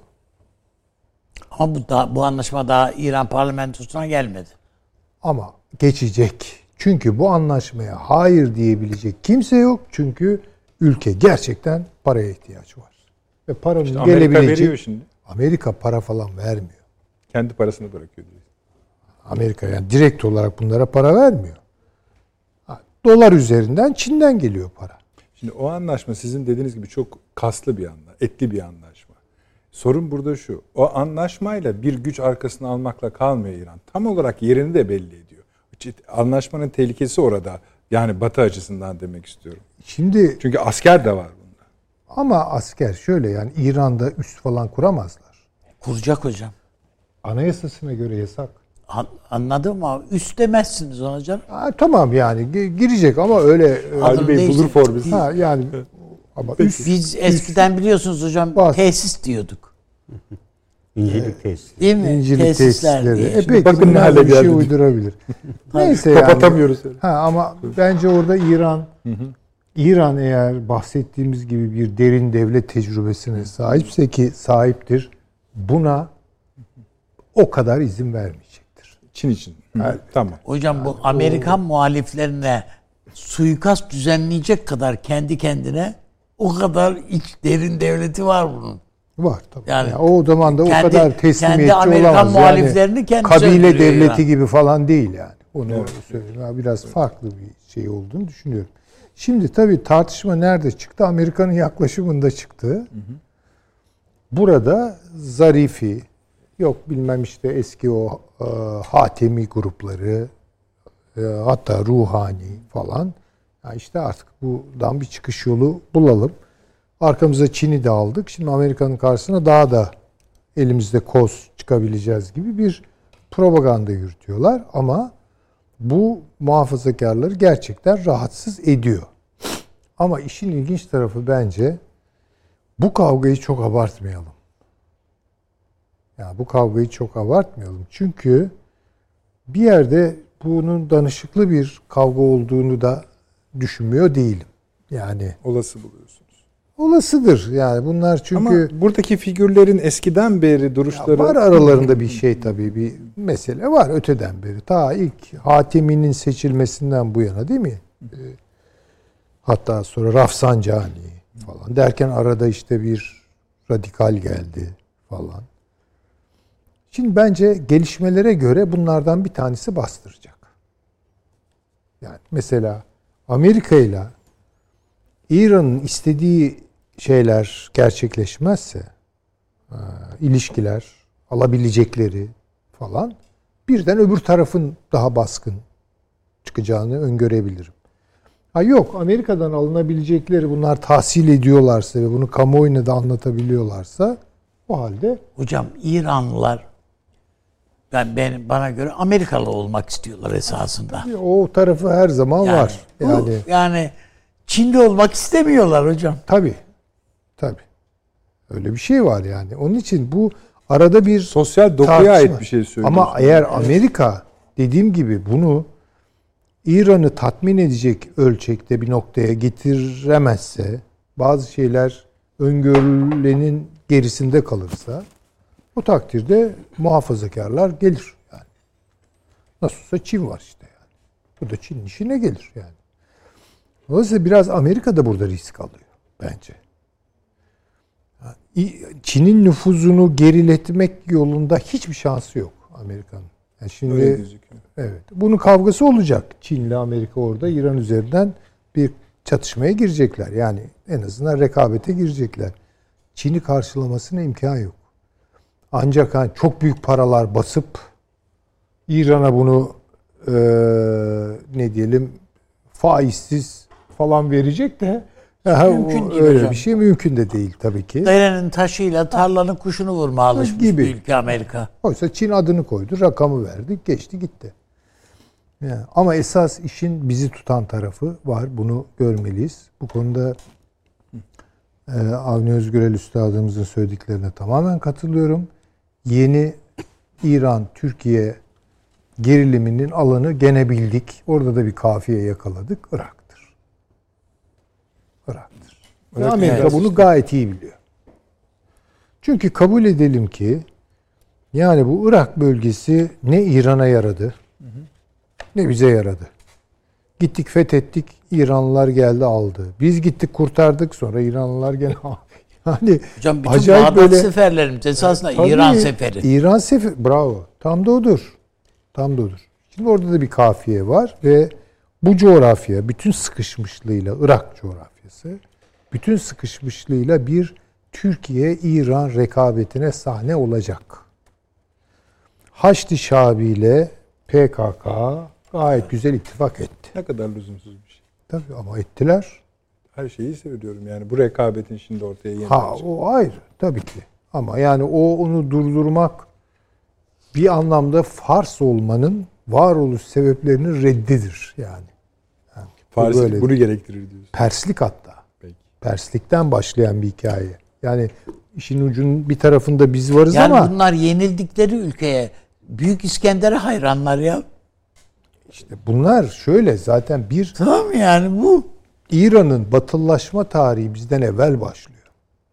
Speaker 3: Ama bu da, bu anlaşma daha İran parlamentosuna gelmedi.
Speaker 2: Ama geçecek. Çünkü bu anlaşmaya hayır diyebilecek kimse yok. Çünkü ülke gerçekten paraya ihtiyaç var. Ve paranın
Speaker 1: işte Amerika
Speaker 2: gelebileceği...
Speaker 1: veriyor şimdi.
Speaker 2: Amerika para falan vermiyor.
Speaker 1: Kendi parasını bırakıyor diyor.
Speaker 2: Amerika yani direkt olarak bunlara para vermiyor. Dolar üzerinden Çin'den geliyor para.
Speaker 1: Şimdi o anlaşma sizin dediğiniz gibi çok kaslı bir anlaşma, etli bir anlaşma. Sorun burada şu, o anlaşmayla bir güç arkasına almakla kalmıyor İran. Tam olarak yerini de belli ediyor. Anlaşmanın tehlikesi orada. Yani Batı açısından demek istiyorum.
Speaker 2: Şimdi
Speaker 1: çünkü asker de var bunda.
Speaker 2: Ama asker şöyle yani İran'da üst falan kuramazlar.
Speaker 3: Kuracak hocam.
Speaker 2: Anayasasına göre yasak.
Speaker 3: An, anladım mı? Üst demezsiniz ona canım.
Speaker 2: Ha, tamam yani girecek ama öyle
Speaker 1: Ali Bey bulur formülü.
Speaker 2: Ha yani ama üst,
Speaker 3: biz eskiden üst, biliyorsunuz hocam bas. Tesis diyorduk.
Speaker 4: İncilik tesisleri.
Speaker 3: Değil mi?
Speaker 2: İncilik
Speaker 3: Tesisler
Speaker 2: tesisleri.
Speaker 3: diye.
Speaker 2: E peki
Speaker 1: bakın ne hale
Speaker 2: bir şey
Speaker 1: geldi.
Speaker 2: uydurabilir. Neyse yani.
Speaker 1: Kapatamıyoruz.
Speaker 2: Ha ama bence orada İran hı hı. İran eğer bahsettiğimiz gibi bir derin devlet tecrübesine sahipse ki sahiptir, buna o kadar izin vermeyecektir.
Speaker 1: Çin için. Evet. Tamam.
Speaker 3: Hocam bu Amerikan o... muhaliflerine suikast düzenleyecek kadar kendi kendine o kadar iç derin devleti var bunun.
Speaker 2: Var tabii.
Speaker 3: Yani,
Speaker 2: yani o zaman da kendi, o kadar teslimiyetçi
Speaker 3: Amerikan
Speaker 2: olamaz.
Speaker 3: Muhaliflerini kendi
Speaker 2: kabile devleti
Speaker 3: yani.
Speaker 2: gibi falan değil yani. Onu
Speaker 1: evet.
Speaker 2: söyleyeyim. Yani biraz evet. farklı bir şey olduğunu düşünüyorum. Şimdi tabii tartışma nerede çıktı? Amerika'nın yaklaşımında çıktı. Hı hı. Burada Zarifi, yok bilmem işte eski o e, Hatemi grupları, e, hatta Ruhani falan. Yani işte artık buradan bir çıkış yolu bulalım. Arkamıza Çin'i de aldık. Şimdi Amerika'nın karşısına daha da elimizde koz çıkabileceğiz gibi bir propaganda yürütüyorlar. Ama bu muhafazakarları gerçekten rahatsız ediyor. Ama işin ilginç tarafı bence bu kavgayı çok abartmayalım. Yani bu kavgayı çok abartmayalım. Çünkü bir yerde bunun danışıklı bir kavga olduğunu da düşünmüyor değilim. Yani
Speaker 1: olası buluyorsunuz.
Speaker 2: Olasıdır. Yani bunlar çünkü
Speaker 1: ama buradaki figürlerin eskiden beri duruşları
Speaker 2: var aralarında bir şey tabii bir mesele var öteden beri. Ta ilk Hatemi'nin seçilmesinden bu yana değil mi? Hatta sonra Rafsanjani falan derken arada işte bir radikal geldi falan. Şimdi bence gelişmelere göre bunlardan bir tanesi bastıracak. Yani mesela Amerika ile İran'ın istediği şeyler gerçekleşmezse, ilişkiler, alabilecekleri falan birden öbür tarafın daha baskın çıkacağını öngörebilirim. Ha yok, Amerika'dan alınabilecekleri bunlar tahsil ediyorlarsa ve bunu kamuoyuna da anlatabiliyorlarsa o halde...
Speaker 3: Hocam İranlılar ben, ben bana göre Amerikalı olmak istiyorlar esasında.
Speaker 2: O tarafı her zaman
Speaker 3: yani,
Speaker 2: var. Yani
Speaker 3: bu, yani Çin'de olmak istemiyorlar hocam.
Speaker 2: Tabii. Tabii. Öyle bir şey var yani. Onun için bu arada bir
Speaker 1: sosyal dokuya tartışma. Ait bir şey söylüyorsun.
Speaker 2: Ama eğer Amerika dediğim gibi bunu İran'ı tatmin edecek ölçekte bir noktaya getiremezse, bazı şeyler öngörülenin gerisinde kalırsa o takdirde muhafazakarlar gelir yani. Nasılsa Çin var işte yani. Bu da Çin'in işine gelir yani. Dolayısıyla biraz Amerika da burada risk alıyor bence. Çin'in nüfuzunu geriletmek yolunda hiçbir şansı yok Amerika'nın. Yani şimdi öyle gözüküyor. Evet. Bunun kavgası olacak. Çin'le Amerika orada İran üzerinden bir çatışmaya girecekler. Yani en azından rekabete girecekler. Çin'i karşılamasına imkan yok. Ancak hani çok büyük paralar basıp İran'a bunu e, ne diyelim faizsiz falan verecek de
Speaker 3: mümkün
Speaker 2: o,
Speaker 3: değil
Speaker 2: öyle
Speaker 3: hocam.
Speaker 2: bir şey mümkün de değil tabii ki.
Speaker 3: Derenin taşıyla tarlanın kuşunu vurma alışmış
Speaker 2: gibi.
Speaker 3: bir ülke Amerika.
Speaker 2: Oysa Çin adını koydu, rakamı verdi, geçti gitti. Yani, ama esas işin bizi tutan tarafı var. Bunu görmeliyiz. Bu konuda e, Avni Özgürel Üstadımızın söylediklerine tamamen katılıyorum. Yeni İran-Türkiye geriliminin alanı gene bildik. Orada da bir kafiye yakaladık. Irak'tır. Irak'tır. Ve
Speaker 1: Irak,
Speaker 2: Amerika
Speaker 1: evet.
Speaker 2: bunu gayet iyi biliyor. Çünkü kabul edelim ki yani bu Irak bölgesi ne İran'a yaradı, ne bize yaradı. Gittik fethettik, İranlılar geldi aldı. Biz gittik kurtardık, sonra İranlılar gene aldı. Yani
Speaker 3: Hocam bütün
Speaker 2: acayip
Speaker 3: Bağdat
Speaker 2: böyle,
Speaker 3: seferlerimiz esasında
Speaker 2: tabii,
Speaker 3: İran seferi.
Speaker 2: İran seferi, bravo. Tam da odur. Tam da odur. Şimdi orada da bir kafiye var ve bu coğrafya bütün sıkışmışlığıyla, Irak coğrafyası bütün sıkışmışlığıyla bir Türkiye-İran rekabetine sahne olacak. Haçlı Şabi ile P K K gayet güzel ittifak etti.
Speaker 1: Ne kadar lüzumsuz bir şey.
Speaker 2: Tabii ama ettiler.
Speaker 1: Her şeyi seviyorum yani bu rekabetin şimdi ortaya yeniden
Speaker 2: Ha o ayrı tabii ki. Ama yani o onu durdurmak bir anlamda Fars olmanın varoluş sebeplerinin reddidir yani. yani
Speaker 1: Farslik bunu gerektirir diyorsun.
Speaker 2: Perslik hatta.
Speaker 1: Peki.
Speaker 2: Perslikten başlayan bir hikaye. Yani işin ucunun bir tarafında biz varız
Speaker 3: Yani
Speaker 2: ama
Speaker 3: bunlar yenildikleri ülkeye Büyük İskender'e hayranlar ya.
Speaker 2: işte bunlar şöyle zaten bir
Speaker 3: Tamam mı yani bu?
Speaker 2: İran'ın batılılaşma tarihi bizden evvel başlıyor.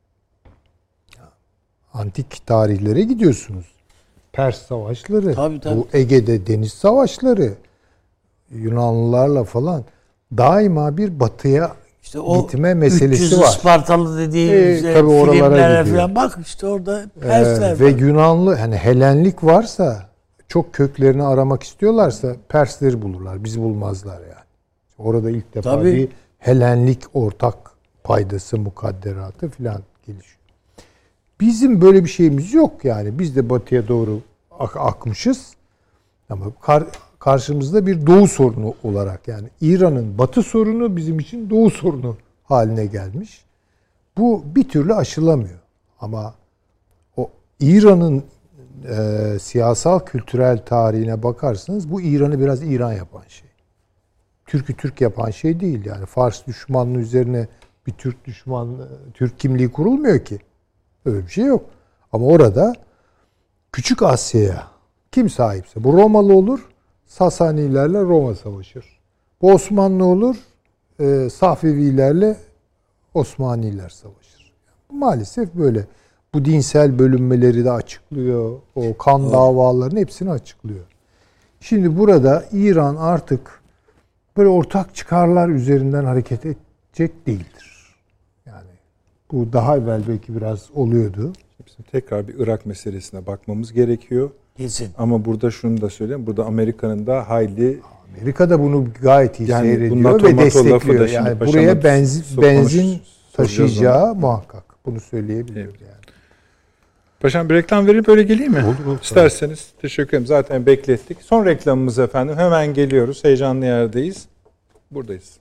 Speaker 2: Antik tarihlere gidiyorsunuz. Pers savaşları,
Speaker 3: Tabii, tabii.
Speaker 2: bu Ege'de deniz savaşları, Yunanlılarla falan daima bir batıya
Speaker 3: İşte o
Speaker 2: gitme meselesi
Speaker 3: üç yüz
Speaker 2: var.
Speaker 3: Ispartalı dediği
Speaker 2: Ee,
Speaker 3: işte
Speaker 2: tabii oralara
Speaker 3: filmlere
Speaker 2: gidiyor.
Speaker 3: falan bak işte orada Persler
Speaker 2: Ee, ve
Speaker 3: var.
Speaker 2: Yunanlı hani Helenlik varsa çok köklerini aramak istiyorlarsa Persleri bulurlar. Bizi bulmazlar yani. Orada ilk defa
Speaker 3: Tabii.
Speaker 2: bir Helenlik ortak paydası, mukadderatı filan gelişiyor. Bizim böyle bir şeyimiz yok yani. Biz de batıya doğru ak- akmışız. Ama kar- karşımızda bir doğu sorunu olarak yani İran'ın batı sorunu bizim için doğu sorunu haline gelmiş. Bu bir türlü aşılamıyor. Ama o İran'ın e, siyasal kültürel tarihine bakarsanız bu İran'ı biraz İran yapan şey. Türk'ü Türk yapan şey değil yani. Fars düşmanlığı üzerine bir Türk düşmanlığı, Türk kimliği kurulmuyor ki. Öyle bir şey yok. Ama orada Küçük Asya'ya kim sahipse, bu Romalı olur, Sasanilerle Roma savaşır. Bu Osmanlı olur, e, Safevilerle Osmaniler savaşır. Maalesef böyle. Bu dinsel bölünmeleri de açıklıyor. O kan evet. davalarının hepsini açıklıyor. Şimdi burada İran artık böyle ortak çıkarlar üzerinden hareket edecek değildir. Yani bu daha evvel belki biraz oluyordu.
Speaker 1: Bizim tekrar bir Irak meselesine bakmamız gerekiyor.
Speaker 3: Kesin.
Speaker 1: Ama burada şunu da söyleyeyim. Burada Amerika'nın da hayli
Speaker 2: Amerika da bunu gayet iyi
Speaker 1: yani
Speaker 2: seyrediyor ve destekliyor. Yani buraya benzin, benzin taşıyacağı muhakkak. Bunu söyleyebilirim evet. yani.
Speaker 1: Paşam bir reklam verip öyle geleyim mi?
Speaker 2: Olur, olur.
Speaker 1: İsterseniz. Teşekkür ederim. Zaten beklettik. Son reklamımız efendim. Hemen geliyoruz. Heyecanlı yerdeyiz. Buradayız.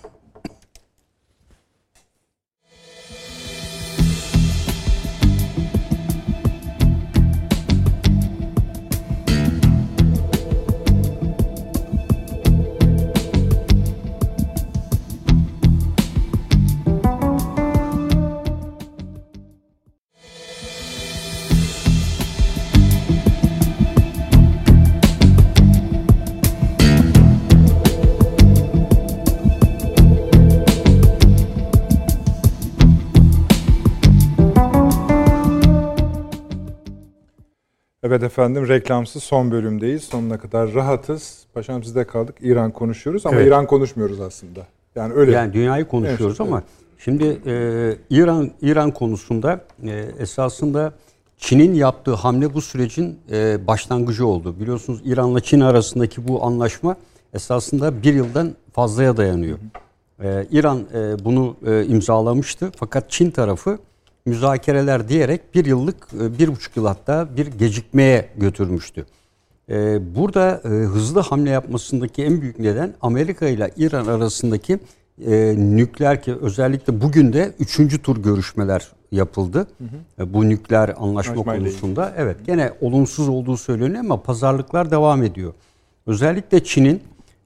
Speaker 1: Evet efendim reklamsız son bölümdeyiz. Sonuna kadar rahatız. Paşam sizde kaldık. İran konuşuyoruz ama evet. İran konuşmuyoruz aslında. Yani öyle.
Speaker 4: Yani dünyayı konuşuyoruz evet, ama evet. şimdi e, İran İran konusunda e, esasında Çin'in yaptığı hamle bu sürecin e, başlangıcı oldu. Biliyorsunuz İran'la Çin arasındaki bu anlaşma esasında bir yıldan fazlaya dayanıyor. Ee, İran e, bunu e, imzalamıştı. Fakat Çin tarafı müzakereler diyerek bir yıllık, e, bir buçuk yıl hatta bir gecikmeye götürmüştü. E, burada e, hızlı hamle yapmasındaki en büyük neden Amerika ile İran arasındaki e, nükleer, ki özellikle bugün de üçüncü tur görüşmeler yapıldı. Hı hı. E, bu nükleer anlaşma Anlaşmayla konusunda. Ilgili. Evet, gene olumsuz olduğu söyleniyor ama pazarlıklar devam ediyor. Özellikle Çin'in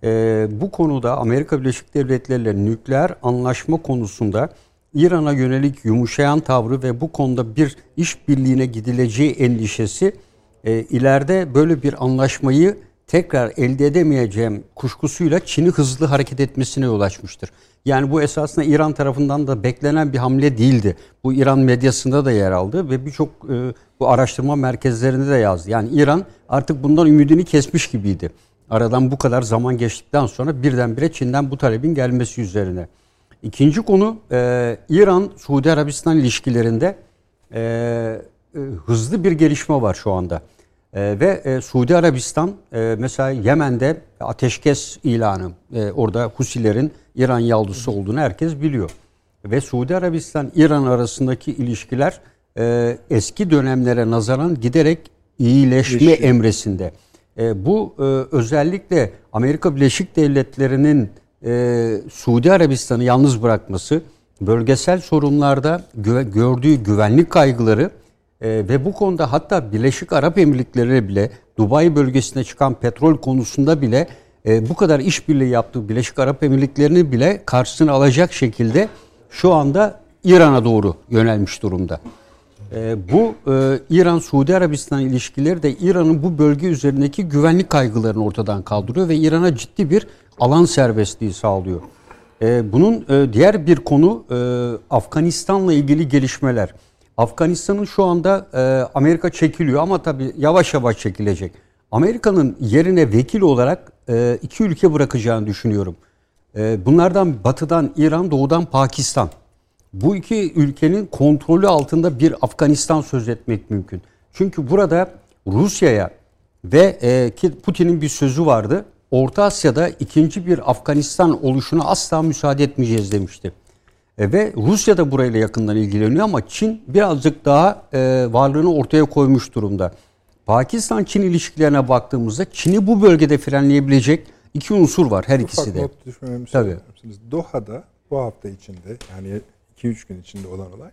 Speaker 4: e, bu konuda Amerika Birleşik Devletleri ile nükleer anlaşma konusunda İran'a yönelik yumuşayan tavrı ve bu konuda bir işbirliğine gidileceği endişesi e, ileride böyle bir anlaşmayı tekrar elde edemeyeceğim kuşkusuyla Çin'i hızlı hareket etmesine yol açmıştır. Yani bu esasında İran tarafından da beklenen bir hamle değildi. Bu İran medyasında da yer aldı ve birçok e, bu araştırma merkezlerinde de yazdı. Yani İran artık bundan ümidini kesmiş gibiydi. Aradan bu kadar zaman geçtikten sonra birdenbire Çin'den bu talebin gelmesi üzerine. İkinci konu e, İran-Suudi Arabistan ilişkilerinde e, e, hızlı bir gelişme var şu anda. E, ve e, Suudi Arabistan e, mesela Yemen'de ateşkes ilanı, e, orada Husilerin İran yaldısı olduğunu herkes biliyor. Ve Suudi Arabistan-İran arasındaki ilişkiler e, eski dönemlere nazaran giderek iyileşme İyileşti. emresinde. E, bu e, özellikle Amerika Birleşik Devletleri'nin e, Suudi Arabistan'ı yalnız bırakması, bölgesel sorunlarda gö- gördüğü güvenlik kaygıları e, ve bu konuda hatta Birleşik Arap Emirlikleri bile Dubai bölgesine çıkan petrol konusunda bile e, bu kadar işbirliği yaptığı Birleşik Arap Emirlikleri'ni bile karşısına alacak şekilde şu anda İran'a doğru yönelmiş durumda. E, bu e, İran-Suudi Arabistan ilişkileri de İran'ın bu bölge üzerindeki güvenlik kaygılarını ortadan kaldırıyor ve İran'a ciddi bir alan serbestliği sağlıyor. E, bunun e, diğer bir konu e, Afganistan'la ilgili gelişmeler. Afganistan'ın şu anda e, Amerika çekiliyor ama tabii yavaş yavaş çekilecek. Amerika'nın yerine vekil olarak e, iki ülke bırakacağını düşünüyorum. E, bunlardan batıdan İran, doğudan Pakistan. Bu iki ülkenin kontrolü altında bir Afganistan söz etmek mümkün. Çünkü burada Rusya'ya ve e, ki Putin'in bir sözü vardı. Orta Asya'da ikinci bir Afganistan oluşuna asla müsaade etmeyeceğiz demişti. E, ve Rusya da burayla yakından ilgileniyor ama Çin birazcık daha e, varlığını ortaya koymuş durumda. Pakistan-Çin ilişkilerine baktığımızda Çin'i bu bölgede frenleyebilecek iki unsur var her ikisi de.
Speaker 1: Not düşmemi söyler misiniz? Doha'da bu hafta içinde yani iki üç gün içinde olan olay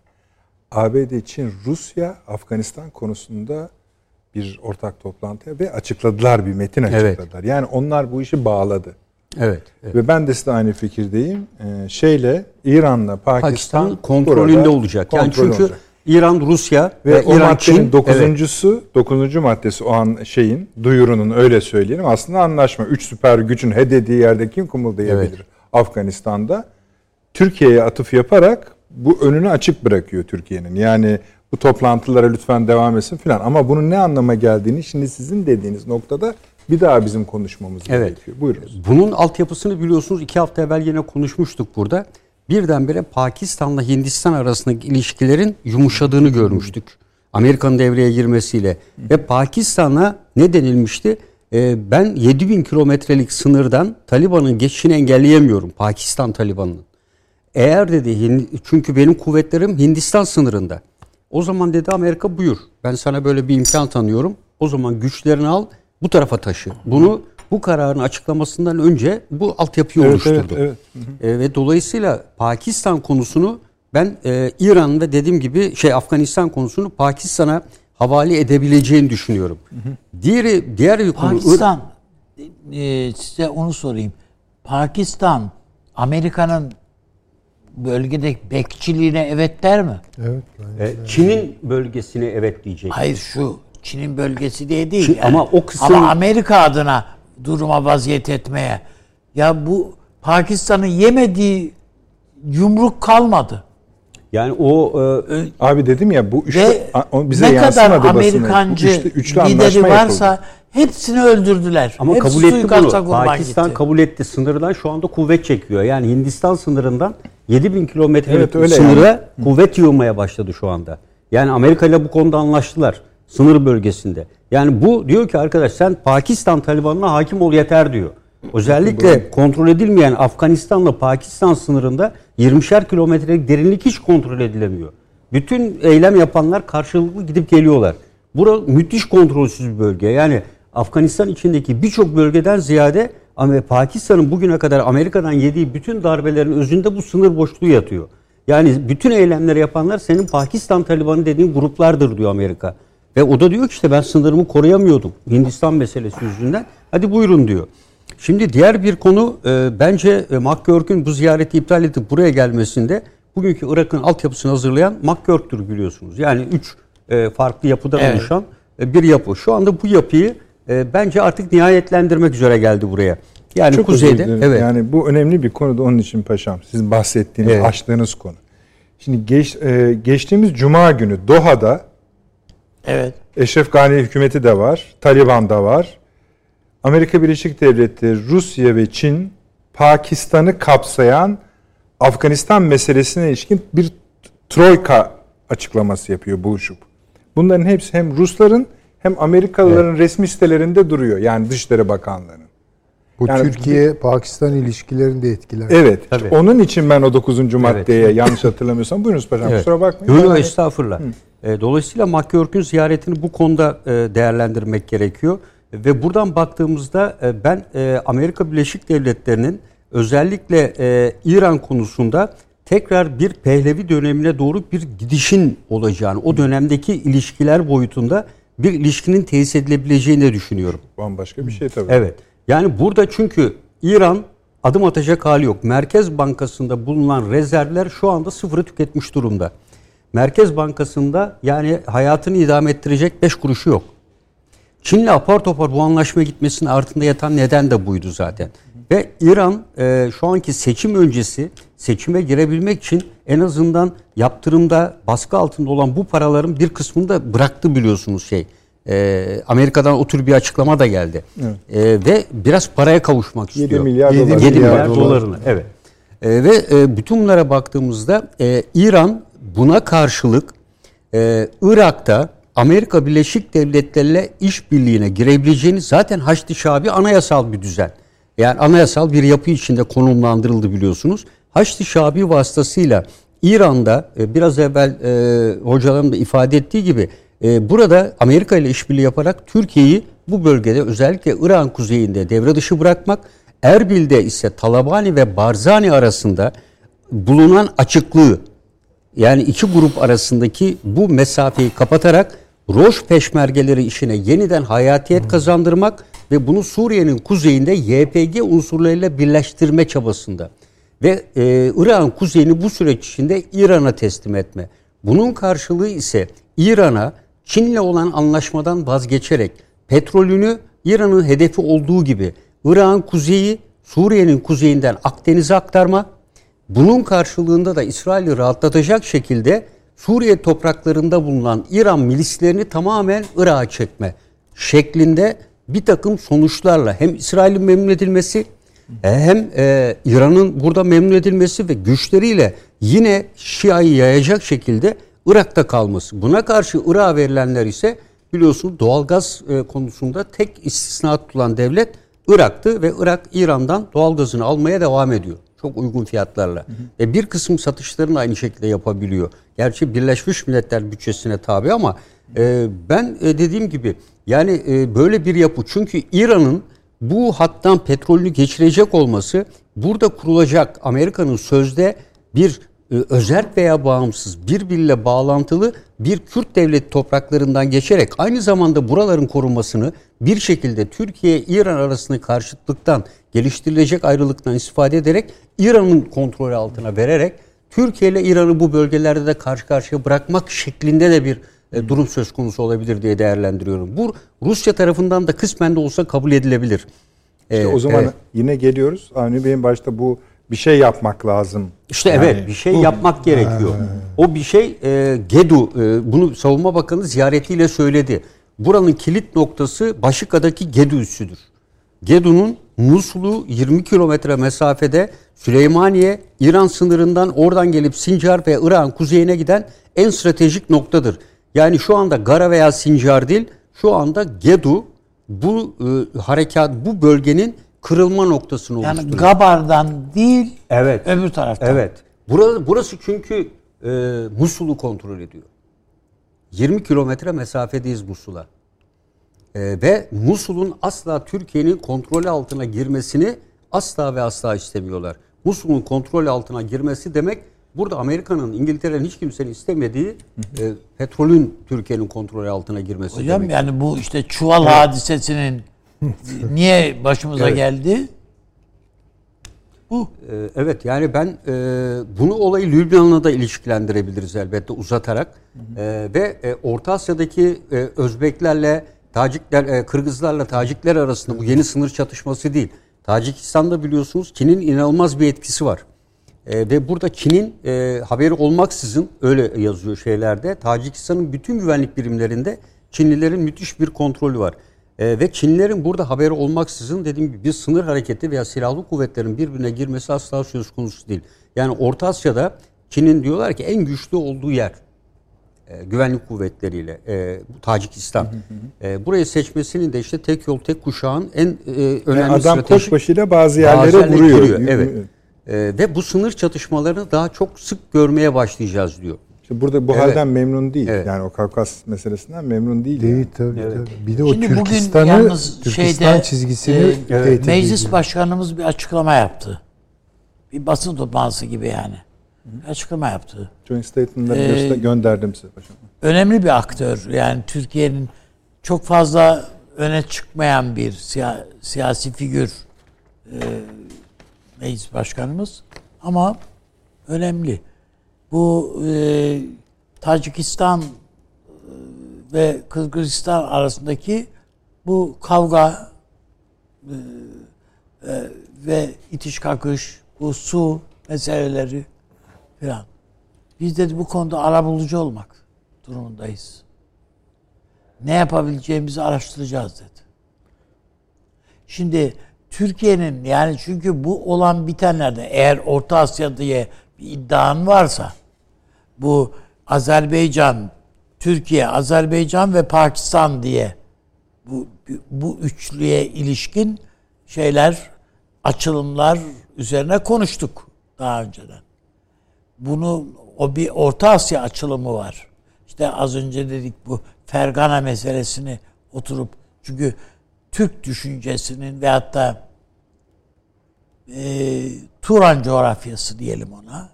Speaker 1: A B D, Çin, Rusya, Afganistan konusunda bir ortak toplantıya ve açıkladılar, bir metin açıkladılar. Evet. Yani onlar bu işi bağladı.
Speaker 4: Evet, evet.
Speaker 1: Ve ben de size aynı fikirdeyim. Ee, şeyle İran'la Pakistan,
Speaker 4: Pakistan kontrolünde olacak. Yani çünkü olacak. İran, Rusya ve, ve
Speaker 1: o
Speaker 4: İran, Çin
Speaker 1: dokuzuncusu, evet. dokuzuncu maddesi o an şeyin duyurunun öyle söyleyelim. Aslında anlaşma. Üç süper gücün he dediği yerde kim kımıldayabilir? Evet. Afganistan'da Türkiye'ye atıf yaparak bu önünü açık bırakıyor Türkiye'nin. Yani bu toplantılara lütfen devam etsin filan. Ama bunun ne anlama geldiğini şimdi sizin dediğiniz noktada bir daha bizim konuşmamız evet. gerekiyor. Buyurunuz.
Speaker 4: Bunun altyapısını biliyorsunuz. iki hafta evvel yine konuşmuştuk burada. Birdenbire Pakistan'la Hindistan arasındaki ilişkilerin yumuşadığını görmüştük. Amerika'nın devreye girmesiyle. Ve Pakistan'a ne denilmişti? Ee, ben yedi bin kilometrelik sınırdan Taliban'ın geçişini engelleyemiyorum. Pakistan Taliban'ın. Eğer dedi, çünkü benim kuvvetlerim Hindistan sınırında. O zaman dedi Amerika buyur. Ben sana böyle bir imkan tanıyorum. O zaman güçlerini al, bu tarafa taşı. Bunu bu kararın açıklamasından önce bu altyapıyı evet, oluşturdu. Evet, evet. E, ve dolayısıyla Pakistan konusunu ben e, İran ve dediğim gibi şey Afganistan konusunu Pakistan'a havale edebileceğini düşünüyorum. Hı hı. Diğeri diğer bir konu
Speaker 3: Pakistan e, size onu sorayım. Pakistan Amerika'nın bölgedeki bekçiliğine evet der mi?
Speaker 2: Evet.
Speaker 4: E, Çin'in bölgesine evet diyecek.
Speaker 3: Hayır şu Çin'in bölgesi diye değil.
Speaker 4: Çin,
Speaker 3: yani.
Speaker 4: Ama o kısım
Speaker 3: ama Amerika adına duruma vaziyet etmeye. Ya bu Pakistan'ın yemediği yumruk kalmadı.
Speaker 4: Yani o
Speaker 1: e, abi dedim ya bu üçlü
Speaker 3: ve
Speaker 1: o bize
Speaker 3: ne kadar
Speaker 1: Amerikancı
Speaker 3: üçlü, üçlü lideri varsa yapıldı. Hepsini öldürdüler.
Speaker 4: Ama
Speaker 3: Hepsi
Speaker 4: kabul etti bunu. Pakistan gitti. kabul etti. Sınırdan şu anda kuvvet çekiyor. Yani Hindistan sınırından yedi bin kilometrelik evet, sınıra yani. kuvvet yığmaya başladı şu anda. Yani Amerika ile bu konuda anlaştılar. Sınır bölgesinde. Yani bu diyor ki arkadaş sen Pakistan Taliban'ına hakim ol yeter diyor. Özellikle kontrol edilmeyen Afganistan'la Pakistan sınırında yirmişer kilometrelik derinlik hiç kontrol edilemiyor. Bütün eylem yapanlar karşılıklı gidip geliyorlar. Burası müthiş kontrolsüz bir bölge. Yani Afganistan içindeki birçok bölgeden ziyade Pakistan'ın bugüne kadar Amerika'dan yediği bütün darbelerin özünde bu sınır boşluğu yatıyor. Yani bütün eylemleri yapanlar senin Pakistan Talibanı dediğin gruplardır diyor Amerika. Ve o da diyor ki işte ben sınırımı koruyamıyordum Hindistan meselesi yüzünden. Hadi buyurun diyor. Şimdi diğer bir konu e, bence e, McGurk'ün bu ziyareti iptal edip buraya gelmesinde bugünkü Irak'ın altyapısını hazırlayan McGurk'tür biliyorsunuz. Yani üç e, farklı yapıdan evet. oluşan e, bir yapı. Şu anda bu yapıyı e, bence artık nihayetlendirmek üzere geldi buraya. Yani
Speaker 1: çok
Speaker 4: kuzeyde. Evet.
Speaker 1: Yani bu önemli bir konu da onun için paşam. Sizin bahsettiğiniz, evet. açtığınız konu. Şimdi geç, e, geçtiğimiz Cuma günü Doha'da
Speaker 3: evet.
Speaker 1: Eşref Gani hükümeti de var, Taliban da var. Amerika Birleşik Devletleri, Rusya ve Çin Pakistan'ı kapsayan Afganistan meselesine ilişkin bir troika açıklaması yapıyor buluşup. Bunların hepsi hem Rusların hem Amerikalıların evet. resmi sitelerinde duruyor. Yani Dışişleri Bakanlığı'nın.
Speaker 2: Bu
Speaker 1: yani,
Speaker 2: Türkiye-Pakistan ilişkilerini de etkiler.
Speaker 1: Evet. Tabii. Onun için ben o dokuzuncu maddeye evet. yanlış hatırlamıyorsam buyurunuz paşam evet. kusura bakmayın.
Speaker 4: Yok yani, estağfurullah. Hı. Dolayısıyla McGurk'ün ziyaretini bu konuda değerlendirmek gerekiyor. Ve buradan baktığımızda ben Amerika Birleşik Devletleri'nin özellikle İran konusunda tekrar bir Pehlevi dönemine doğru bir gidişin olacağını, o dönemdeki ilişkiler boyutunda bir ilişkinin tesis edilebileceğini de düşünüyorum.
Speaker 1: Bambaşka bir şey tabii.
Speaker 4: Evet. Yani burada çünkü İran adım atacak hali yok. Merkez Bankası'nda bulunan rezervler şu anda sıfırı tüketmiş durumda. Merkez Bankası'nda yani hayatını idame ettirecek beş kuruşu yok. Çin'le apar topar bu anlaşmaya gitmesinin altında yatan neden de buydu zaten. Ve İran e, şu anki seçim öncesi seçime girebilmek için en azından yaptırımda baskı altında olan bu paraların bir kısmını da bıraktı biliyorsunuz şey. E, Amerika'dan o tür bir açıklama da geldi. Evet. E, ve biraz paraya kavuşmak istiyor.
Speaker 1: yedi milyar dolar.
Speaker 4: yedi milyar dolarını. Evet. E, ve e, bütün bunlara baktığımızda e, İran buna karşılık e, Irak'ta Amerika Birleşik Devletleri'yle işbirliğine girebileceğini zaten Haçlı Şabi anayasal bir düzen. Yani anayasal bir yapı içinde konumlandırıldı biliyorsunuz. Haçlı Şabi vasıtasıyla İran'da biraz evvel e, hocalarım da ifade ettiği gibi e, burada Amerika ile işbirliği yaparak Türkiye'yi bu bölgede özellikle İran kuzeyinde devre dışı bırakmak, Erbil'de ise Talabani ve Barzani arasında bulunan açıklığı yani iki grup arasındaki bu mesafeyi kapatarak Roş peşmergeleri işine yeniden hayatiyet kazandırmak ve bunu Suriye'nin kuzeyinde Y P G unsurlarıyla birleştirme çabasında ve e, İran kuzeyini bu süreç içinde İran'a teslim etme. Bunun karşılığı ise İran'a Çin'le olan anlaşmadan vazgeçerek petrolünü İran'ın hedefi olduğu gibi İran kuzeyi Suriye'nin kuzeyinden Akdeniz'e aktarma. Bunun karşılığında da İsrail'i rahatlatacak şekilde Suriye topraklarında bulunan İran milislerini tamamen Irak'a çekme şeklinde bir takım sonuçlarla hem İsrail'in memnun edilmesi hem e, İran'ın burada memnun edilmesi ve güçleriyle yine Şia'yı yayacak şekilde Irak'ta kalması. Buna karşı Irak'a verilenler ise biliyorsunuz doğalgaz e, konusunda tek istisna tutulan devlet Irak'tı ve Irak İran'dan doğalgazını almaya devam ediyor. Çok uygun fiyatlarla. Hı hı. Ve bir kısım satışlarını aynı şekilde yapabiliyor. Gerçi Birleşmiş Milletler bütçesine tabi ama e, ben e, dediğim gibi yani e, böyle bir yapı. Çünkü İran'ın bu hattan petrolünü geçirecek olması burada kurulacak Amerika'nın sözde bir e, özerk veya bağımsız birbiriyle bağlantılı bir Kürt devleti topraklarından geçerek aynı zamanda buraların korunmasını bir şekilde Türkiye-İran arasındaki karşıtlıktan geliştirilecek ayrılıktan istifade ederek İran'ın kontrolü altına vererek Türkiye ile İran'ı bu bölgelerde de karşı karşıya bırakmak şeklinde de bir e, durum söz konusu olabilir diye değerlendiriyorum. Bu Rusya tarafından da kısmen de olsa kabul edilebilir.
Speaker 1: İşte ee, o zaman evet. yine geliyoruz. Avni Bey'in başta bu bir şey yapmak lazım.
Speaker 4: İşte yani, evet bir şey bu, yapmak gerekiyor. Ha. O bir şey e, Gedu e, bunu Savunma Bakanı ziyaretiyle söyledi. Buranın kilit noktası Başika'daki Gedu üssüdür. Gedu'nun Musul'u yirmi kilometre mesafede Süleymaniye, İran sınırından oradan gelip Sincar ve İran kuzeyine giden en stratejik noktadır. Yani şu anda Gara veya Sincar değil, şu anda Gedu bu e, harekat, bu bölgenin kırılma noktasını
Speaker 3: yani
Speaker 4: oluşturuyor.
Speaker 3: Gabar'dan değil,
Speaker 4: evet.
Speaker 3: öbür taraftan.
Speaker 4: Evet. Burası, burası çünkü e, Musul'u kontrol ediyor. yirmi kilometre mesafedeyiz Musul'a. E, ve Musul'un asla Türkiye'nin kontrolü altına girmesini asla ve asla istemiyorlar. Musul'un kontrol altına girmesi demek, burada Amerika'nın, İngiltere'nin, hiç kimsenin istemediği e, petrolün Türkiye'nin kontrolü altına girmesi
Speaker 3: Hocam
Speaker 4: demek.
Speaker 3: yani bu işte Çuval evet. hadisesinin niye başımıza evet. geldi? Bu.
Speaker 4: E, evet yani ben e, bunu olayı Lübnan'la da ilişkilendirebiliriz elbette uzatarak. Hı hı. E, ve e, Orta Asya'daki e, Özbeklerle, Tacikler, e, Kırgızlarla Tacikler arasında bu yeni sınır çatışması değil. Tacikistan'da biliyorsunuz Çin'in inanılmaz bir etkisi var. E, ve burada Çin'in e, haberi olmaksızın, öyle yazıyor şeylerde, Tacikistan'ın bütün güvenlik birimlerinde Çinlilerin müthiş bir kontrolü var. E, ve Çinlilerin burada haberi olmaksızın, dediğim gibi, bir sınır hareketi veya silahlı kuvvetlerin birbirine girmesi asla söz konusu değil. Yani Orta Asya'da Çin'in diyorlar ki en güçlü olduğu yer e, güvenlik kuvvetleriyle e, Tacikistan. Hı hı hı. E, burayı seçmesinin de işte tek yol tek kuşağın en e, önemli yani
Speaker 1: adam
Speaker 4: stratejik.
Speaker 1: koçbaşıyla bazı yerlere vuruyor.
Speaker 4: Giriyor, evet. E, ve bu sınır çatışmalarını daha çok sık görmeye başlayacağız diyor.
Speaker 1: İşte burada bu evet. halden memnun değil. Evet. Yani o Kafkas meselesinden memnun değil.
Speaker 2: Değil
Speaker 1: yani.
Speaker 2: tabii,
Speaker 4: evet.
Speaker 2: tabii. Bir de o
Speaker 3: Şimdi
Speaker 2: Türkistan'ı, Türkistan
Speaker 3: şeyde,
Speaker 2: çizgisini
Speaker 3: e,
Speaker 2: evet,
Speaker 3: meclis
Speaker 2: ediyor.
Speaker 3: başkanımız bir açıklama yaptı. Bir basın toplantısı gibi yani. Bir açıklama yaptı.
Speaker 1: Joint Statement'ları ee, gönderdim size paşam.
Speaker 3: Önemli bir aktör. Yani Türkiye'nin çok fazla öne çıkmayan bir siya, siyasi figür e, meclis başkanımız. Ama önemli. Bu e, Tacikistan e, ve Kırgızistan arasındaki bu kavga e, e, ve itiş kakış, bu su meseleleri falan. Biz de bu konuda arabulucu olmak durumundayız. Ne yapabileceğimizi araştıracağız dedi. Şimdi Türkiye'nin, yani çünkü bu olan bitenlerde, eğer Orta Asya diye bir iddian varsa, bu Azerbaycan, Türkiye, Azerbaycan ve Pakistan diye bu bu üçlüye ilişkin şeyler, açılımlar üzerine konuştuk daha önceden. Bunu, o bir Orta Asya açılımı var. İşte az önce dedik, bu Fergana meselesini oturup, çünkü Türk düşüncesinin ve hatta e, Turan coğrafyası diyelim ona,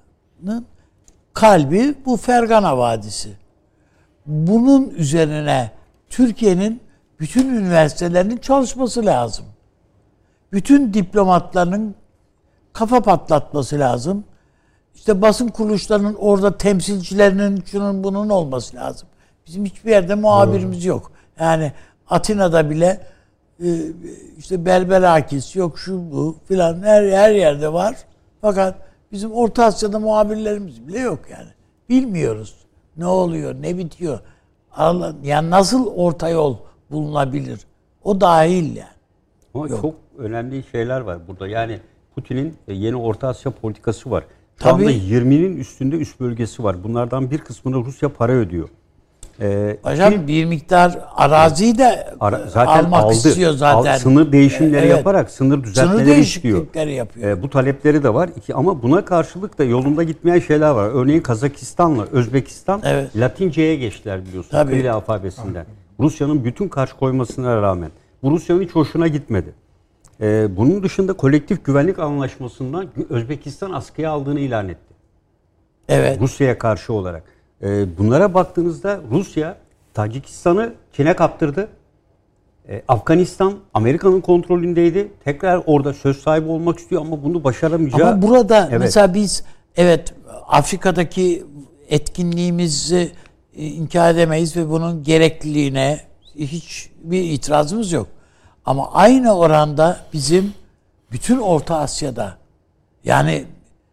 Speaker 3: kalbi bu Fergana Vadisi. Bunun üzerine Türkiye'nin bütün üniversitelerinin çalışması lazım. Bütün diplomatlarının kafa patlatması lazım. İşte basın kuruluşlarının orada temsilcilerinin şunun bunun olması lazım. Bizim hiçbir yerde muhabirimiz hmm. yok. Yani Atina'da bile işte Belberakis yok, şu bu filan, her her yerde var. Fakat bizim Orta Asya'da muhabirlerimiz bile yok yani. Bilmiyoruz ne oluyor, ne bitiyor. Yani nasıl orta yol bulunabilir? O dahil yani.
Speaker 4: Ama yok. Çok önemli şeyler var burada. Yani Putin'in yeni Orta Asya politikası var. Şu
Speaker 3: Tabii.
Speaker 4: anda yirminin üstünde üst bölgesi var. Bunlardan bir kısmını Rusya para ödüyor.
Speaker 3: Ee, Hocam Çin, bir miktar araziyi de
Speaker 4: ara, zaten
Speaker 3: almak
Speaker 4: aldı.
Speaker 3: istiyor zaten.
Speaker 4: Al, sınır değişimleri
Speaker 3: evet.
Speaker 4: yaparak sınır düzeltmeleri
Speaker 3: sınır
Speaker 4: istiyor.
Speaker 3: yapıyor.
Speaker 4: Ee, bu talepleri de var. İki, ama buna karşılık da yolunda gitmeyen şeyler var. Örneğin Kazakistan'la Özbekistan evet. Latince'ye geçtiler biliyorsunuz. Kiril alfabesinden. Rusya'nın bütün karşı koymasına rağmen. Bu Rusya'nın hiç hoşuna gitmedi. Ee, bunun dışında kolektif güvenlik anlaşmasından Özbekistan askıya aldığını ilan etti.
Speaker 3: Evet.
Speaker 4: Rusya'ya karşı olarak. Ee, bunlara baktığınızda Rusya Tacikistan'ı Çin'e kaptırdı. Ee, Afganistan Amerika'nın kontrolündeydi. Tekrar orada söz sahibi olmak istiyor ama bunu başaramayacağı.
Speaker 3: Ama burada
Speaker 4: evet.
Speaker 3: mesela biz evet Afrika'daki etkinliğimizi inkar edemeyiz ve bunun gerekliliğine hiçbir itirazımız yok. Ama aynı oranda bizim bütün Orta Asya'da, yani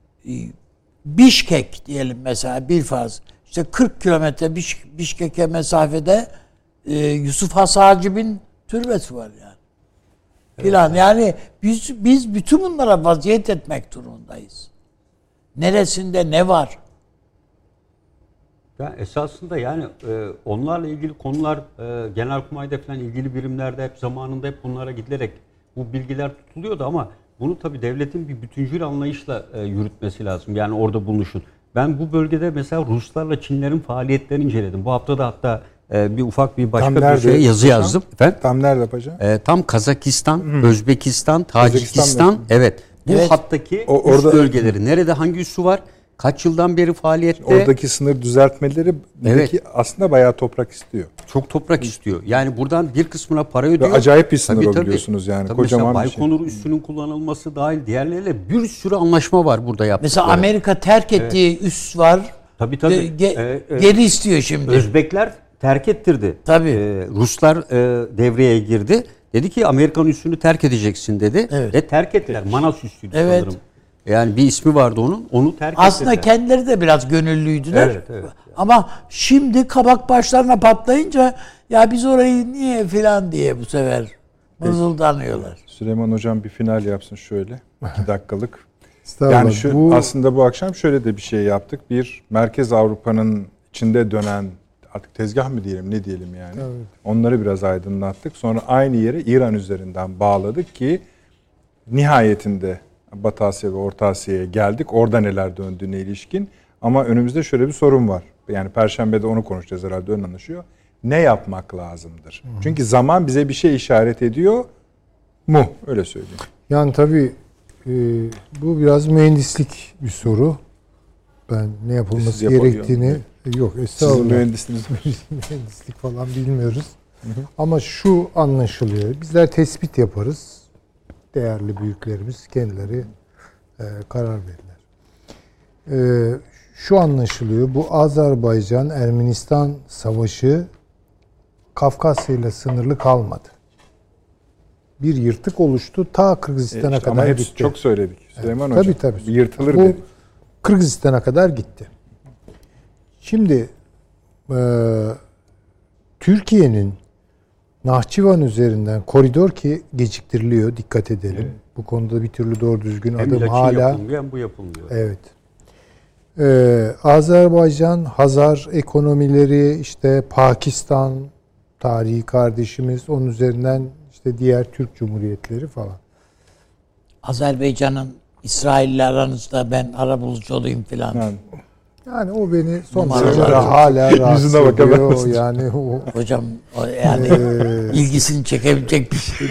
Speaker 3: Bişkek diyelim mesela bir farz, işte kırk kilometre Biş, Bişkek'e mesafede e, Yusuf Has Hacib'in türbesi var yani. Filan. Evet. Yani biz biz bütün bunlara vaziyet etmek durumundayız. Neresinde ne var?
Speaker 4: Ya esasında yani e, onlarla ilgili konular e, Genelkurmay'da falan ilgili birimlerde hep zamanında hep bunlara gidilerek bu bilgiler tutuluyordu ama bunu tabii devletin bir bütüncül anlayışla e, yürütmesi lazım. Yani orada bulunuşun. Ben bu bölgede mesela Ruslarla Çinlerin faaliyetlerini inceledim. Bu hafta da hatta e, bir ufak bir başka bir şeye yazı hocam? yazdım. Efendim?
Speaker 1: Tam nerede hocam?
Speaker 4: E, tam Kazakistan, Hı. Özbekistan, Tacikistan. Özbekistan evet. Bu evet. hattaki o, orada, üs bölgeleri. Nerede hangi üssü var? Kaç yıldan beri faaliyette?
Speaker 1: Oradaki sınır düzeltmeleri evet. aslında bayağı toprak istiyor.
Speaker 4: Çok toprak istiyor. Yani buradan bir kısmına para ödüyor.
Speaker 1: Ve acayip bir sınır tabii, o biliyorsunuz tabii. yani.
Speaker 4: Tabii
Speaker 1: kocaman
Speaker 4: mesela
Speaker 1: bir şey.
Speaker 4: Baykonur üssünün kullanılması dahil diğerleriyle bir sürü anlaşma var burada yaptıkları.
Speaker 3: Mesela Amerika terk ettiği evet. üs var.
Speaker 4: Tabii tabii.
Speaker 3: Ge- ee, e, geri istiyor şimdi.
Speaker 4: Özbekler terk ettirdi.
Speaker 3: Tabii.
Speaker 4: Ee, Ruslar e, devreye girdi. Dedi ki Amerikan üssünü terk edeceksin dedi. Evet. Ve terk ettiler. Manas üssüydü evet. sanırım. Yani bir ismi vardı onun. Onu terk ettiler.
Speaker 3: Aslında kendileri de biraz gönüllüydüler.
Speaker 4: Evet, evet.
Speaker 3: Ama şimdi kabak başlarına patlayınca ya biz orayı niye filan diye bu sefer mızıldanıyorlar.
Speaker 1: Süleyman Hocam bir final yapsın şöyle. iki dakikalık. Yani şu bu... aslında bu akşam şöyle de bir şey yaptık. Bir Merkez Avrupa'nın içinde dönen artık tezgah mı diyelim ne diyelim yani. Evet. Onları biraz aydınlattık. Sonra aynı yere İran üzerinden bağladık ki nihayetinde Batı Asya ve Orta Asya'ya geldik. Orada neler döndüğüne ilişkin. Ama önümüzde şöyle bir sorun var. Yani Perşembe'de onu konuşacağız herhalde, ön anlaşıyor. Ne yapmak lazımdır? Hı. Çünkü zaman bize bir şey işaret ediyor mu? Öyle söyleyeyim.
Speaker 2: Yani tabii e, bu biraz mühendislik bir soru. Ben ne yapılması gerektiğini... Yok estağfurullah.
Speaker 1: Sizin mühendisiniz.
Speaker 2: Mühendislik falan bilmiyoruz. Hı hı. Ama şu anlaşılıyor. Bizler tespit yaparız. Değerli büyüklerimiz kendileri e, karar verirler. E, şu anlaşılıyor. Bu Azerbaycan-Ermenistan savaşı Kafkasya ile sınırlı kalmadı. Bir yırtık oluştu. Ta Kırgızistan'a e işte kadar gitti.
Speaker 1: Çok söyledik Süleyman
Speaker 2: evet,
Speaker 1: Hocam.
Speaker 2: Tabii tabii.
Speaker 1: Yırtılır
Speaker 2: Bu,
Speaker 1: dedik.
Speaker 2: Kırgızistan'a kadar gitti. Şimdi e, Türkiye'nin Nahçıvan üzerinden koridor ki geciktiriliyor. Dikkat edelim. Evet. Bu konuda bir türlü doğru düzgün hem adım hala.
Speaker 4: Yapılmıyor, hem bu yapılmıyor.
Speaker 2: Evet. Ee, Azerbaycan, Hazar ekonomileri, işte Pakistan tarihi kardeşimiz, onun üzerinden işte diğer Türk Cumhuriyetleri falan.
Speaker 3: Azerbaycan'ın İsrail'le aranızda ben arabulucu olayım falan.
Speaker 2: Yani, yani o beni son derece hala rahatsız ediyor. Yani o,
Speaker 3: hocam o yani e, ilgisini çekebilecek bir şey.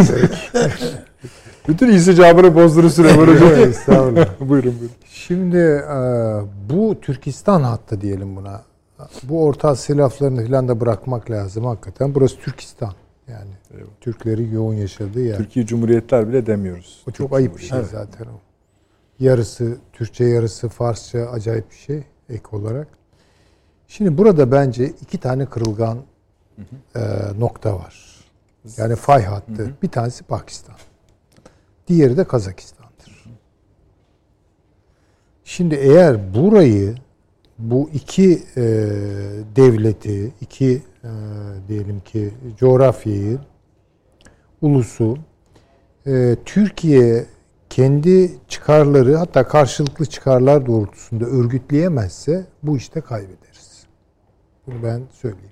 Speaker 1: Bütün insicabını bozdurur Süleyman Hocam.
Speaker 2: Estağfurullah.
Speaker 1: Buyurun buyurun.
Speaker 2: Şimdi e, bu Türkistan hattı diyelim buna. Bu Orta Asya laflarını falan da bırakmak lazım hakikaten. Burası Türkistan. Yani evet. Türklerin yoğun yaşadığı yer.
Speaker 1: Türkiye Cumhuriyetler bile demiyoruz.
Speaker 2: O çok Türk ayıp bir şey evet. zaten o. Yarısı Türkçe, yarısı Farsça, acayip bir şey ek olarak. Şimdi burada bence iki tane kırılgan hı hı. E, nokta var. Yani fay hattı. Hı hı. Bir tanesi Pakistan. Diğeri de Kazakistan'dır. Şimdi eğer burayı, bu iki e, devleti, iki e, diyelim ki coğrafyayı, ulusu, e, Türkiye kendi çıkarları, hatta karşılıklı çıkarlar doğrultusunda örgütleyemezse bu işte kaybederiz. Bunu ben söyleyeyim.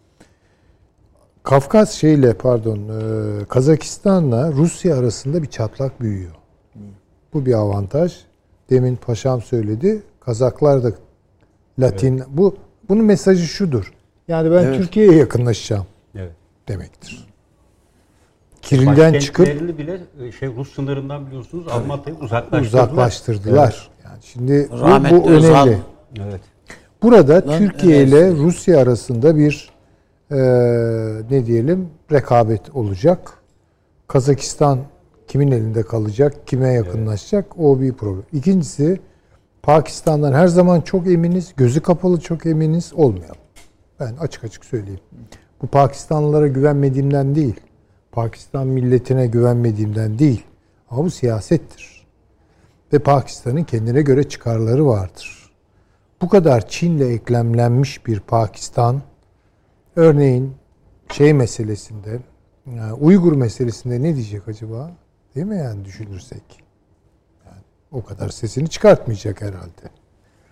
Speaker 2: Kafkas şeyle pardon e, Kazakistan'la Rusya arasında bir çatlak büyüyor. Bu bir avantaj. Demin paşam söyledi. Kazaklar da Latin. Evet. Bu bunun mesajı şudur. Yani ben evet. Türkiye'ye yakınlaşacağım. Evet. Demektir. Kiril'den çıkıp
Speaker 4: bile şey Rus sınırından biliyorsunuz Almatya'yı uzaklaştırdılar.
Speaker 2: Uzaklaştırdılar. Evet. Yani şimdi bu, bu önemli. Evet. Burada Lan, Türkiye evet. ile Rusya arasında bir Ee, ne diyelim rekabet olacak. Kazakistan kimin elinde kalacak, kime yakınlaşacak evet. o bir problem. İkincisi Pakistan'dan her zaman çok eminiz, gözü kapalı çok eminiz olmayalım. Ben açık açık söyleyeyim. Bu Pakistanlılara güvenmediğimden değil, Pakistan milletine güvenmediğimden değil. Ama bu siyasettir. Ve Pakistan'ın kendine göre çıkarları vardır. Bu kadar Çin'le eklemlenmiş bir Pakistan, örneğin şey meselesinde, yani Uygur meselesinde ne diyecek acaba? Değil mi yani düşünürsek? Yani o kadar sesini çıkartmayacak herhalde.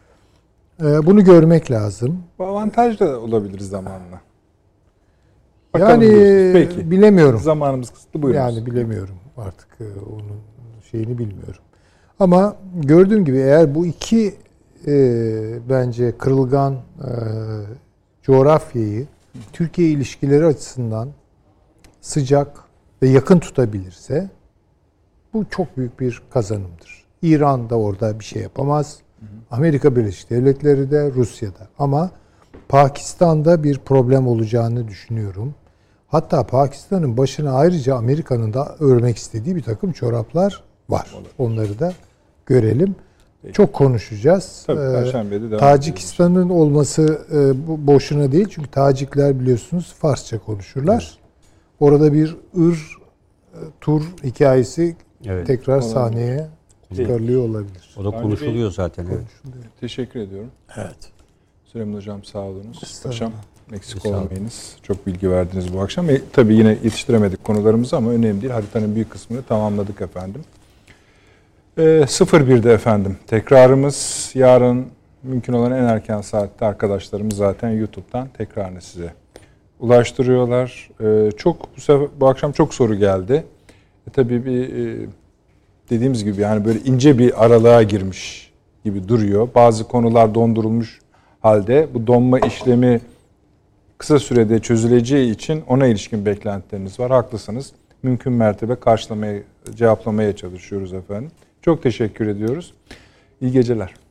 Speaker 2: Ee, bunu görmek lazım.
Speaker 1: Bu avantaj da olabilir zamanla. Bakalım
Speaker 2: yani
Speaker 1: diyorsunuz. Peki.
Speaker 2: Bilemiyorum.
Speaker 1: Zamanımız kısıtlı, buyurunuz.
Speaker 2: Yani bilemiyorum artık e, onun şeyini bilmiyorum. Ama gördüğüm gibi eğer bu iki e, bence kırılgan e, coğrafyayı Türkiye ilişkileri açısından sıcak ve yakın tutabilirse bu çok büyük bir kazanımdır. İran da orada bir şey yapamaz. Amerika Birleşik Devletleri de, Rusya'da. Ama Pakistan'da bir problem olacağını düşünüyorum. Hatta Pakistan'ın başına ayrıca Amerika'nın da örmek istediği bir takım çoraplar var. Onları da görelim. Peki. Çok konuşacağız.
Speaker 1: Tabii, Perşembe'de devam
Speaker 2: Tacikistan'ın olması e, bu boşuna değil. Çünkü Tacikler biliyorsunuz Farsça konuşurlar. Evet. Orada bir ır e, tur hikayesi evet. tekrar olabilir. Sahneye çıkarılıyor olabilir.
Speaker 4: O da konuşuluyor zaten. Evet.
Speaker 1: Konuşuluyor. Teşekkür ediyorum.
Speaker 3: Evet.
Speaker 1: Süleyman Hocam sağ olunuz. Paşam eksik olmayınız. Çok bilgi verdiniz bu akşam. E, tabii yine yetiştiremedik konularımızı ama önemli değil. Haritanın büyük kısmını tamamladık efendim. E, sıfır birde efendim. Tekrarımız yarın mümkün olan en erken saatte arkadaşlarımız zaten YouTube'dan tekrarını size ulaştırıyorlar. E, çok bu, sefer, bu akşam çok soru geldi. E, tabii bir e, dediğimiz gibi yani böyle ince bir aralığa girmiş gibi duruyor. Bazı konular dondurulmuş halde bu donma işlemi kısa sürede çözüleceği için ona ilişkin beklentileriniz var. Haklısınız. Mümkün mertebe karşılamaya, cevaplamaya çalışıyoruz efendim. Çok teşekkür ediyoruz. İyi geceler.